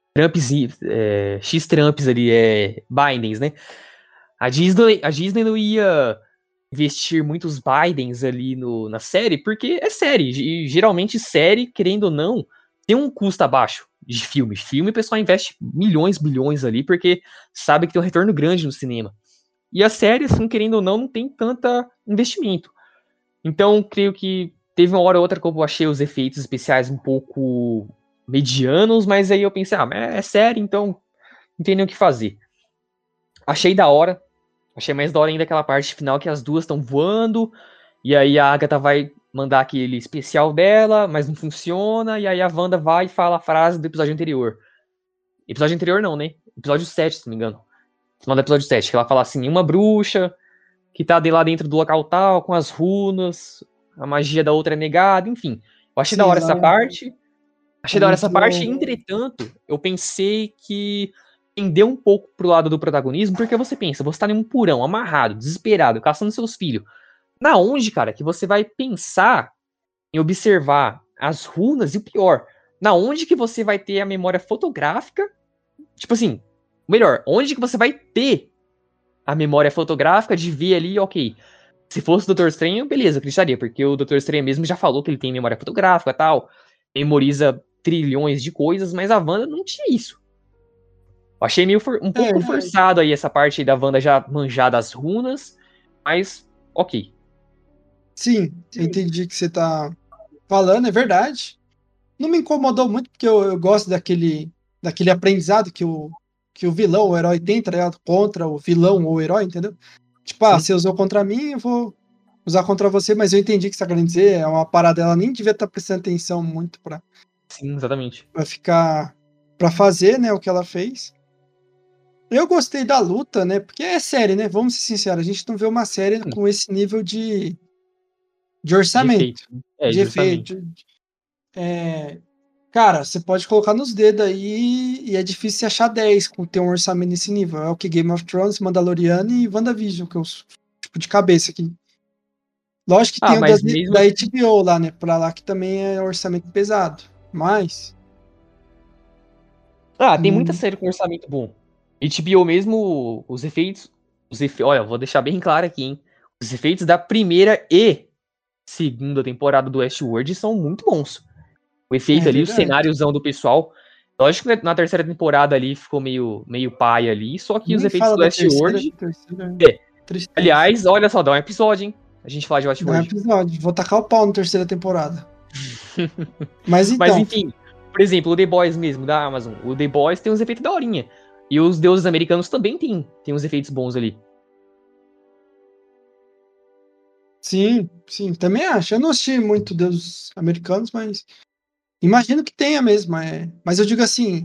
X Trumps ali, Bidens, né? A Disney não ia investir muitos Bidens ali na série, porque é série, e geralmente série, querendo ou não, tem um custo abaixo de filme. Filme o pessoal investe milhões, bilhões ali, porque sabe que tem um retorno grande no cinema. E a série, assim, querendo ou não tem tanto investimento. Então, creio que teve uma hora ou outra que eu achei os efeitos especiais um pouco medianos, mas aí eu pensei, é série, então não tem nem o que fazer. Achei da hora. Achei mais da hora ainda aquela parte final que as duas estão voando, e aí a Agatha vai mandar aquele especial dela, mas não funciona, e aí a Wanda vai e fala a frase do episódio anterior. Episódio anterior não, né? Episódio 7, se não me engano. Final do episódio 7, que ela fala assim, uma bruxa que tá lá dentro do local tal, com as runas, a magia da outra é negada, enfim. Eu achei da hora essa parte. Achei da hora essa parte, entretanto, eu pensei que pendeu um pouco pro lado do protagonismo, porque você pensa, você tá em um porão, amarrado, desesperado, caçando seus filhos. Na onde, cara, que você vai pensar em observar as runas, e o pior, na onde que você vai ter a memória fotográfica, tipo assim, melhor, onde que você vai ter a memória fotográfica de ver ali, ok, se fosse o Doutor Estranho, beleza, eu acreditaria, porque o Doutor Estranho mesmo já falou que ele tem memória fotográfica e tal, memoriza trilhões de coisas, mas a Wanda não tinha isso. Eu achei meio um pouco forçado aí essa parte aí da Wanda já manjar das runas, mas ok. Sim, eu entendi o que você tá falando, é verdade. Não me incomodou muito, porque eu gosto daquele aprendizado que o vilão, o herói tem, tá ligado? Contra o vilão ou o herói, entendeu? Tipo, você usou contra mim, eu vou usar contra você, mas eu entendi o que você tá querendo dizer, é uma parada, ela nem devia estar prestando atenção muito pra... Sim, exatamente. Pra fazer, né, o que ela fez. Eu gostei da luta, né, porque é série, né, vamos ser sinceros, a gente não vê uma série com esse nível de orçamento. De efeito. Cara, você pode colocar nos dedos aí e é difícil você achar 10 com ter um orçamento nesse nível. É o que Game of Thrones, Mandaloriano e WandaVision, que eu tipo de cabeça aqui. Lógico que tem o mas mesmo da assim- HBO lá, né? Pra lá que também é orçamento pesado. Mas. Tem muita série com orçamento bom. HBO mesmo, os efeitos. Olha, eu vou deixar bem claro aqui, hein? Os efeitos da primeira e segunda temporada do Westworld são muito bons. O efeito É ali, o verdade. cenáriozão do pessoal. Lógico que na terceira temporada ali ficou meio paia ali, só que os Nem efeitos fala do da terceira, Westworld. terceira. Tristeza. Aliás, olha só, dá um episódio, hein? A gente fala de Dá um Westworld. episódio. Vou tacar o pau na terceira temporada. Mas Mas então. enfim, por exemplo, o The Boys mesmo, da Amazon. O The Boys tem uns efeitos daorinha. E os deuses americanos também tem uns efeitos bons ali. Sim, também acho. Eu não assisti muito Deus Americanos, mas imagino que tenha mesmo. Mas eu digo assim,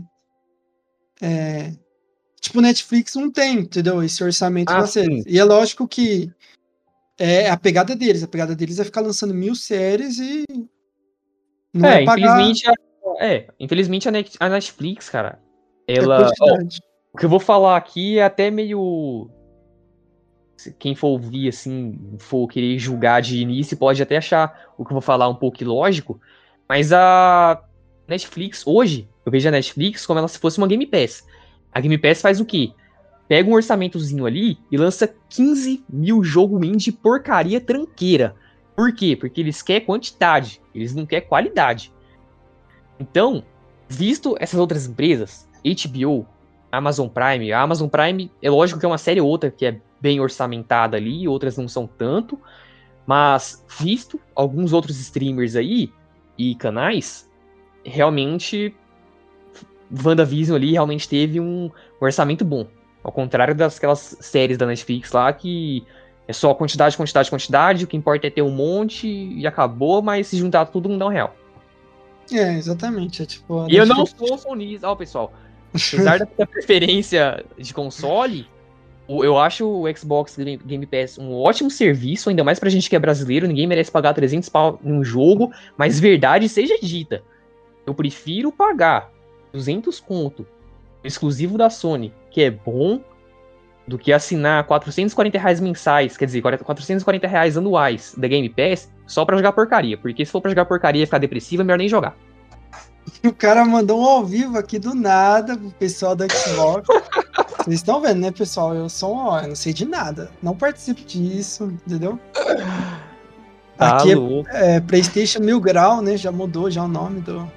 tipo, Netflix não tem, entendeu? Esse orçamento na série. Sim. E é lógico que é a pegada deles. A pegada deles é ficar lançando 1000 séries e não é pagar infelizmente a Netflix, cara, a ela... quantidade. O que eu vou falar aqui é até meio... Quem for ouvir, assim, for querer julgar de início, pode até achar o que eu vou falar um pouco ilógico, mas a Netflix, hoje, eu vejo a Netflix como ela se fosse uma Game Pass. A Game Pass faz o quê? Pega um orçamentozinho ali e lança 15 mil jogo indie porcaria tranqueira. Por quê? Porque eles querem quantidade, eles não querem qualidade. Então, visto essas outras empresas, HBO, Amazon Prime, a Amazon Prime, é lógico que é uma série ou outra que é bem orçamentada ali, outras não são tanto, mas visto alguns outros streamers aí e canais, realmente WandaVision ali realmente teve um orçamento bom. Ao contrário daquelas séries da Netflix lá que é só quantidade, o que importa é ter um monte e acabou, mas se juntar tudo não dá um real. Exatamente. É tipo, a E eu não Netflix- sou sonista, pessoal. Apesar da preferência de console, eu acho o Xbox Game Pass um ótimo serviço, ainda mais pra gente que é brasileiro, ninguém merece pagar 300 pau num jogo, mas verdade seja dita, eu prefiro pagar 200 conto exclusivo da Sony, que é bom, do que assinar R$440 mensais, quer dizer, R$440 anuais da Game Pass, só pra jogar porcaria, porque se for pra jogar porcaria e ficar depressivo, é melhor nem jogar. O cara mandou um ao vivo aqui do nada pro pessoal da Xbox. Vocês estão vendo, né, pessoal? Eu não sei de nada. Não participo disso, entendeu? Tá Aqui louco. é PlayStation 1000 grau, né? Já mudou já o nome do.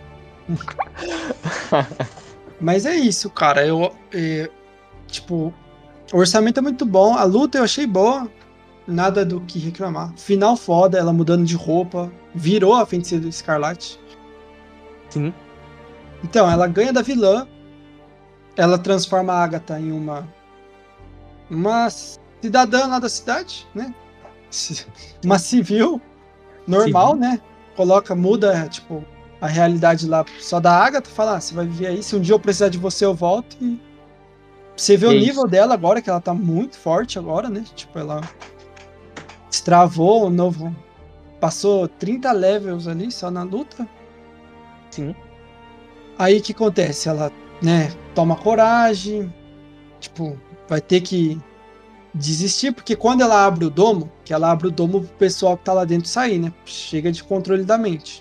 Mas é isso, cara. Tipo, o orçamento é muito bom. A luta eu achei boa. Nada do que reclamar. Final foda, ela mudando de roupa. Virou a Feiticeira Escarlate. Sim. Então, ela ganha da vilã. Ela transforma a Agatha em uma cidadã lá da cidade, né? Uma civil normal, né? Muda, tipo, a realidade lá só da Agatha. Fala, você vai viver aí. Se um dia eu precisar de você, eu volto. E você vê o nível dela agora, que ela tá muito forte agora, né? Tipo, ela destravou o novo... Passou 30 levels ali só na luta. Sim. Aí o que acontece? Ela, né, toma coragem, tipo, vai ter que desistir, porque quando ela abre o domo, que ela abre o domo pro pessoal que tá lá dentro sair, né? Chega de controle da mente.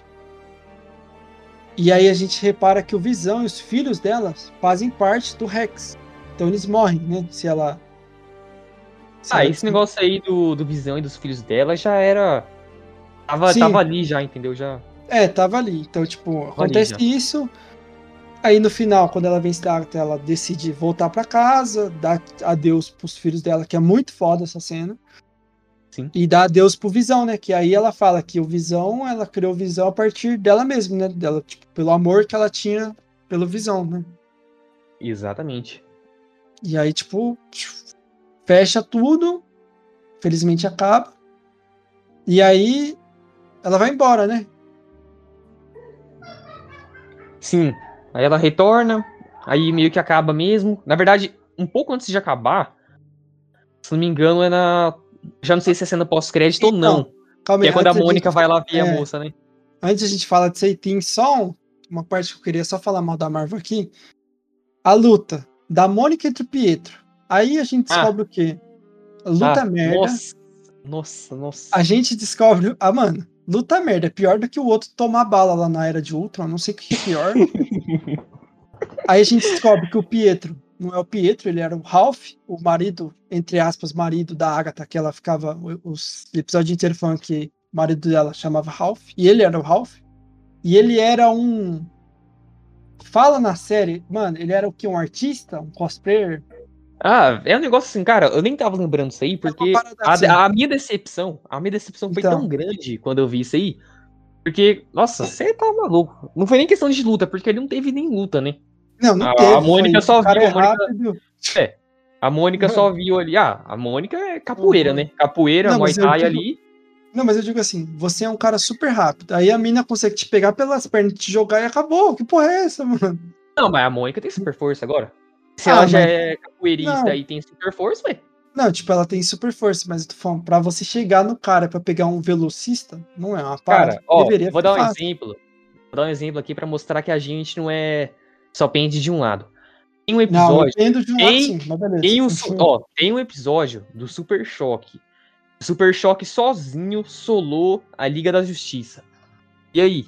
E aí a gente repara que o Visão e os filhos delas fazem parte do Rex. Então eles morrem, né? Se ela... Esse negócio aí do Visão e dos filhos dela já era... Tava ali já, entendeu? Já... tava ali. Então, tipo, acontece isso. Aí no final, quando ela vence da Agatha, ela decide voltar pra casa, dá adeus pros filhos dela, que é muito foda essa cena. Sim. E dá adeus pro Visão, né? Que aí ela fala que o Visão, ela criou o Visão a partir dela mesma, né? Dela, tipo, pelo amor que ela tinha pelo Visão, né? Exatamente. E aí, tipo, fecha tudo. Felizmente acaba. E aí, ela vai embora, né? Sim. Aí ela retorna, aí meio que acaba mesmo. Na verdade, um pouco antes de acabar, se não me engano, é na... Já não sei se é cena pós-crédito ou não. Calma aí, que é quando a Mônica vai lá ver a moça, né? Antes a gente falar disso aí, tem só uma parte que eu queria só falar mal da Marvel aqui. A luta da Mônica entre o Pietro. Aí a gente descobre o quê? Luta merda. Nossa. A gente descobre... mano, luta merda. É pior do que o outro tomar bala lá na Era de Ultron. Não sei o que é pior. Aí a gente descobre que o Pietro não é o Pietro, ele era o Ralph, o marido, entre aspas, marido da Agatha, que ela ficava os episódios inteiros falando que o marido dela chamava Ralph, e ele era o Ralph. E ele era um... Fala na série, mano, ele era o quê? Um artista? Um cosplayer? É um negócio assim, cara, eu nem tava lembrando isso aí, porque assim. a minha decepção foi Então. tão grande quando eu vi isso aí, porque, nossa, você tá maluco. Não foi nem questão de luta, porque ele não teve nem luta, né? Não teve. A Mônica só viu, a Mônica Mano. só viu ali, a Mônica é capoeira, né? Capoeira, Não, Muay mas eu Thai digo- ali. Não, mas eu digo assim, você é um cara super rápido. Aí a mina consegue te pegar pelas pernas, te jogar e acabou. Que porra é essa, mano? Não, mas a Mônica tem super força agora. Se Ah, ela já mas- é capoeirista Não. e tem super força, ué. Não, tipo, ela tem super força, mas eu tô falando, pra você chegar no cara pra pegar um velocista, não é uma parada. Cara, ó, Deveria vou ser dar um fácil. exemplo. Vou dar um exemplo aqui pra mostrar que a gente não é só pende de um lado. Tem um Não, eu episódio. entendo de um lado Tem- sim, mas beleza. Tem um episódio do Super Choque. O Super Choque sozinho solou a Liga da Justiça. E aí?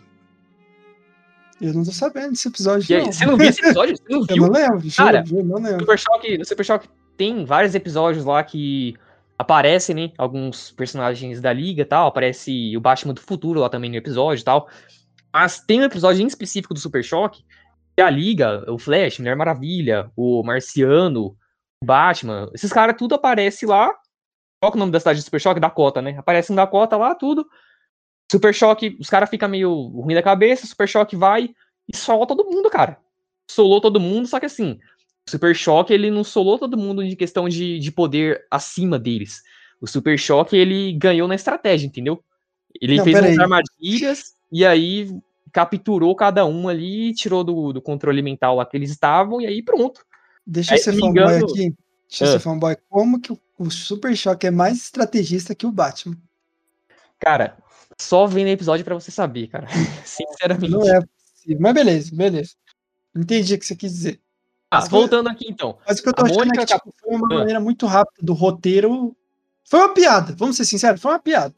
Eu não tô sabendo desse episódio, E aí? não. Você não viu esse episódio? Você não Eu viu? não lembro, juro, Cara, eu não lembro. No Super Choque tem vários episódios lá que aparecem, né? Alguns personagens da Liga e tal. Aparece o Batman do Futuro lá também no episódio e tal. Mas tem um episódio em específico do Super Choque que a Liga, o Flash, Mulher Maravilha, o Marciano, o Batman, esses caras tudo aparece lá. Qual que é o nome da cidade de Super Choque? Dakota, né? Aparece em Dakota lá, tudo. Super Choque, os caras ficam meio ruim da cabeça, Super Choque vai e sola todo mundo, cara. Solou todo mundo, só que assim, o Super Choque, ele não solou todo mundo de questão de poder acima deles. O Super Choque, ele ganhou na estratégia, entendeu? Ele Não, fez peraí. umas armadilhas e aí capturou cada um ali, tirou do controle mental lá que eles estavam e aí pronto. Deixa eu Aí, ser se me fanboy engano- aqui. Deixa eu ser fanboy. Como que o Super Choque é mais estrategista que o Batman? Cara, só vendo o episódio pra você saber, cara. Sinceramente. Não é possível. Mas beleza. Entendi o que você quis dizer. Ah, voltando aqui então. Mas o que eu tô A achando Mônica é que tipo, foi uma Ah. maneira muito rápida do roteiro. Foi uma piada, vamos ser sinceros, foi uma piada.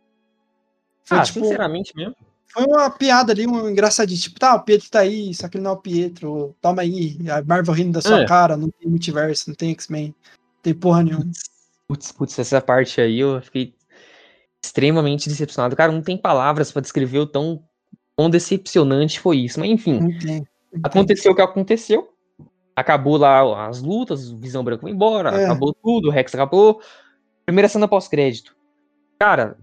Foi, Sinceramente mesmo. foi uma piada ali, um engraçadinho. Tipo, tá, o Pietro tá aí, só que ele não é o Pietro. Toma aí, a Marvel rindo da sua cara, não tem multiverso, não tem X-Men, não tem porra nenhuma. Putz, essa parte aí eu fiquei extremamente decepcionado. Cara, não tem palavras pra descrever o quão decepcionante foi isso. Mas enfim, Não tem. aconteceu o que aconteceu. Acabou lá as lutas, o Visão Branco foi embora, acabou tudo, o Rex acabou. Primeira cena pós-crédito. Cara,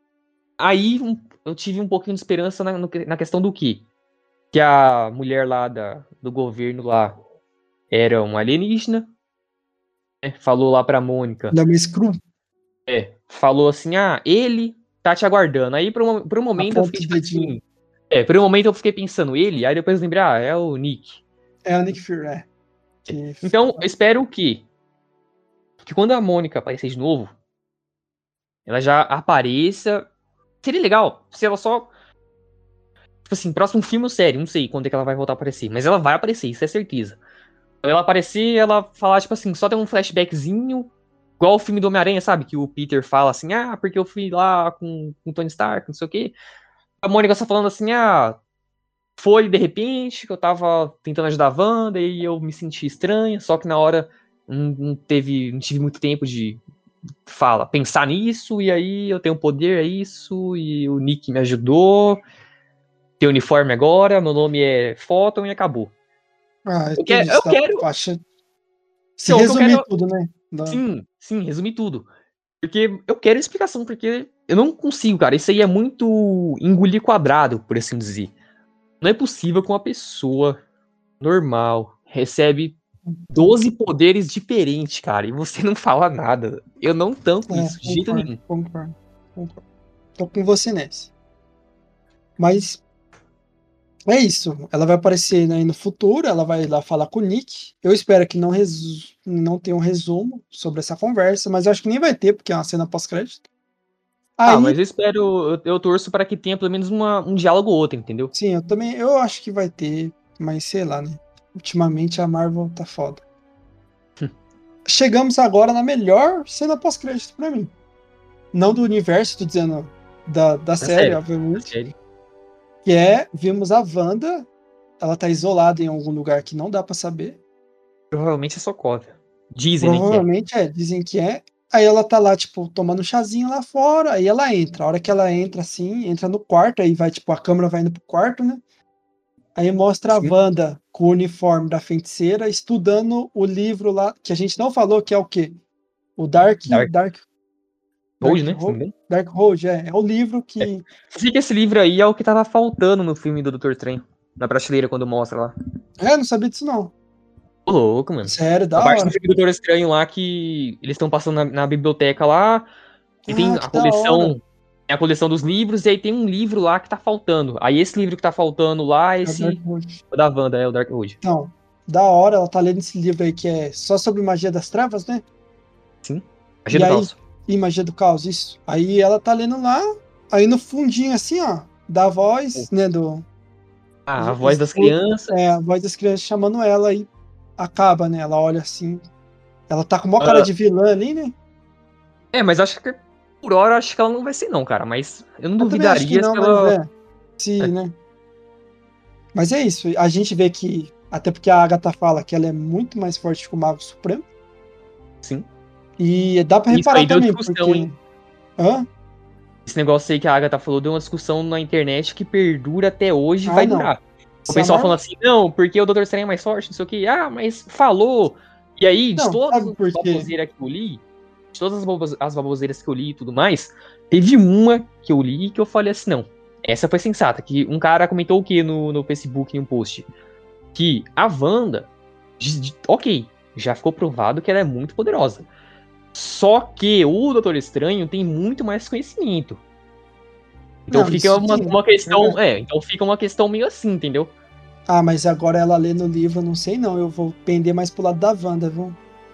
aí eu tive um pouquinho de esperança na questão do quê? Que a mulher lá do governo lá era um alienígena. Né? Falou lá pra Mônica. Da minha Screw. Falou assim, ele tá te aguardando. Aí por um momento eu fiquei tipo assim... por um momento eu fiquei pensando ele, aí depois eu lembrei, é o Nick. É o Nick Fury, Então, eu espero que quando a Mônica aparecer de novo, ela já apareça. Seria legal se ela só... Tipo assim, próximo filme ou série, não sei quando é que ela vai voltar a aparecer, mas ela vai aparecer, isso é certeza. Ela aparecer, ela falar, tipo assim, só tem um flashbackzinho, igual o filme do Homem-Aranha, sabe? Que o Peter fala assim, porque eu fui lá com o Tony Stark, não sei o quê. A Mônica só falando assim, foi de repente que eu tava tentando ajudar a Wanda e eu me senti estranha, só que na hora não tive muito tempo de pensar nisso, e aí eu tenho poder, é isso, e o Nick me ajudou, tem uniforme agora, meu nome é Photon e acabou. Eu quero. Se resumir tudo, né? Sim, resumir tudo. Porque eu quero explicação, porque eu não consigo, cara. Isso aí é muito engolir quadrado, por assim dizer. Não é possível que uma pessoa normal recebe 12 poderes diferentes, cara, e você não fala nada. Eu não tanco isso, de jeito nenhum. Concordo. Tô com você nessa. Mas é isso. Ela vai aparecer aí no futuro, ela vai lá falar com o Nick. Eu espero que não tenha um resumo sobre essa conversa, mas eu acho que nem vai ter, porque é uma cena pós-crédito. Aí, mas eu espero, eu torço para que tenha pelo menos um diálogo ou outro, entendeu? sim, eu acho que vai ter, mas sei lá, né? Ultimamente a Marvel tá foda. Chegamos agora na melhor cena pós-crédito pra mim. Não do universo, tô dizendo da série, obviamente. Série. Que vimos a Wanda, ela tá isolada em algum lugar que não dá pra saber. Provavelmente é Sokovia. Dizem, né, que é. Provavelmente dizem que é. Aí ela tá lá, tipo, tomando um chazinho lá fora, aí ela entra. A hora que ela entra, assim, entra no quarto, aí vai, tipo, a câmera vai indo pro quarto, né? Aí mostra Sim. a Wanda com o uniforme da feiticeira, estudando o livro lá, que a gente não falou, que é o quê? O Dark Hold, né? Se não me engano. Darkhold, é o livro que... Sei que esse livro aí é o que tava faltando no filme do Doutor Estranho. Na prateleira, quando mostra lá. Não sabia disso não. Ô, louco, mano. Sério, da A parte hora. do filme do Doutor Estranho lá que eles estão passando na biblioteca lá. E tem que da hora. a coleção dos livros, e aí tem um livro lá que tá faltando. Aí esse livro que tá faltando lá é É o esse. Darkhold. O da Wanda, o Darkhold. Então, da hora, ela tá lendo esse livro aí que é só sobre magia das trevas, né? Sim. Magia E do aí, caos. e magia do caos, isso. Aí ela tá lendo lá, aí no fundinho assim, ó, dá a voz, né, A voz das crianças. A voz das crianças chamando ela e acaba, né? Ela olha assim. Ela tá com uma cara de vilã ali, né? Mas acho que por hora acho que ela não vai ser não, cara. Mas eu não Eu também acho que duvidaria não, se ela... mas se, né? Mas é isso, a gente vê que, até porque a Agatha fala que ela é muito mais forte que o Mago Supremo. Sim. E dá pra Isso reparar aí deu também, discussão, porque... hein? Hã? Esse negócio aí que a Agatha falou deu uma discussão na internet que perdura até hoje e Ah, vai não. durar. O Se pessoal a Marvel- falando assim, não, porque o Doutor Estranho é mais forte, não sei o que. Mas falou. E aí, de Não, todas sabe as por quê? baboseiras que eu li, de todas as baboseiras que eu li e tudo mais, teve uma que eu li que eu falei assim, não, essa foi sensata, que um cara comentou o que no Facebook em um post? Que a Wanda, ok, já ficou provado que ela é muito poderosa. Só que o Doutor Estranho tem muito mais conhecimento. Então Não, fica isso uma sim. questão. Então fica uma questão meio assim, entendeu? Ah, mas agora ela lê no livro, eu não sei não. Eu vou pender mais pro lado da Wanda, viu?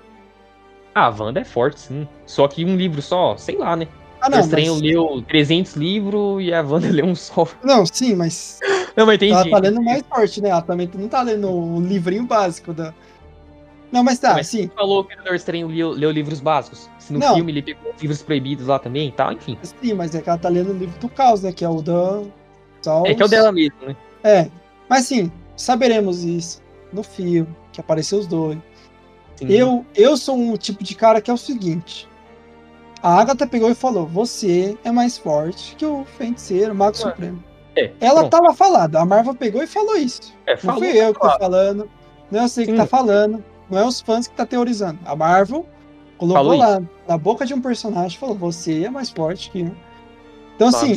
A Wanda é forte, sim. Só que um livro só, sei lá, né? Ah, O não, Estranho mas... leu 300 livros e a Wanda leu um só. Não, sim, mas... Não, mas entendi. Ela tá lendo mais forte, né? Ela também não tá lendo o livrinho básico da... Não, mas tá, Mas sim. você falou que o Doutor Estranho leu livros básicos. Se no Não. filme ele pegou os livros proibidos lá também e tal, enfim. Sim, mas é que ela tá lendo o livro do caos, né? Que é o da... É que é o dela mesmo, né? Mas sim, saberemos isso no filme, que apareceu os dois. Sim. Eu sou um tipo de cara que é o seguinte. A Agatha pegou e falou, você é mais forte que o feiticeiro, o Mago Supremo. Ela pronto. tava falada, a Marvel pegou e falou isso. Não Falou, fui eu que tô claro. falando, não é você que tá falando, não é os fãs que tá teorizando. A Marvel colocou Falou lá, na boca de um personagem, falou, você é mais forte que eu. Então assim,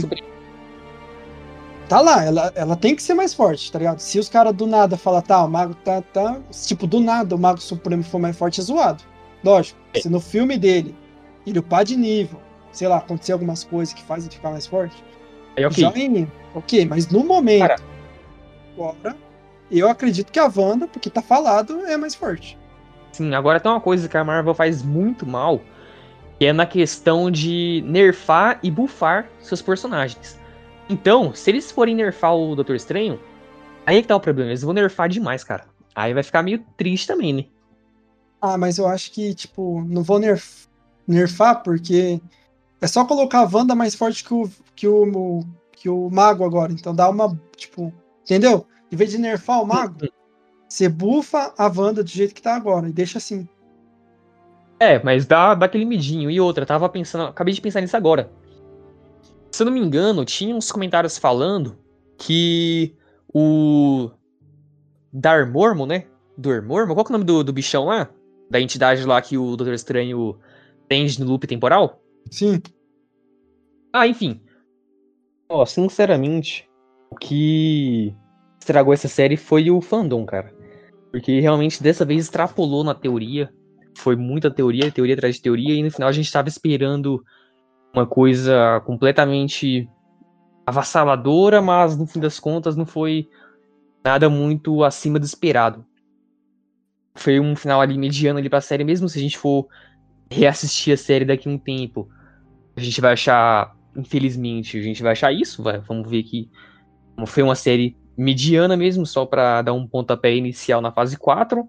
tá lá, ela tem que ser mais forte, tá ligado? Se os caras do nada falam, tá, o Mago tá... Tipo, do nada o Mago Supremo for mais forte, é zoado. Lógico, se no filme dele ele upar de nível, sei lá, acontecer algumas coisas que fazem ele ficar mais forte, Aí, ok. ok, mas no momento, agora, eu acredito que a Wanda, porque tá falado, é mais forte. Sim, agora tem uma coisa que a Marvel faz muito mal, que é na questão de nerfar e buffar seus personagens. Então, se eles forem nerfar o Doutor Estranho, aí é que tá o problema, eles vão nerfar demais, cara. Aí vai ficar meio triste também, né? Ah, mas eu acho que, tipo, não vou nerfar, porque é só colocar a Wanda mais forte que o Mago agora. Então dá uma, tipo, entendeu? Em vez de nerfar o Mago, você bufa a Wanda do jeito que tá agora e deixa assim. Mas dá aquele medinho. E outra, acabei de pensar nisso agora. Se eu não me engano, tinha uns comentários falando que o Dormammu, né? Dormammu, qual que é o nome do bichão lá? Da entidade lá que o Doutor Estranho prende no loop temporal? Sim. Enfim. Sinceramente, o que estragou essa série foi o fandom, cara. Porque realmente dessa vez extrapolou na teoria. Foi muita teoria atrás de teoria, e no final a gente tava esperando uma coisa completamente avassaladora, mas no fim das contas não foi nada muito acima do esperado. Foi um final ali mediano ali pra série, mesmo se a gente for reassistir a série daqui a um tempo. A gente vai achar infelizmente, a gente vai achar isso. Vamos ver que como foi uma série mediana mesmo, só pra dar um pontapé inicial na fase 4.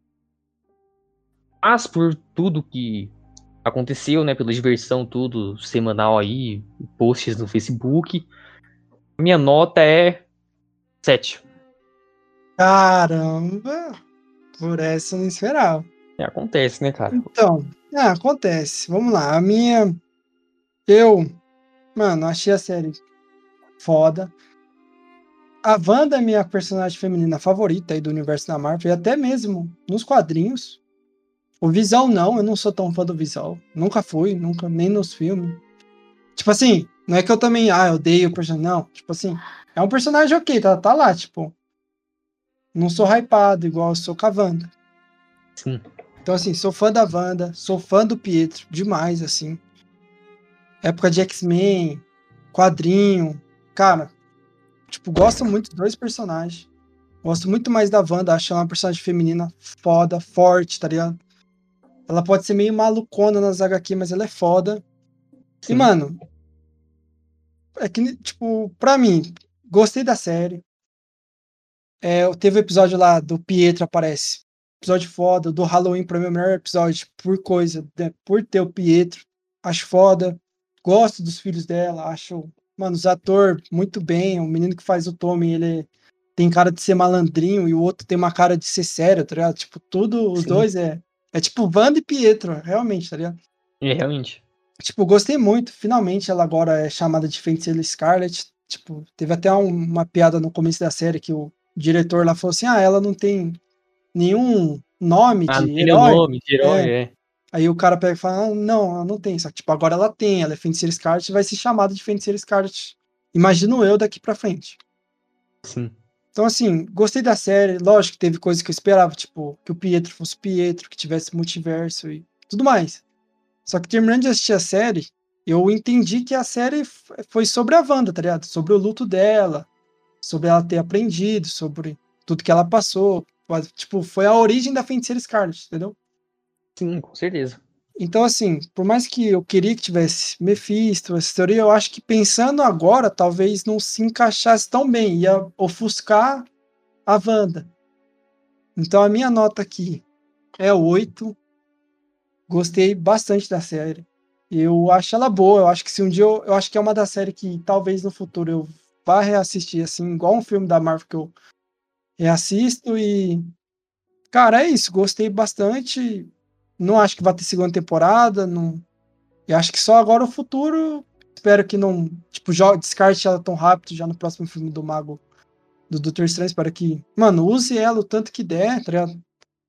Mas por tudo que aconteceu, né, pela diversão, tudo semanal aí, posts no Facebook, minha nota é 7. Caramba! Por essa eu não esperava. Acontece, né, cara? Então, acontece. Vamos lá. Mano, achei a série foda. A Wanda é minha personagem feminina favorita aí do universo da Marvel, e até mesmo nos quadrinhos. O Visão não, eu não sou tão fã do Visão. Nunca fui, nunca, nem nos filmes. Tipo assim, não é que eu também, eu odeio o personagem, não. Tipo assim, é um personagem ok, tá lá, tipo. Não sou hypado igual eu sou com a Wanda. Sim. Então assim, sou fã da Wanda, sou fã do Pietro, demais, assim. Época de X-Men, quadrinho, cara, tipo, gosto muito dos dois personagens. Gosto muito mais da Wanda, acho ela uma personagem feminina foda, forte, tá ligado? Ela pode ser meio malucona nas HQ, mas ela é foda. Sim. E, mano, é que, tipo, pra mim, gostei da série. Teve o episódio lá do Pietro aparece. Episódio foda. Do Halloween, pra mim, é o melhor episódio por coisa, né? Por ter o Pietro. Acho foda. Gosto dos filhos dela. Acho, mano, os atores muito bem. O menino que faz o Tommy, ele tem cara de ser malandrinho e o outro tem uma cara de ser sério, tá ligado? Tipo, tudo, os Sim. dois é tipo Wanda e Pietro, realmente, tá ligado? Realmente. Tipo, gostei muito. Finalmente ela agora é chamada de Feiticeira Scarlet. Tipo, teve até uma piada no começo da série que o diretor lá falou assim: ela não tem nenhum nome Não de tem nenhum herói. nome de herói, é. Aí o cara pega e fala: não, ela não tem. Só que, tipo, agora ela tem. Ela é Feiticeira Scarlet e vai ser chamada de Feiticeira Scarlet. Imagino eu daqui pra frente. Sim. Então, assim, gostei da série. Lógico que teve coisas que eu esperava, tipo, que o Pietro fosse Pietro, que tivesse multiverso e tudo mais. Só que terminando de assistir a série, eu entendi que a série foi sobre a Wanda, tá ligado? Sobre o luto dela, sobre ela ter aprendido, sobre tudo que ela passou. Tipo, foi a origem da Feiticeira Scarlet, entendeu? Sim, com certeza. Então, assim, por mais que eu queria que tivesse Mephisto, essa teoria, eu acho que pensando agora, talvez não se encaixasse tão bem, ia ofuscar a Wanda. Então, a minha nota aqui é 8. Gostei bastante da série. Eu acho ela boa. Eu acho que se um dia eu acho que é uma das séries que talvez no futuro eu vá reassistir, assim, igual um filme da Marvel que eu reassisto. E, cara, é isso. Gostei bastante. Não acho que vai ter segunda temporada. Não. Eu acho que só agora o futuro. Espero que não, tipo, descarte ela tão rápido já no próximo filme do Mago, do Doutor Estranho. Espero que, mano, use ela o tanto que der, tá ligado?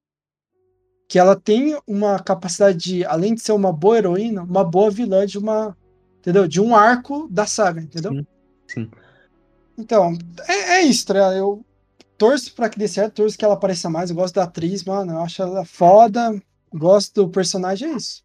Que ela tem uma capacidade de, além de ser uma boa heroína, uma boa vilã de uma, entendeu? De um arco da saga, entendeu? Sim. Então, é isso, tá ligado? Eu torço pra que dê certo, torço que ela apareça mais, eu gosto da atriz, mano, eu acho ela foda, gosto do personagem, é isso.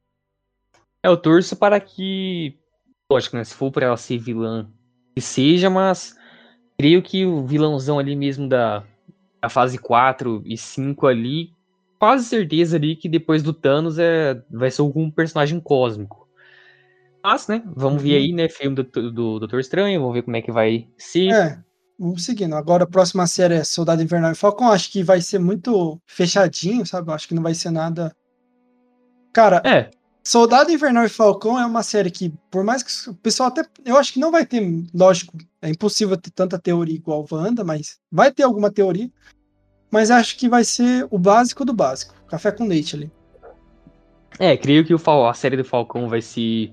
Eu torço para que, lógico, né, se for pra ela ser vilã, que seja, mas creio que o vilãozão ali mesmo da fase 4 e 5 ali, quase certeza ali que depois do Thanos vai ser algum personagem cósmico. Mas, né, vamos ver aí, né, filme do Doutor Estranho, vamos ver como é que vai ser. Vamos seguindo. Agora a próxima série é Soldado Invernal e Falcão, acho que vai ser muito fechadinho, sabe? Eu acho que não vai ser nada... Cara, Soldado Invernal e Falcão é uma série que, por mais que o pessoal até... Eu acho que não vai ter, lógico, é impossível ter tanta teoria igual Wanda, mas vai ter alguma teoria. Mas acho que vai ser o básico do básico. Café com leite ali. Creio que a série do Falcão vai ser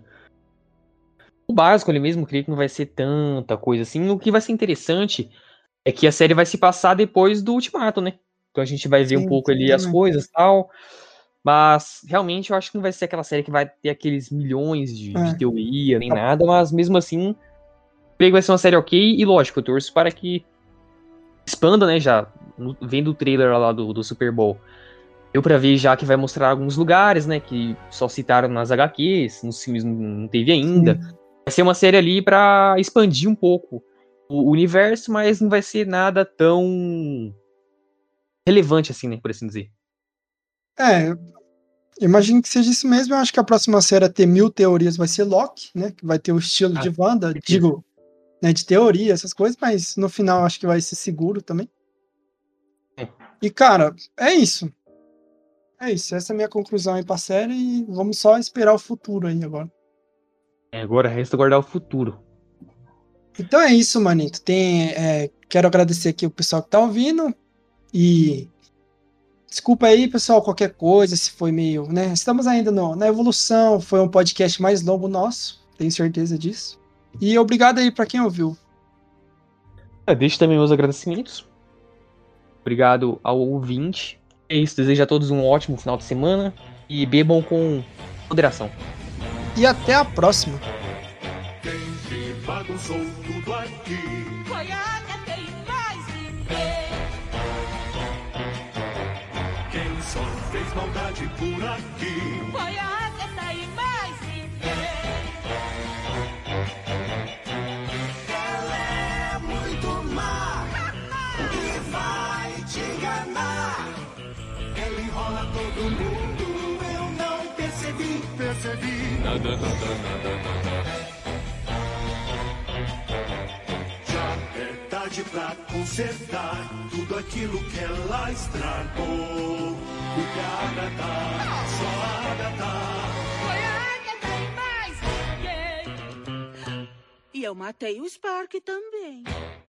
o básico ali mesmo, creio que não vai ser tanta coisa assim. O que vai ser interessante é que a série vai se passar depois do Ultimato, né? Então a gente vai ver um pouco ali as coisas e tal. Mas realmente eu acho que não vai ser aquela série que vai ter aqueles milhões de teoria, nem nada, mas mesmo assim, creio que vai ser uma série ok, e lógico, eu torço para que expanda, né, já, vendo o trailer lá do Super Bowl. Deu pra ver já que vai mostrar alguns lugares, né, que só citaram nas HQs, nos filmes não teve ainda. Vai ser uma série ali pra expandir um pouco o universo, mas não vai ser nada tão relevante assim, né, por assim dizer. Imagino que seja isso mesmo. Eu acho que a próxima série a ter 1000 teorias vai ser Loki, né? Que vai ter o estilo de Wanda, digo, né, de teoria, essas coisas, mas no final acho que vai ser seguro também. E, cara, é isso. É isso. Essa é a minha conclusão aí pra série e vamos só esperar o futuro aí agora. Agora resta guardar o futuro. Então é isso, manito. Quero agradecer aqui o pessoal que tá ouvindo e desculpa aí, pessoal, qualquer coisa, se foi meio, né? Estamos ainda na evolução, foi um podcast mais longo nosso, tenho certeza disso. E obrigado aí pra quem ouviu. Deixo também meus agradecimentos. Obrigado ao ouvinte. É isso, desejo a todos um ótimo final de semana e bebam com moderação. E até a próxima. Bagunçou tudo aqui. Foi a tem mais ninguém. Quem só fez maldade por aqui? Foi a tem mais ninguém. Ela é muito má e vai te enganar. Ela enrola todo mundo, eu não percebi. Nada. Pra consertar tudo aquilo que ela estragou. Porque a Agatha, só a Agatha. Foi a tem mais ninguém. E eu matei o Spark também.